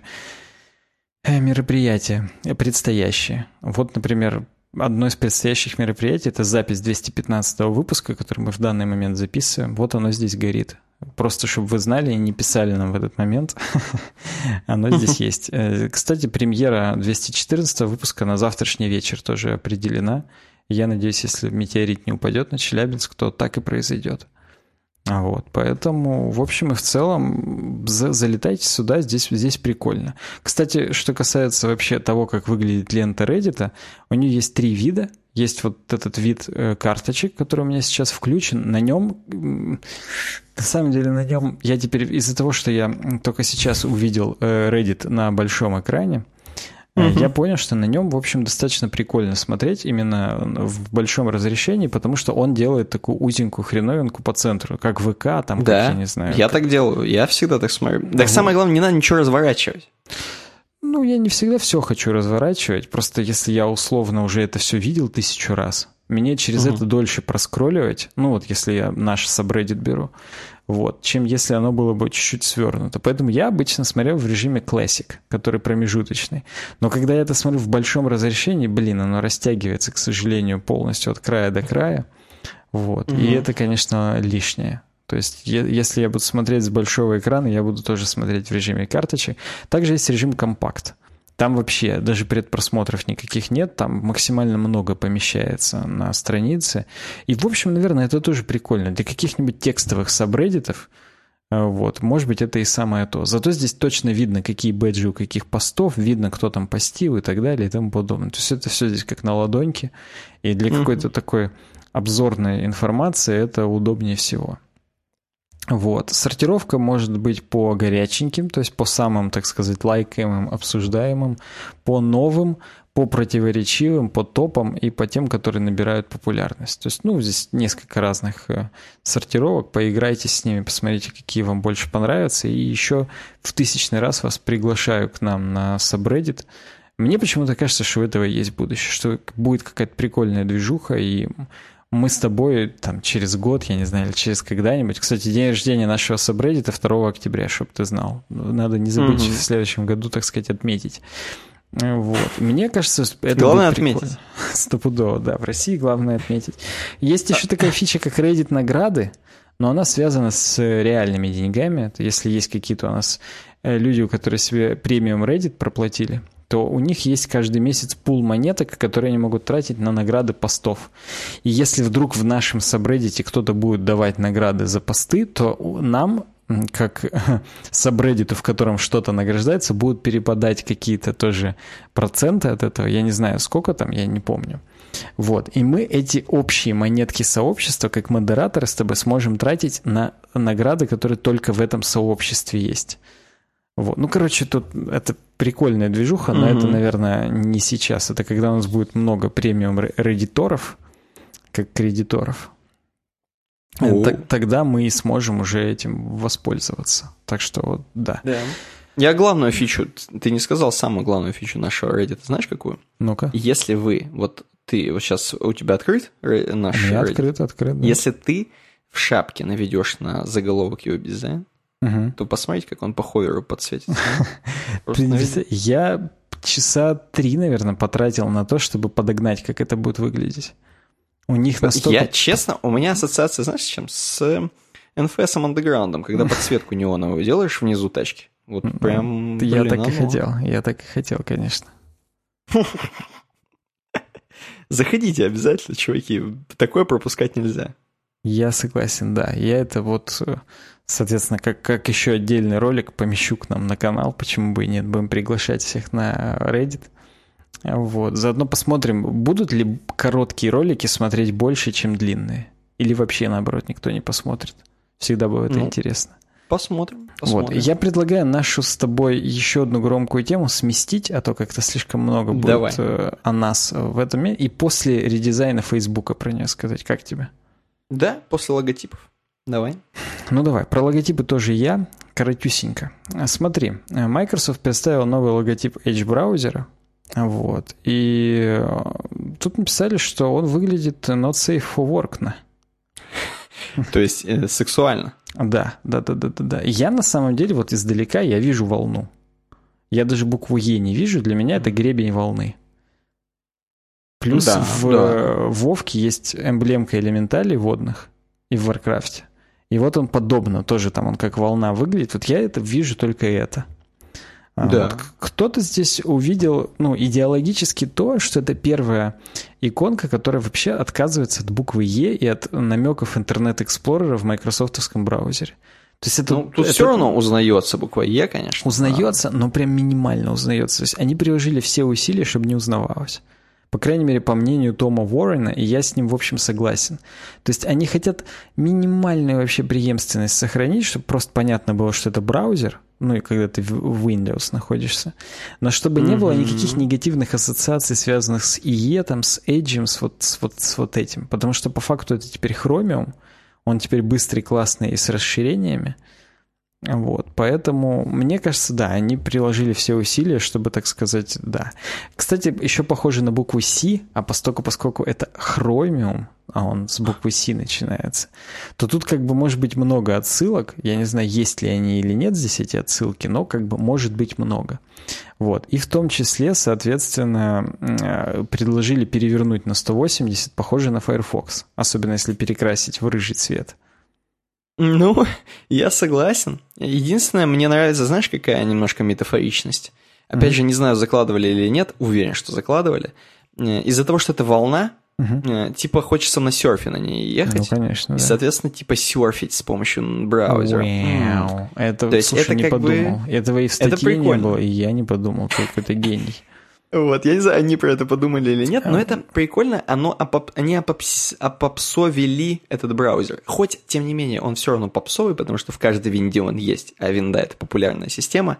Speaker 2: мероприятия предстоящие. Вот, например, одно из предстоящих мероприятий — это запись двести пятнадцатого выпуска, который мы в данный момент записываем. Вот оно здесь горит. Просто, чтобы вы знали и не писали нам в этот момент. Оно здесь есть. Кстати, премьера двести четырнадцатого выпуска на завтрашний вечер тоже определена. Я надеюсь, если метеорит не упадет на Челябинск, то так и произойдет. Вот, поэтому, в общем и в целом, за, залетайте сюда, здесь, здесь прикольно. Кстати, что касается вообще того, как выглядит лента Reddit, у нее есть три вида. Есть вот этот вид э, карточек, который у меня сейчас включен. На нем, на самом деле, на нем, я теперь из-за того, что я только сейчас увидел э, Reddit на большом экране, Uh-huh. я понял, что на нем, в общем, достаточно прикольно смотреть именно в большом разрешении, потому что он делает такую узенькую хреновинку по центру, как ВК, там,
Speaker 1: да,
Speaker 2: как я не знаю.
Speaker 1: я
Speaker 2: как...
Speaker 1: так делаю, я всегда так смотрю. Так
Speaker 2: вот.
Speaker 1: Самое главное, не надо ничего разворачивать.
Speaker 2: Ну, я не всегда все хочу разворачивать, просто если я условно уже это все видел тысячу раз, мне через uh-huh. это дольше проскролливать, ну вот если я наш сабреддит беру, вот, чем если оно было бы чуть-чуть свернуто. Поэтому я обычно смотрел в режиме Classic, который промежуточный. Но когда я это смотрю в большом разрешении, блин, оно растягивается, к сожалению, полностью от края до края. Вот. Uh-huh. И это, конечно, лишнее. То есть, если я буду смотреть с большого экрана, я буду тоже смотреть в режиме карточек. Также есть режим компакт. Там вообще даже предпросмотров никаких нет, там максимально много помещается на странице. И, в общем, наверное, это тоже прикольно. Для каких-нибудь текстовых сабреддитов, вот, может быть, это и самое то. Зато здесь точно видно, какие бэджи у каких постов, видно, кто там постил и так далее и тому подобное. То есть это все здесь как на ладоньке. И для mm-hmm. какой-то такой обзорной информации это удобнее всего. Вот. Сортировка может быть по горяченьким, то есть по самым, так сказать, лайкаемым, обсуждаемым, по новым, по противоречивым, по топам и по тем, которые набирают популярность. То есть, ну, здесь несколько разных сортировок, поиграйте с ними, посмотрите, какие вам больше понравятся, и еще в тысячный раз вас приглашаю к нам на Subreddit. Мне почему-то кажется, что у этого есть будущее, что будет какая-то прикольная движуха, и мы с тобой там через год, я не знаю, или через когда-нибудь. Кстати, день рождения нашего Subreddit второго октября, чтобы ты знал. Надо не забыть mm-hmm. в следующем году, так сказать, отметить. Вот. Мне кажется, это
Speaker 1: главное
Speaker 2: будет
Speaker 1: отметить.
Speaker 2: Прикольно. Стопудово, да. В России главное отметить. Есть еще такая фича, как Reddit награды, но она связана с реальными деньгами. Если есть какие-то у нас люди, которые себе премиум Reddit проплатили, то у них есть каждый месяц пул монеток, которые они могут тратить на награды постов. И если вдруг в нашем сабреддите кто-то будет давать награды за посты, то нам, как сабреддиту, в котором что-то награждается, будут перепадать какие-то тоже проценты от этого. Я не знаю, сколько там, я не помню. Вот. И мы эти общие монетки сообщества, как модераторы, с тобой сможем тратить на награды, которые только в этом сообществе есть. Вот. Ну, короче, тут это прикольная движуха, но mm-hmm. это, наверное, не сейчас. Это когда у нас будет много премиум редdiторов, как кредиторов. Oh. Т- тогда мы и сможем уже этим воспользоваться. Так что вот, да.
Speaker 1: Yeah. Я главную фичу, ты не сказал самую главную фичу нашего Reddit, знаешь какую?
Speaker 2: Ну-ка.
Speaker 1: Если вы, вот ты, вот сейчас у тебя открыт наш
Speaker 2: у меня
Speaker 1: Reddit?
Speaker 2: открыт, открыт, да.
Speaker 1: Если ты в шапке наведешь на заголовок его дизайн, угу. то посмотрите, как он по ховеру подсветится.
Speaker 2: Я часа три, наверное, потратил на то, чтобы подогнать, как это будет выглядеть. У них настолько...
Speaker 1: Я, честно, у меня ассоциация, знаешь, с чем? С эн эф эс Underground, когда подсветку неоновую делаешь внизу тачки. Вот прям...
Speaker 2: Я так и хотел, я так и хотел, конечно.
Speaker 1: Заходите обязательно, чуваки. Такое пропускать нельзя.
Speaker 2: Я согласен, да. Я это вот... Соответственно, как, как еще отдельный ролик помещу к нам на канал, почему бы и нет, будем приглашать всех на Reddit. Вот. Заодно посмотрим, будут ли короткие ролики смотреть больше, чем длинные. Или вообще, наоборот, никто не посмотрит. Всегда было это ну, интересно.
Speaker 1: Посмотрим, посмотрим.
Speaker 2: Вот. Я предлагаю нашу с тобой еще одну громкую тему сместить, а то как-то слишком много будет Давай. о нас в этом мире. И после редизайна Фейсбука про нее сказать. Как тебе?
Speaker 1: Да, после логотипов. Давай.
Speaker 2: Ну давай, про логотипы тоже я, коротюсенько. Смотри, Microsoft представил новый логотип Edge-браузера, вот, и тут написали, что он выглядит not safe for work.
Speaker 1: То есть э, сексуально?
Speaker 2: Да, да, да, да, да, да. Я на самом деле вот издалека я вижу волну. Я даже букву Е не вижу, для меня это гребень волны. Плюс да, в да. Вовке есть эмблемка элементалей водных и в Warcraft. И вот он подобно, тоже там он как волна выглядит. Вот я это вижу только это.
Speaker 1: Да.
Speaker 2: Вот. Кто-то здесь увидел, ну, идеологически то, что это первая иконка, которая вообще отказывается от буквы Е и от намеков Internet Explorer в майкрософтовском браузере. То есть это,
Speaker 1: ну, тут
Speaker 2: это,
Speaker 1: все равно узнается буква Е, конечно.
Speaker 2: Узнается, но прям минимально узнается. То есть они приложили все усилия, чтобы не узнавалось. По крайней мере, по мнению Тома Уоррена, и я с ним, в общем, согласен. То есть они хотят минимальную вообще преемственность сохранить, чтобы просто понятно было, что это браузер, ну и когда ты в Windows находишься, но чтобы не mm-hmm. было никаких негативных ассоциаций, связанных с и и, там, с Edge, с вот, с, вот, с вот этим. Потому что по факту это теперь Chromium, он теперь быстрый, классный и с расширениями. Вот, поэтому, мне кажется, да, они приложили все усилия, чтобы, так сказать, да. Кстати, еще похоже на букву C, а поскольку, поскольку это Chromium, а он с буквы C начинается, то тут как бы может быть много отсылок. Я не знаю, есть ли они или нет здесь эти отсылки, но как бы может быть много. Вот, и в том числе, соответственно, предложили перевернуть на сто восемьдесят, похоже на Firefox, особенно если перекрасить в рыжий цвет.
Speaker 1: Ну, я согласен. Единственное, мне нравится, знаешь, какая немножко метафоричность. Опять mm-hmm. же, не знаю, закладывали или нет, уверен, что закладывали. Из-за того, что это волна, mm-hmm. типа хочется на серфе на ней ехать.
Speaker 2: Ну, конечно,
Speaker 1: и,
Speaker 2: да.
Speaker 1: соответственно, типа серфить с помощью браузера.
Speaker 2: Wow. Mm. Это,
Speaker 1: То есть
Speaker 2: слушай,
Speaker 1: это
Speaker 2: не
Speaker 1: как
Speaker 2: подумал.
Speaker 1: бы...
Speaker 2: Этого и в статье не было, и я не подумал, какой ты гений.
Speaker 1: Вот, я не знаю, они про это подумали или нет, но это прикольно, оно опоп... они опопс... опопсовили этот браузер. Хоть, тем не менее, он все равно попсовый, потому что в каждой винде он есть, а винда — это популярная система,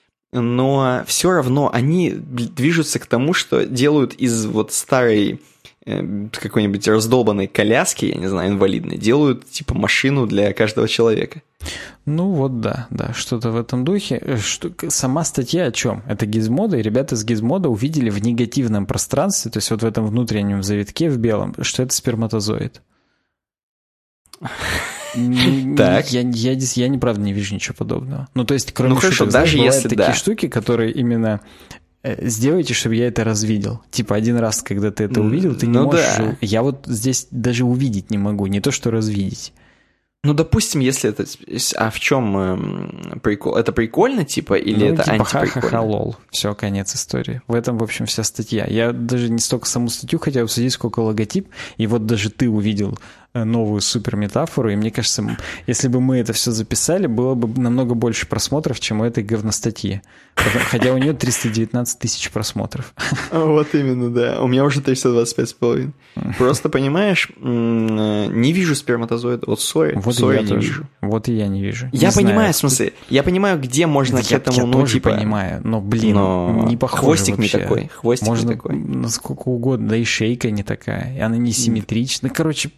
Speaker 1: но все равно они движутся к тому, что делают из вот старой э, какой-нибудь раздолбанной коляски, я не знаю, инвалидной, делают типа машину для каждого человека.
Speaker 2: Ну вот да, да, что-то в этом духе. Что, сама статья о чем? Это Gizmodo, и ребята с Gizmodo увидели в негативном пространстве, то есть вот в этом внутреннем завитке в белом, что это сперматозоид. Так. Я, я, я, я правда не вижу ничего подобного. Ну то есть кроме
Speaker 1: ну, хорошо,
Speaker 2: шуток,
Speaker 1: даже
Speaker 2: знаешь,
Speaker 1: если
Speaker 2: такие
Speaker 1: да.
Speaker 2: штуки, которые именно... Сделайте, чтобы я это развидел. Типа один раз, когда ты это увидел, ты не
Speaker 1: ну,
Speaker 2: можешь...
Speaker 1: Да.
Speaker 2: Я вот здесь даже увидеть не могу, не то что развидеть.
Speaker 1: Ну, допустим, если это... А в чем э, прикол? Это прикольно, типа, или
Speaker 2: ну,
Speaker 1: это
Speaker 2: типа,
Speaker 1: антиприкольно?
Speaker 2: ха-ха-ха, лол. Все, конец истории. В этом, в общем, вся статья. Я даже не столько саму статью хотел обсудить, сколько логотип. И вот даже ты увидел новую суперметафору, и мне кажется, если бы мы это все записали, было бы намного больше просмотров, чем у этой говностатьи. Хотя у нее триста девятнадцать тысяч просмотров.
Speaker 1: Вот именно, да. У меня уже триста двадцать пять с половиной. Просто, понимаешь, не вижу сперматозоида. Вот сори,
Speaker 2: вот
Speaker 1: сори
Speaker 2: я
Speaker 1: не
Speaker 2: тоже.
Speaker 1: вижу.
Speaker 2: Вот и я не вижу.
Speaker 1: Я
Speaker 2: не
Speaker 1: понимаю,
Speaker 2: знаю.
Speaker 1: в смысле, я понимаю, где можно
Speaker 2: я,
Speaker 1: к этому,
Speaker 2: я
Speaker 1: ну,
Speaker 2: тоже
Speaker 1: типа...
Speaker 2: понимаю, но, блин,
Speaker 1: но
Speaker 2: не похоже
Speaker 1: хвостик
Speaker 2: вообще.
Speaker 1: не такой, хвостик
Speaker 2: можно
Speaker 1: не такой.
Speaker 2: Насколько угодно, да и шейка не такая, и она не симметрична. Короче,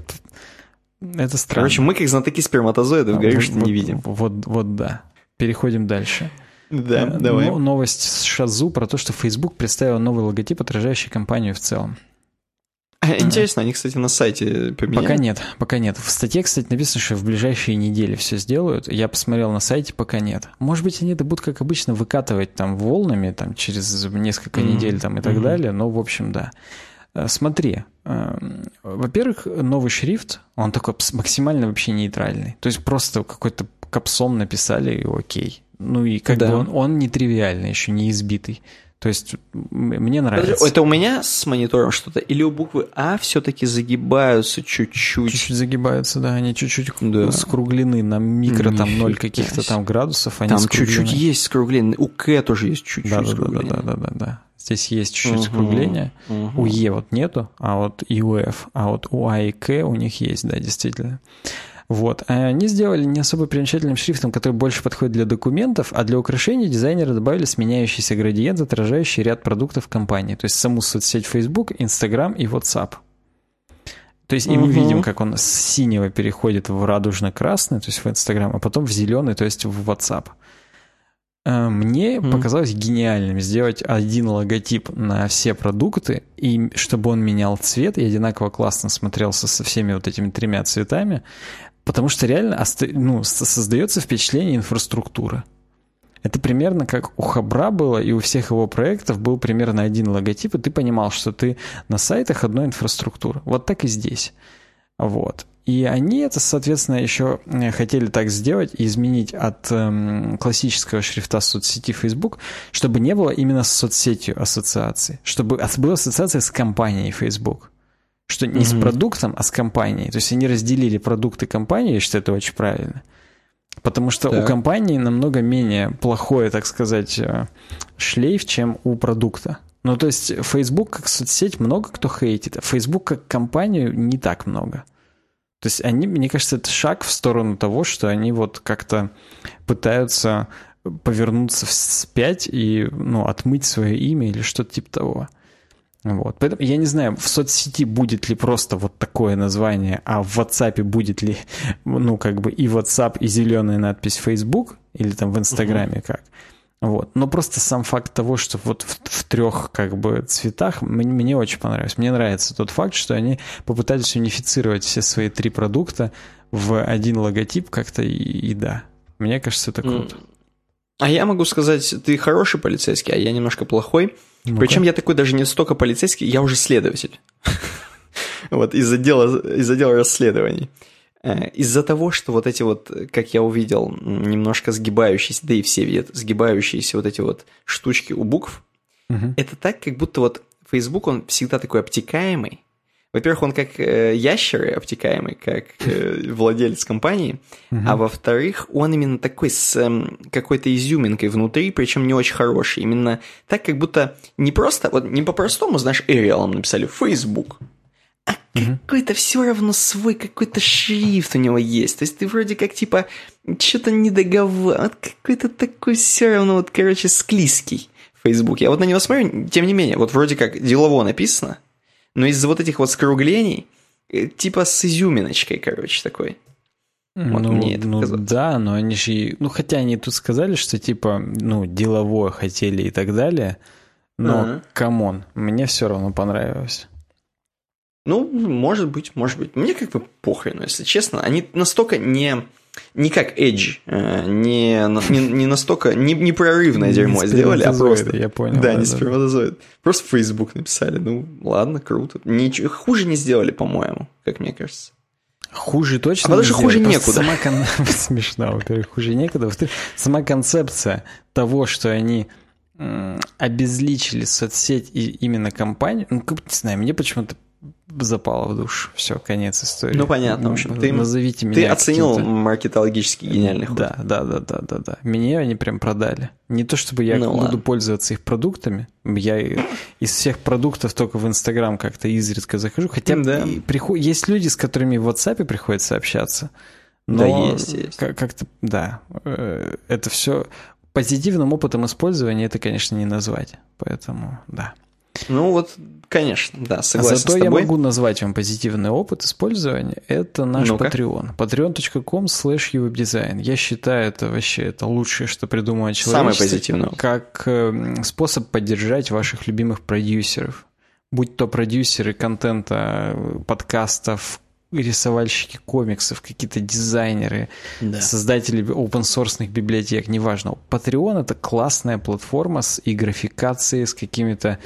Speaker 2: это странно.
Speaker 1: Короче, мы как знатоки сперматозоидов говорим,
Speaker 2: вот,
Speaker 1: что
Speaker 2: вот,
Speaker 1: не видим.
Speaker 2: Вот, вот, да. Переходим дальше.
Speaker 1: Да, давай.
Speaker 2: Но, новость с Шазу про то, что Facebook представил новый логотип, отражающий компанию в целом.
Speaker 1: Интересно, они, кстати, на сайте поменяли?
Speaker 2: Пока нет, пока нет. В статье, кстати, написано, что в ближайшие недели все сделают. Я посмотрел на сайте, пока нет. Может быть, они это будут, как обычно, выкатывать там волнами там, через несколько mm-hmm. недель там, и так mm-hmm. далее. Но, в общем, да. Смотри, во-первых, новый шрифт, он такой максимально вообще нейтральный. То есть просто какой-то капсом написали, и окей. Ну и как да. бы он, он нетривиальный, еще не избитый. То есть мне нравится.
Speaker 1: Это у меня с монитором что-то? Или у буквы А все-таки загибаются чуть-чуть?
Speaker 2: Чуть-чуть загибаются, да. Они чуть-чуть да. скруглены на микро,
Speaker 1: Нифига
Speaker 2: там ноль каких-то там градусов. Они
Speaker 1: там
Speaker 2: скруглены.
Speaker 1: Чуть-чуть есть скругление. У К тоже есть чуть-чуть
Speaker 2: да,
Speaker 1: скругление.
Speaker 2: Да, да, да, да, да. Здесь есть чуть-чуть
Speaker 1: угу,
Speaker 2: скругления.
Speaker 1: угу.
Speaker 2: У Е вот нету, а вот и у F. А вот у А и К у них есть, да, действительно. Вот. Они сделали не особо примечательным шрифтом, который больше подходит для документов, а для украшений дизайнеры добавили сменяющийся градиент, отражающий ряд продуктов компании. То есть саму соцсеть Facebook, Instagram и WhatsApp. То есть и мы угу. видим, как он с синего переходит в радужно-красный, то есть в Instagram, а потом в зеленый, то есть в WhatsApp. Мне mm. показалось гениальным сделать один логотип на все продукты, и чтобы он менял цвет и одинаково классно смотрелся со всеми вот этими тремя цветами, потому что реально ну, создается впечатление инфраструктуры. Это примерно как у Хабра было, и у всех его проектов был примерно один логотип, и ты понимал, что ты на сайтах одной инфраструктуры. Вот так и здесь. Вот. И они это, соответственно, еще хотели так сделать и изменить от эм, классического шрифта соцсети Facebook, чтобы не было именно с соцсетью ассоциации, чтобы была ассоциация с компанией Facebook. Что не mm-hmm. с продуктом, а с компанией. То есть они разделили продукты компании, я считаю, это очень правильно. Потому что так. у компании намного менее плохой, так сказать, шлейф, чем у продукта. Ну, то есть Facebook как соцсеть много кто хейтит, а Facebook как компанию не так много. То есть они, мне кажется, это шаг в сторону того, что они вот как-то пытаются повернуться вспять и, ну, отмыть свое имя или что-то типа того. Вот. Поэтому я не знаю, в соцсети будет ли просто вот такое название, а в WhatsApp будет ли, ну, как бы и WhatsApp, и зеленая надпись Facebook, или там в Инстаграме uh-huh. как. Вот. Но просто сам факт того, что вот в, в трех как бы цветах, мне, мне очень понравилось. Мне нравится тот факт, что они попытались унифицировать все свои три продукта в один логотип как-то, и, и да. Мне кажется, это круто.
Speaker 1: А я могу сказать, ты хороший полицейский, а я немножко плохой. Ну-ка. Причем я такой даже не столько полицейский, я уже следователь. Вот, из отдела, из отдела расследований. Из-за того, что вот эти вот, как я увидел, немножко сгибающиеся, да и все видят, сгибающиеся вот эти вот штучки у букв, угу. это так, как будто вот Facebook, он всегда такой обтекаемый. Во-первых, он как э, ящеры обтекаемый, как э, владелец компании, угу. а во-вторых, он именно такой с э, какой-то изюминкой внутри, причем не очень хороший. Именно так, как будто не просто, вот не по-простому, знаешь, Эриалом написали Facebook, а угу. какой-то все равно свой какой-то шрифт у него есть. То есть ты вроде как типа что-то не договор, вот какой-то такой все равно, вот, короче, склизкий Facebook. Я вот на него смотрю, тем не менее, вот вроде как делово написано, но из-за вот этих вот скруглений, типа с изюминочкой, короче, такой. Вот
Speaker 2: ну,
Speaker 1: мне это
Speaker 2: ну
Speaker 1: показалось.
Speaker 2: Да, но они же... Ну, хотя они тут сказали, что типа, ну, деловое хотели и так далее, но, камон, мне все равно понравилось.
Speaker 1: Ну, может быть, может быть. Мне как бы похрен, если честно. Они настолько не... Не как Edge, не, не, не настолько, не, не прорывное не дерьмо сделали, а просто...
Speaker 2: Я понял.
Speaker 1: Да, да не сперматозоид. Просто в Facebook написали. Ну, ладно, круто. Ничего, хуже не сделали, по-моему, как мне кажется.
Speaker 2: Хуже точно
Speaker 1: а потому что хуже некуда.
Speaker 2: Сама кон... Смешно, во-первых, хуже некуда. Во-вторых, сама концепция того, что они м- обезличили соцсеть и именно компанию, ну, как, не знаю, мне почему-то запало в душу. Все, конец истории.
Speaker 1: Ну, понятно. В общем, ты,
Speaker 2: назовите меня
Speaker 1: ты оценил маркетологически гениальный ход.
Speaker 2: Да, да, да, да, да, да. Меня они прям продали. Не то, чтобы я ну, буду ладно. пользоваться их продуктами. Я из всех продуктов только в Инстаграм как-то изредка захожу. Хотя да. приход... есть люди, с которыми в WhatsApp приходится общаться. Но
Speaker 1: да, есть, есть.
Speaker 2: Как-то, да. Это все позитивным опытом использования это, конечно, не назвать. Поэтому, да.
Speaker 1: Ну вот, конечно, да, согласен
Speaker 2: а зато
Speaker 1: с тобой.
Speaker 2: Я могу назвать вам позитивный опыт использования. Это наш Ну-ка. Patreon. patreon точка com слэш uwebdesign. Я считаю, это вообще это лучшее, что придумало человечество.
Speaker 1: Самый позитивный.
Speaker 2: Как э, способ поддержать ваших любимых продюсеров. Будь то продюсеры контента, подкастов, рисовальщики комиксов, какие-то дизайнеры, да. создатели open-source библиотек, неважно. Patreon — это классная платформа с и графикацией, с какими-то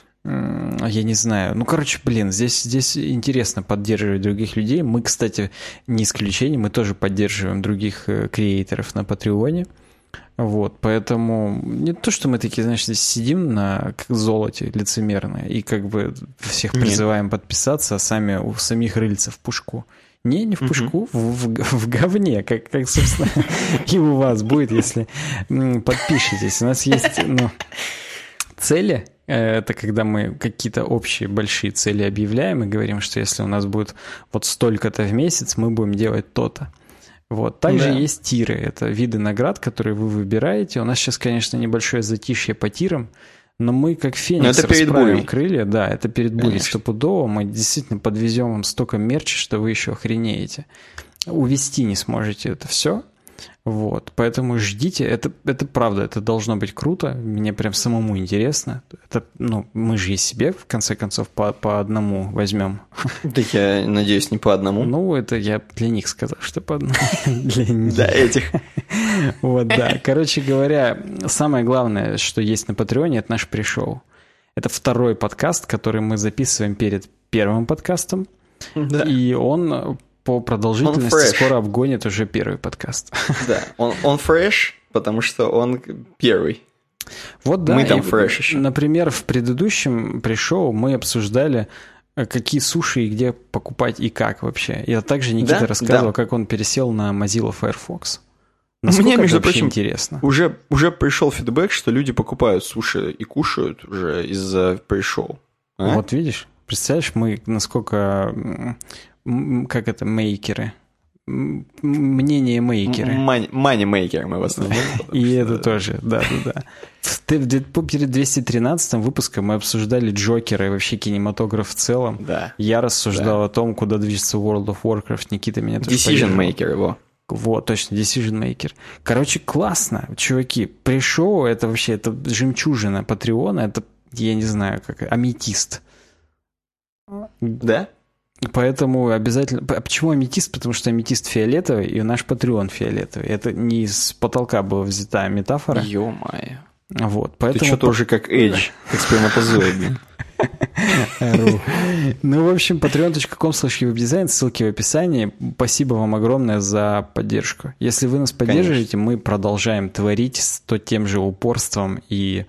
Speaker 2: я не знаю. Ну, короче, блин, здесь, здесь интересно поддерживать других людей. Мы, кстати, не исключение, мы тоже поддерживаем других креаторов на Патреоне. Вот, поэтому не то, что мы такие, знаешь, здесь сидим на золоте лицемерно и как бы всех призываем Нет. подписаться, а сами у самих рыльца в пушку. Не, не в пушку, uh-huh. в, в, в говне, как, как, собственно, и у вас будет, если подпишетесь. У нас есть, ну, цели. Это когда мы какие-то общие большие цели объявляем и говорим, что если у нас будет вот столько-то в месяц, мы будем делать то-то. Вот. Также да. есть тиры. Это виды наград, которые вы выбираете. У нас сейчас, конечно, небольшое затишье по тирам, но мы как феникс расправим крылья. Да, это перед бурей стопудово. Мы действительно подвезем вам столько мерча, что вы еще охренеете. Увести не сможете это все. Вот, поэтому ждите, это, это правда, это должно быть круто, мне прям самому интересно. Это, ну, мы же и себе, в конце концов, по, по одному возьмем.
Speaker 1: Да я надеюсь, не по одному.
Speaker 2: Ну, это я для них сказал, что по одному. Для них.
Speaker 1: Для этих.
Speaker 2: Вот, да. Короче говоря, самое главное, что есть на Патреоне, это наш пришоу. Это второй подкаст, который мы записываем перед первым подкастом. И он... по продолжительности скоро обгонит уже первый подкаст.
Speaker 1: Да, он, он fresh, потому что он первый.
Speaker 2: Вот да,
Speaker 1: мы там fresh еще.
Speaker 2: Например, в предыдущем пришоу мы обсуждали, какие суши и где покупать и как вообще. И также Никита да? рассказывал, да. как он пересел на Mozilla Firefox. Насколько
Speaker 1: Мне, между
Speaker 2: это вообще
Speaker 1: прочим,
Speaker 2: интересно?
Speaker 1: Уже, уже пришел фидбэк, что люди покупают суши и кушают уже из-за пришоу.
Speaker 2: А? Вот видишь? Представляешь, мы насколько... Как это? Мейкеры. Мнение мейкеры.
Speaker 1: Мани-мейкеры мы в основном.
Speaker 2: И это тоже, да-да-да. Перед двести тринадцатым выпуском мы обсуждали Джокера и вообще кинематограф в целом.
Speaker 1: Да.
Speaker 2: Я рассуждал да. о том, куда движется World of Warcraft. Никита меня тоже
Speaker 1: Decision Maker его.
Speaker 2: Вот, точно, Decision Maker. Короче, классно, чуваки. Пришоу, это вообще, это жемчужина Патреона, это, я не знаю, как, аметист.
Speaker 1: Да?
Speaker 2: Поэтому обязательно... А почему аметист? Потому что аметист фиолетовый, и наш Патреон фиолетовый. Это не из потолка была взята метафора.
Speaker 1: Ё-моё.
Speaker 2: Вот, поэтому...
Speaker 1: Ты что-то уже как Эдж, как сперматозоид.
Speaker 2: Ну, в общем, patreon точка com слэш веб-дизайн, ссылки в описании. Спасибо вам огромное за поддержку. Если вы нас поддерживаете, мы продолжаем творить с то тем же упорством и...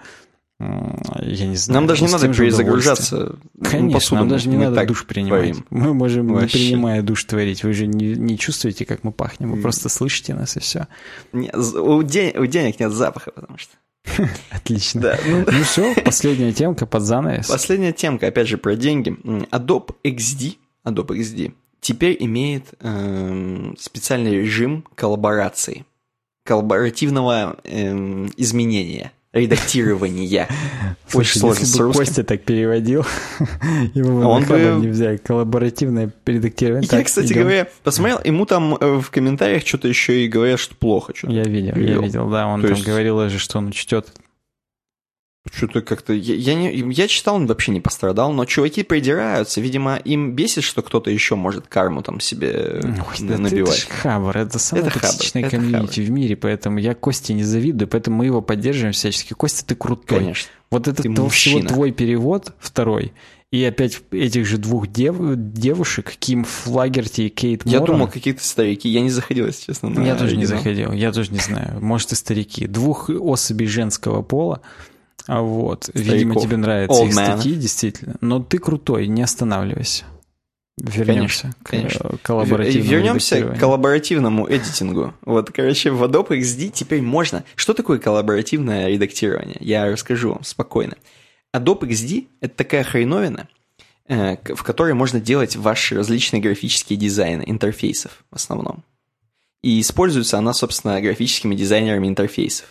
Speaker 2: Я не знаю.
Speaker 1: Нам даже не надо перезагружаться.
Speaker 2: Конечно, нам даже не надо душ принимать. Мы можем, не принимая душ, творить. Вы же не, не чувствуете, как мы пахнем. Вы просто слышите нас, и все.
Speaker 1: Не, у, ден- у денег нет запаха, потому что...
Speaker 2: Отлично. Да. Ну все, последняя темка под занавес.
Speaker 1: Последняя темка, опять же, про деньги. Adobe икс ди, Adobe икс ди теперь имеет э, специальный режим коллаборации, коллаборативного э, изменения. Редактирования.
Speaker 2: Очень сложно с русским. Костя так переводил, его бы он бы не взяли. Коллаборативное редактирование.
Speaker 1: Я, кстати говоря, посмотрел, ему там в комментариях что-то еще и говорят, что плохо.
Speaker 2: Я видел, я видел, да, он там говорил же, что он учтет.
Speaker 1: Что-то как-то... Я, я, не, я читал, он вообще не пострадал, но чуваки придираются. Видимо, им бесит, что кто-то еще может карму там себе Ой, набивать. Это,
Speaker 2: это же хабр, это самое это токсичное хабр, комьюнити это в мире, поэтому я Косте не завидую, поэтому мы его поддерживаем всячески. Костя, ты крутой.
Speaker 1: Конечно.
Speaker 2: Вот это то, всего твой перевод, второй, и опять этих же двух дев, девушек, Ким Флагерти и Кейт
Speaker 1: Я
Speaker 2: Моран.
Speaker 1: думал, какие-то старики. Я не заходил, если честно.
Speaker 2: Я тоже оригинал. не заходил, я тоже не знаю. Может, и старики. Двух особей женского пола. А вот, Стариков. Видимо, тебе нравятся Old их man. статьи, действительно. Но ты крутой, не останавливайся. Вернемся
Speaker 1: конечно,
Speaker 2: к коллаборативному
Speaker 1: Вернемся к коллаборативному эдитингу. Вот, короче, в Adobe икс ди теперь можно... Что такое коллаборативное редактирование? Я расскажу вам спокойно. Adobe икс ди – это такая хреновина, в которой можно делать ваши различные графические дизайны интерфейсов в основном. И используется она, собственно, графическими дизайнерами интерфейсов.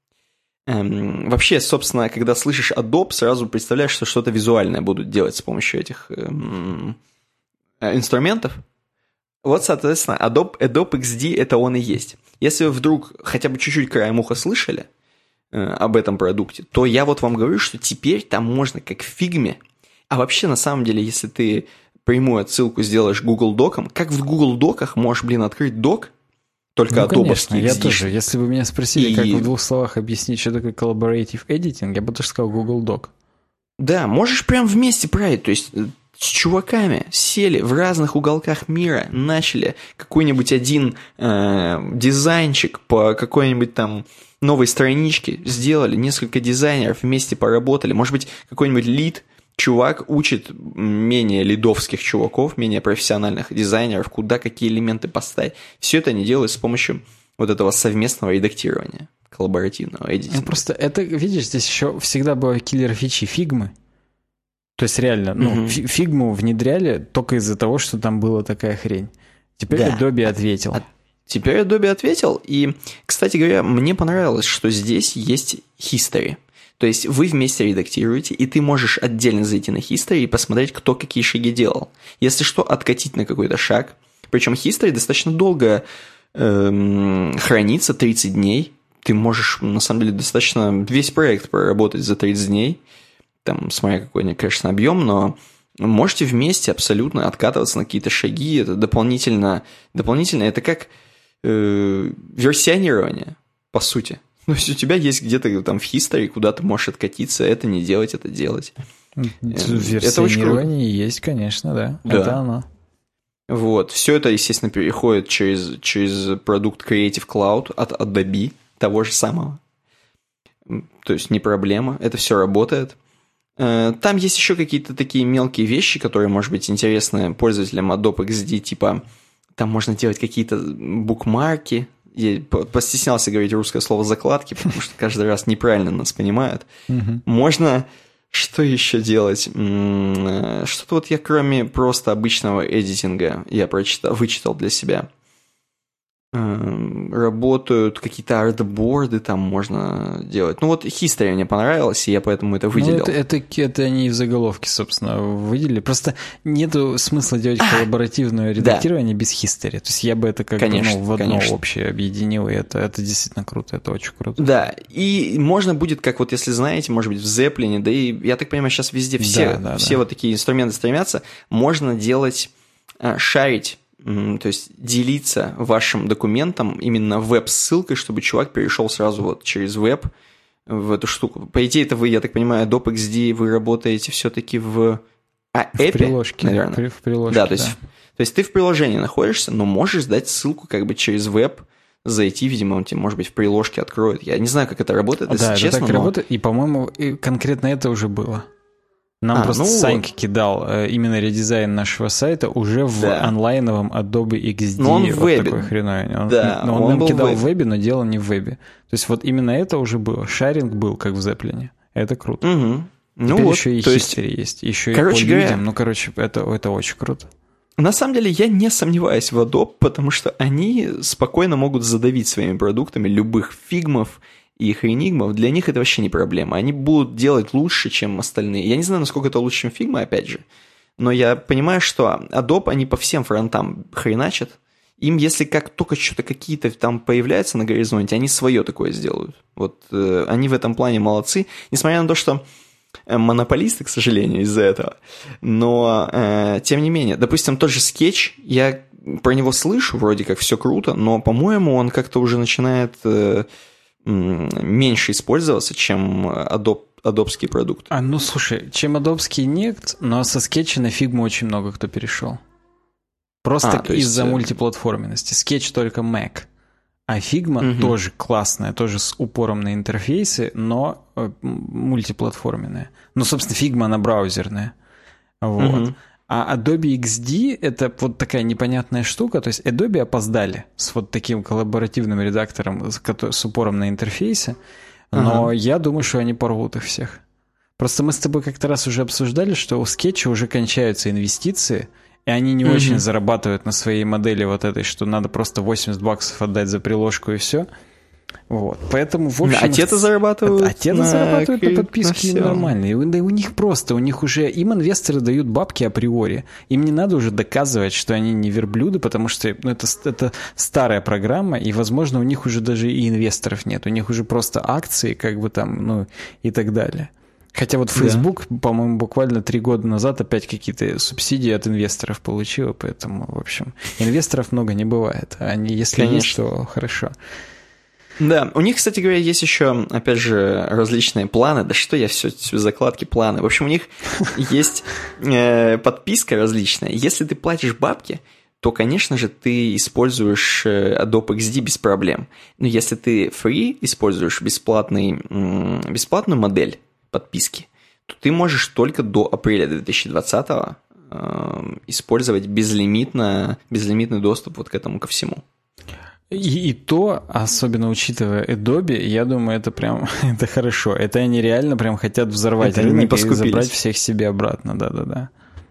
Speaker 1: Эм, вообще, собственно, когда слышишь Adobe, сразу представляешь, что что-то визуальное будут делать с помощью этих эм, инструментов. Вот, соответственно, Adobe, Adobe икс ди это он и есть. Если вы вдруг хотя бы чуть-чуть краем уха слышали э, об этом продукте, то я вот вам говорю, что теперь там можно как в фигме. А вообще, на самом деле, если ты прямую отсылку сделаешь Google Доком, как в Google Доках можешь, блин, открыть док, только
Speaker 2: ну,
Speaker 1: Adobe-овский
Speaker 2: я тоже. Если бы меня спросили, и... как в двух словах объяснить, что такое collaborative editing, я бы тоже сказал Google Doc.
Speaker 1: Да, можешь прям вместе править, то есть с чуваками сели в разных уголках мира, начали какой-нибудь один э, дизайнчик по какой-нибудь там новой страничке, сделали, несколько дизайнеров вместе поработали, может быть, какой-нибудь лид, чувак учит менее лидовских чуваков, менее профессиональных дизайнеров, куда какие элементы поставить. Все это они делают с помощью вот этого совместного редактирования, коллаборативного эдитинга.
Speaker 2: Ну, просто это, видишь, здесь еще всегда было киллер-фичи фигмы. То есть реально, ну, mm-hmm. фигму внедряли только из-за того, что там была такая хрень. Теперь да. Adobe ответил. А
Speaker 1: теперь Adobe ответил, и, кстати говоря, мне понравилось, что здесь есть history. То есть вы вместе редактируете, и ты можешь отдельно зайти на history и посмотреть, кто какие шаги делал. Если что, откатить на какой-то шаг. Причем history достаточно долго эм, хранится, тридцать дней. Ты можешь, на самом деле, достаточно весь проект проработать за тридцать дней. Там, смотря какой, конечно, объем, но можете вместе абсолютно откатываться на какие-то шаги. Это дополнительно, дополнительно это как э, версионирование, по сути. Ну, если у тебя есть где-то там в history, куда ты можешь откатиться, это не делать, это делать.
Speaker 2: Версионирование есть, конечно, да.
Speaker 1: да.
Speaker 2: Это оно.
Speaker 1: Вот. Все это, естественно, переходит через, через продукт Creative Cloud от Adobe, того же самого. То есть не проблема, это все работает. Там есть еще какие-то такие мелкие вещи, которые, может быть, интересны пользователям Adobe икс ди, типа там можно делать какие-то букмарки. Я постеснялся говорить русское слово «закладки», потому что каждый раз неправильно нас понимают. Mm-hmm. Можно... Что еще делать? Что-то вот я, кроме просто обычного эдитинга, я прочитал, вычитал для себя. Работают какие-то артборды, там можно делать. Ну вот History мне понравилось, и я поэтому это выделил.
Speaker 2: Ну, это, это, это они в заголовке, собственно, выделили. Просто нету смысла делать а, коллаборативное редактирование да. без History. То есть я бы это как конечно, бы ну, в одно конечно. общее объединил, и это, это действительно круто, это очень круто.
Speaker 1: Да, и можно будет, как вот если знаете, может быть, в Zeppelin, да и, я так понимаю, сейчас везде все, да, да, все да. вот такие инструменты стремятся, можно делать, шарить, то есть делиться вашим документом именно веб-ссылкой, чтобы чувак перешел сразу вот через веб в эту штуку. По идее, это вы, я так понимаю, Adobe икс ди, вы работаете все-таки в а,
Speaker 2: в приложке,
Speaker 1: наверное.
Speaker 2: В приложке,
Speaker 1: да, то есть, да. то есть ты в приложении находишься, но можешь дать ссылку как бы через веб, зайти, видимо, он тебе, может быть, в приложке откроет. Я не знаю, как это работает, если
Speaker 2: да,
Speaker 1: честно.
Speaker 2: Да, это так
Speaker 1: но...
Speaker 2: работает, и, по-моему, конкретно это уже было. Нам а, просто ну Санька вот. кидал именно редизайн нашего сайта уже в да. онлайновом Adobe икс ди.
Speaker 1: Но он
Speaker 2: вот
Speaker 1: в вебе.
Speaker 2: Такой хреновый. Он,
Speaker 1: да,
Speaker 2: но он,
Speaker 1: он
Speaker 2: нам кидал
Speaker 1: в
Speaker 2: вебе. в вебе, но дело не в вебе. То есть вот именно это уже было. Шаринг был, как в Zeppelin. Это круто.
Speaker 1: Угу. Ну
Speaker 2: Теперь
Speaker 1: вот,
Speaker 2: еще и History есть, есть. Еще
Speaker 1: короче
Speaker 2: и по
Speaker 1: говоря,
Speaker 2: людям. Ну, короче, это, это очень круто.
Speaker 1: На самом деле, я не сомневаюсь в Adobe, потому что они спокойно могут задавить своими продуктами любых фигмов и их энигмов. Для них это вообще не проблема. Они будут делать лучше, чем остальные. Я не знаю, насколько это лучше, чем фигма, опять же. Но я понимаю, что Adobe, они по всем фронтам хреначат. Им, если как только что-то какие-то там появляются на горизонте, они свое такое сделают. Вот э, они в этом плане молодцы. Несмотря на то, что монополисты, к сожалению, из-за этого. Но, э, тем не менее, допустим, тот же Sketch, я про него слышу, вроде как все круто, но, по-моему, он как-то уже начинает э, меньше использоваться, чем Adobe, адобский продукт.
Speaker 2: А, ну, слушай, чем адобский нет, но со Sketch на фигму очень много кто перешел. Просто а, из-за есть... мультиплатформенности. Sketch только Mac. А Figma угу. тоже классная, тоже с упором на интерфейсы, но э, мультиплатформенная. Ну, собственно, Figma, она браузерная. Вот. Угу. А Adobe икс ди — это вот такая непонятная штука. То есть Adobe опоздали с вот таким коллаборативным редактором с, с упором на интерфейсе, но угу. я думаю, что они порвут их всех. Просто мы с тобой как-то раз уже обсуждали, что у Sketch уже кончаются инвестиции, и они не mm-hmm. очень зарабатывают на своей модели вот этой, что надо просто восемьдесят баксов отдать за приложку и все. Вот. Поэтому, в общем...
Speaker 1: А те-то зарабатывают
Speaker 2: А те-то
Speaker 1: на...
Speaker 2: зарабатывают на подписке на нормальные. Да у них просто, у них уже... Им инвесторы дают бабки априори. Им не надо уже доказывать, что они не верблюды, потому что ну, это, это старая программа, и, возможно, у них уже даже и инвесторов нет. У них уже просто акции, как бы там, ну, и так далее. Хотя вот Facebook, да. по-моему, буквально три года назад опять какие-то субсидии от инвесторов получила, поэтому, в общем, инвесторов много не бывает. Они, если Конечно. есть, то хорошо.
Speaker 1: Да, у них, кстати говоря, есть еще, опять же, различные планы. Да что я все, все закладки, планы. В общем, у них есть э, подписка различная. Если ты платишь бабки, то, конечно же, ты используешь Adobe икс ди без проблем. Но если ты free используешь бесплатный, бесплатную модель подписки, то ты можешь только до апреля две тысячи двадцатого э, использовать безлимитно, безлимитный доступ вот к этому ко всему.
Speaker 2: И, и то, особенно учитывая Adobe, я думаю, это прям это хорошо. Это они реально прям хотят взорвать рынок и забрать всех себе обратно. Да-да-да.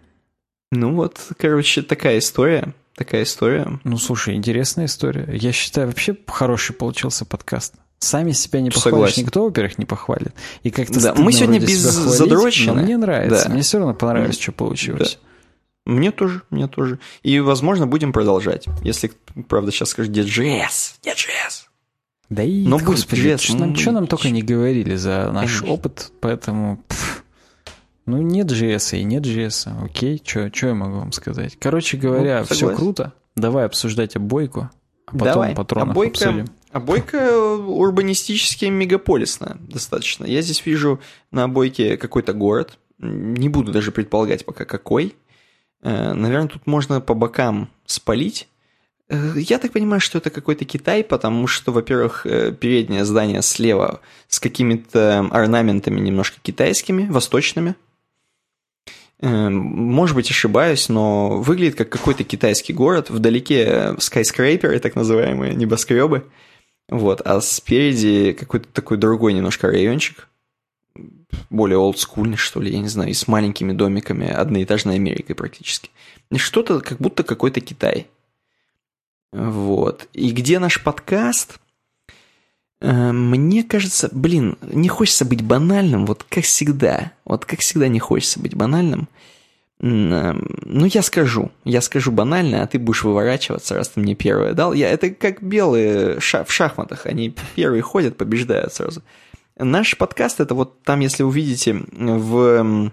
Speaker 1: Ну вот, короче, такая история. Такая история.
Speaker 2: Ну, слушай, интересная история. Я считаю, вообще хороший получился подкаст. Сами себя не похвалишь,
Speaker 1: Согласен.
Speaker 2: Никто, во-первых, не похвалит. И как-то
Speaker 1: да, мы сегодня без задрочены.
Speaker 2: Но мне нравится,
Speaker 1: да.
Speaker 2: мне все равно понравилось, что получилось.
Speaker 1: Да. Мне тоже, мне тоже. И, возможно, будем продолжать. Если, правда, сейчас скажешь, где джей эс? Где джей эс?
Speaker 2: Да и,
Speaker 1: но
Speaker 2: господи,
Speaker 1: джей эс,
Speaker 2: что нам, что нам только не говорили за наш
Speaker 1: Конечно.
Speaker 2: опыт, поэтому... Пфф, ну, нет джей эс и нет джей эс, окей, что я могу вам сказать? Короче говоря, ну, все круто. Давай обсуждать обойку, а потом
Speaker 1: Давай.
Speaker 2: патронов
Speaker 1: Обойка...
Speaker 2: обсудим.
Speaker 1: Обойка урбанистически мегаполисная достаточно. Я здесь вижу на обойке какой-то город. Не буду даже предполагать пока какой. Наверное, тут можно по бокам спалить. Я так понимаю, что это какой-то Китай, потому что, во-первых, переднее здание слева с какими-то орнаментами немножко китайскими, восточными. Может быть, ошибаюсь, но выглядит как какой-то китайский город. Вдалеке скайскрайперы, так называемые, небоскребы. Вот, а спереди какой-то такой другой немножко райончик. Более олдскульный, что ли, я не знаю, и с маленькими домиками, одноэтажной Америкой практически. Что-то как будто какой-то Китай. Вот. И где наш подкаст? Мне кажется, блин, не хочется быть банальным, вот как всегда. Вот как всегда не хочется быть банальным. Ну, я скажу. Я скажу банально, а ты будешь выворачиваться, раз ты мне первое дал. Я, это как белые ша- в шахматах. Они первые ходят, побеждают сразу. Наш подкаст, это вот там, если увидите, в,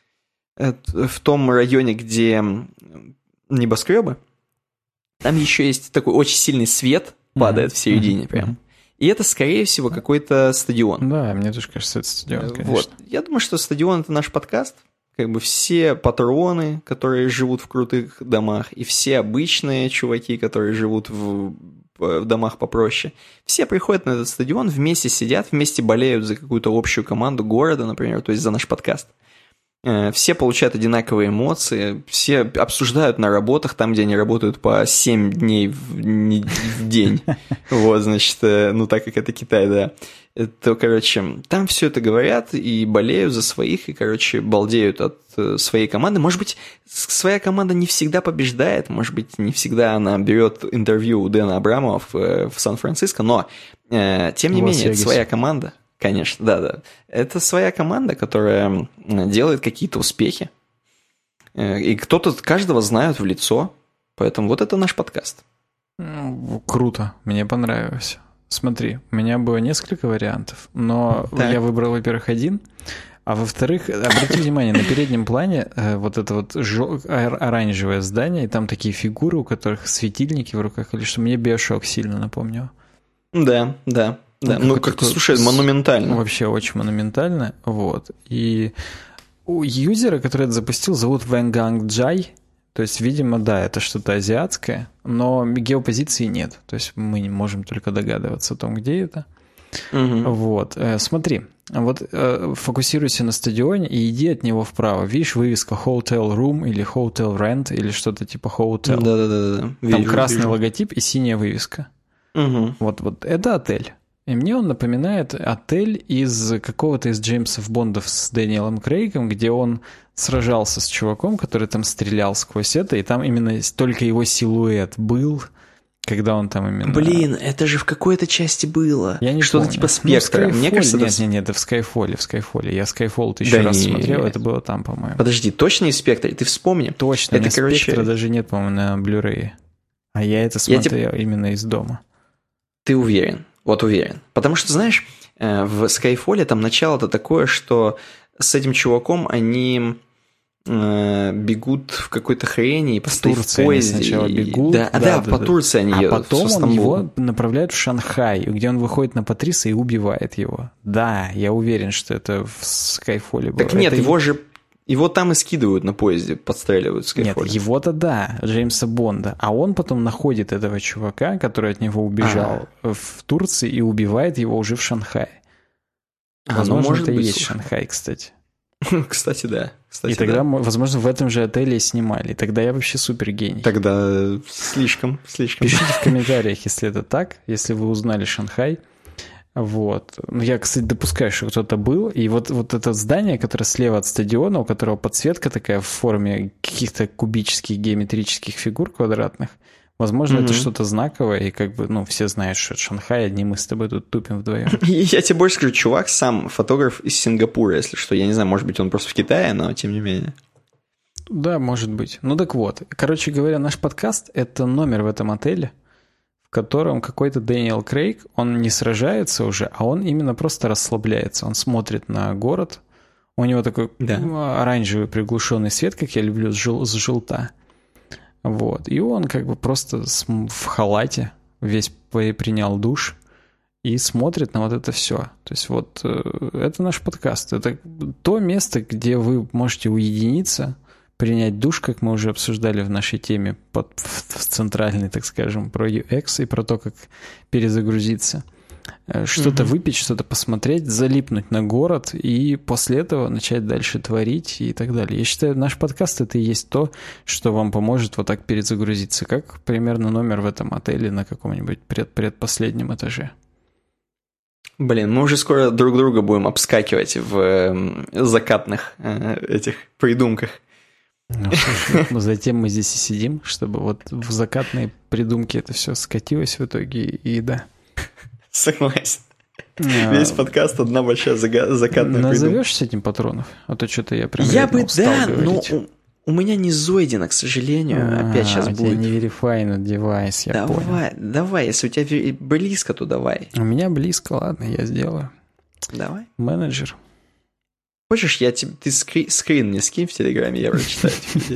Speaker 1: в том районе, где небоскребы, там еще есть такой очень сильный свет, падает mm-hmm. в середине mm-hmm. прям. И это, скорее всего, какой-то стадион.
Speaker 2: Да, мне тоже кажется, это стадион, конечно.
Speaker 1: Вот. Я думаю, что стадион – это наш подкаст. Как бы все патроны, которые живут в крутых домах, и все обычные чуваки, которые живут в, в домах попроще, все приходят на этот стадион, вместе сидят, вместе болеют за какую-то общую команду города, например, то есть за наш подкаст. Все получают одинаковые эмоции, все обсуждают на работах, там, где они работают по семь дней в, не, в день. Вот, значит, ну так как это Китай, да. То, короче, там все это говорят и болеют за своих, и, короче, балдеют от своей команды. Может быть, своя команда не всегда побеждает, может быть, не всегда она берет интервью у Дэна Абрамова в, в Сан-Франциско, но, э, тем не менее, это своя команда. Конечно, да-да. Это своя команда, которая делает какие-то успехи. И кто-то, каждого знают в лицо. Поэтому вот это наш подкаст.
Speaker 2: Круто, мне понравилось. Смотри, у меня было несколько вариантов, но так. Я выбрал, во-первых, один. А во-вторых, обрати внимание, на переднем плане вот это вот жё- оранжевое здание, и там такие фигуры, у которых светильники в руках, или что мне Биошок сильно напомнило.
Speaker 1: Да, да. Да, ну, как-то, слушай, монументально.
Speaker 2: Вообще очень монументально, вот. И у юзера, который это запустил, зовут Вэнганг Джай, то есть, видимо, да, это что-то азиатское, но геопозиции нет, то есть мы не можем только догадываться о том, где это. Угу. Вот, смотри, вот фокусируйся на стадионе и иди от него вправо. Видишь вывеска Hotel Room или Hotel Rent или что-то типа Hotel?
Speaker 1: Да-да-да.
Speaker 2: Там
Speaker 1: вижу,
Speaker 2: красный
Speaker 1: вижу.
Speaker 2: логотип и синяя вывеска.
Speaker 1: Угу.
Speaker 2: Вот, вот это отель. И мне он напоминает отель из какого-то из Джеймсов Бондов с Дэниелом Крейгом, где он сражался с чуваком, который там стрелял сквозь это, и там именно только его силуэт был, когда он там именно...
Speaker 1: Блин, это же в какой-то части было.
Speaker 2: Я не
Speaker 1: Что-то
Speaker 2: помню.
Speaker 1: типа Спектра.
Speaker 2: Ну,
Speaker 1: мне кажется,
Speaker 2: нет,
Speaker 1: это...
Speaker 2: нет, нет, это в Скайфоле, в Скайфоле. Я Скайфол тысячу
Speaker 1: да
Speaker 2: раз
Speaker 1: не...
Speaker 2: смотрел, это было там, по-моему.
Speaker 1: Подожди, точно из Спектра? Ты вспомни.
Speaker 2: Точно,
Speaker 1: это,
Speaker 2: у меня
Speaker 1: короче...
Speaker 2: Спектра даже нет, по-моему, на Blu-ray. А я это смотрел я тебе... именно из дома.
Speaker 1: Ты уверен? Вот уверен. Потому что, знаешь, в Skyfall там начало-то такое, что с этим чуваком они э, бегут в какой-то хрени и постоят в поезде.
Speaker 2: Они сначала бегут.
Speaker 1: Да, да, да, да по да. Турции они
Speaker 2: а
Speaker 1: едут.
Speaker 2: А потом его направляют в Шанхай, где он выходит на Патриса и убивает его. Да, я уверен, что это в Skyfall было.
Speaker 1: Так нет,
Speaker 2: это...
Speaker 1: его же... Его там и скидывают на поезде, подстреливают в Skyfall.
Speaker 2: Нет, его-то да, Джеймса Бонда. А он потом находит этого чувака, который от него убежал А-а-а. в Турции, и убивает его уже в Шанхае. А, возможно, ну, может это и есть Шанхай, кстати.
Speaker 1: Кстати, да. Кстати,
Speaker 2: и тогда,
Speaker 1: да.
Speaker 2: возможно, в этом же отеле и снимали. Тогда я вообще супер гений.
Speaker 1: Тогда слишком, слишком.
Speaker 2: Пишите в комментариях, если это так, если вы узнали Шанхай. Вот. Ну, я, кстати, допускаю, что кто-то был. И вот, вот это здание, которое слева от стадиона, у которого подсветка такая в форме каких-то кубических геометрических фигур квадратных, возможно, mm-hmm. это что-то знаковое, и как бы, ну, все знают, что это Шанхай, одни мы с тобой тут тупим вдвоем.
Speaker 1: Я тебе больше скажу, чувак сам фотограф из Сингапура, если что. Я не знаю, может быть, он просто в Китае, но тем не менее.
Speaker 2: Да, может быть. Ну так вот. Короче говоря, наш подкаст — это номер в этом отеле, в котором какой-то Дэниел Крейг, он не сражается уже, а он именно просто расслабляется. Он смотрит на город. У него такой да. оранжевый приглушенный свет, как я люблю, с, жел- с желта. Вот. И он как бы просто в халате весь принял душ и смотрит на вот это все. То есть вот это наш подкаст. Это то место, где вы можете уединиться, принять душ, как мы уже обсуждали в нашей теме, под, в, в центральной, так скажем, про ю экс и про то, как перезагрузиться. Что-то mm-hmm. выпить, что-то посмотреть, залипнуть на город и после этого начать дальше творить и так далее. Я считаю, наш подкаст — это и есть то, что вам поможет вот так перезагрузиться, как примерно номер в этом отеле на каком-нибудь пред-предпоследнем этаже.
Speaker 1: Блин, мы уже скоро друг друга будем обскакивать в э, закатных э, этих придумках.
Speaker 2: Ну, слушай, затем мы здесь и сидим, чтобы вот в закатные придумки это все скатилось в итоге, и да.
Speaker 1: Согласен. А, весь подкаст одна большая зага- закатная придумка.
Speaker 2: Назовешь с этим патронов? А то что-то я прям
Speaker 1: я бы,
Speaker 2: устал
Speaker 1: да,
Speaker 2: говорить.
Speaker 1: Но у, у меня не зойдено, к сожалению, а, опять сейчас
Speaker 2: у
Speaker 1: будет.
Speaker 2: У тебя не verified девайс, я
Speaker 1: давай,
Speaker 2: понял.
Speaker 1: Давай, давай, если у тебя близко, то давай.
Speaker 2: У меня близко, ладно, я сделаю.
Speaker 1: Давай.
Speaker 2: Менеджер.
Speaker 1: Хочешь, я тебе, ты скри, скрин мне скинь в Телеграме, я прочитаю тебе.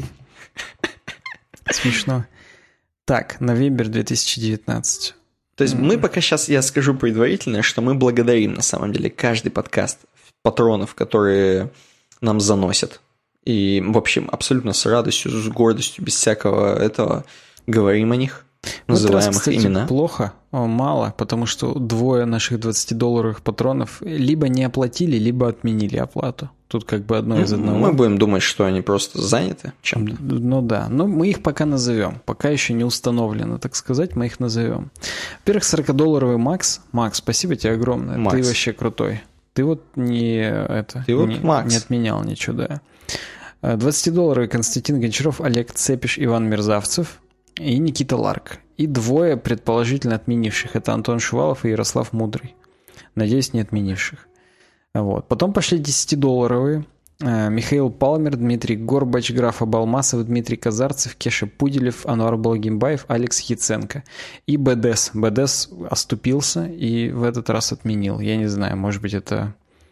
Speaker 2: Смешно. Так, новембер две тысячи девятнадцать.
Speaker 1: То есть mm-hmm. мы пока сейчас, я скажу предварительно, что мы благодарим на самом деле каждый подкаст патронов, которые нам заносят. И, в общем, абсолютно с радостью, с гордостью, без всякого этого говорим о них, называем
Speaker 2: раз, кстати,
Speaker 1: их имена.
Speaker 2: Плохо, мало, потому что двое наших двадцатидолларовых патронов либо не оплатили, либо отменили оплату. Тут как бы одно из одного.
Speaker 1: Мы будем думать, что они просто заняты чем-то.
Speaker 2: Ну да, но мы их пока назовем. Пока еще не установлено, так сказать, мы их назовем. Во-первых, сорокадолларовый Макс. Макс, спасибо тебе огромное. Макс. Ты вообще крутой. Ты вот не, это,
Speaker 1: Ты вот
Speaker 2: не,
Speaker 1: Макс.
Speaker 2: не отменял ничего, да. двадцатидолларовый Константин Гончаров, Олег Цепиш, Иван Мерзавцев и Никита Ларк. И двое предположительно отменивших. Это Антон Шувалов и Ярослав Мудрый. Надеюсь, не отменивших. Вот. Потом пошли десятидолларовые. Михаил Палмер, Дмитрий Горбач, Граф Абалмасов, Дмитрий Казарцев, Кеша Пуделев, Ануар Балгимбаев, Алекс Яценко. И БДС. БДС оступился и в этот раз отменил. Я не знаю, может быть, это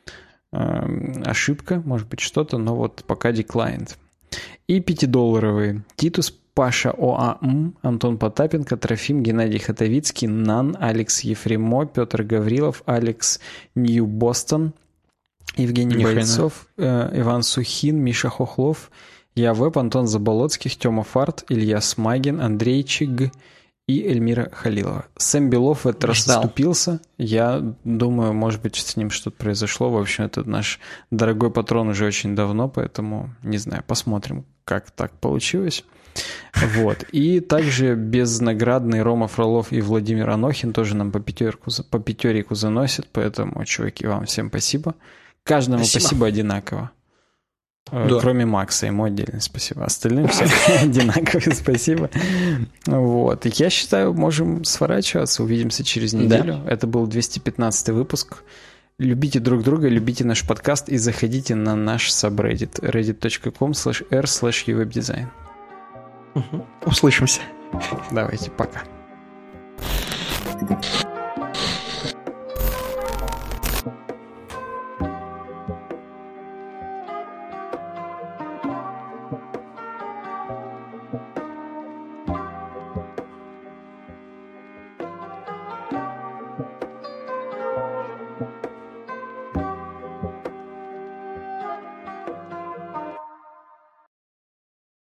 Speaker 2: э, ошибка, может быть, что-то, но вот пока declined. И пятидолларовые. Титус, Паша ОАМ, Антон Потапенко, Трофим, Геннадий Хатовицкий, Нан, Алекс Ефремо, Петр Гаврилов, Алекс Нью-Бостон, Евгений Ни Бойцов, э, Иван Сухин, Миша Хохлов, Я Веб, Антон Заболоцких, Тёма Фарт, Илья Смагин, Андрей Чиг и Эльмира Халилова. Сэм Белов в этот раз отступился. Я думаю, может быть, с ним что-то произошло. В общем, это наш дорогой патрон уже очень давно, поэтому, не знаю, посмотрим, как так получилось. Вот. И также безнаградный Рома Фролов и Владимир Анохин тоже нам по пятерку, по пятерику заносят, поэтому, чуваки, вам всем спасибо. Каждому спасибо, спасибо одинаково. Да. Кроме Макса, ему отдельно спасибо. Остальным всем одинаково спасибо. Вот. Я считаю, можем сворачиваться. Увидимся через неделю. Да. Это был двести пятнадцатый выпуск. Любите друг друга, любите наш подкаст и заходите на наш subreddit reddit.com slash r slash uwebdesign.
Speaker 1: Угу. Услышимся.
Speaker 2: Давайте, пока.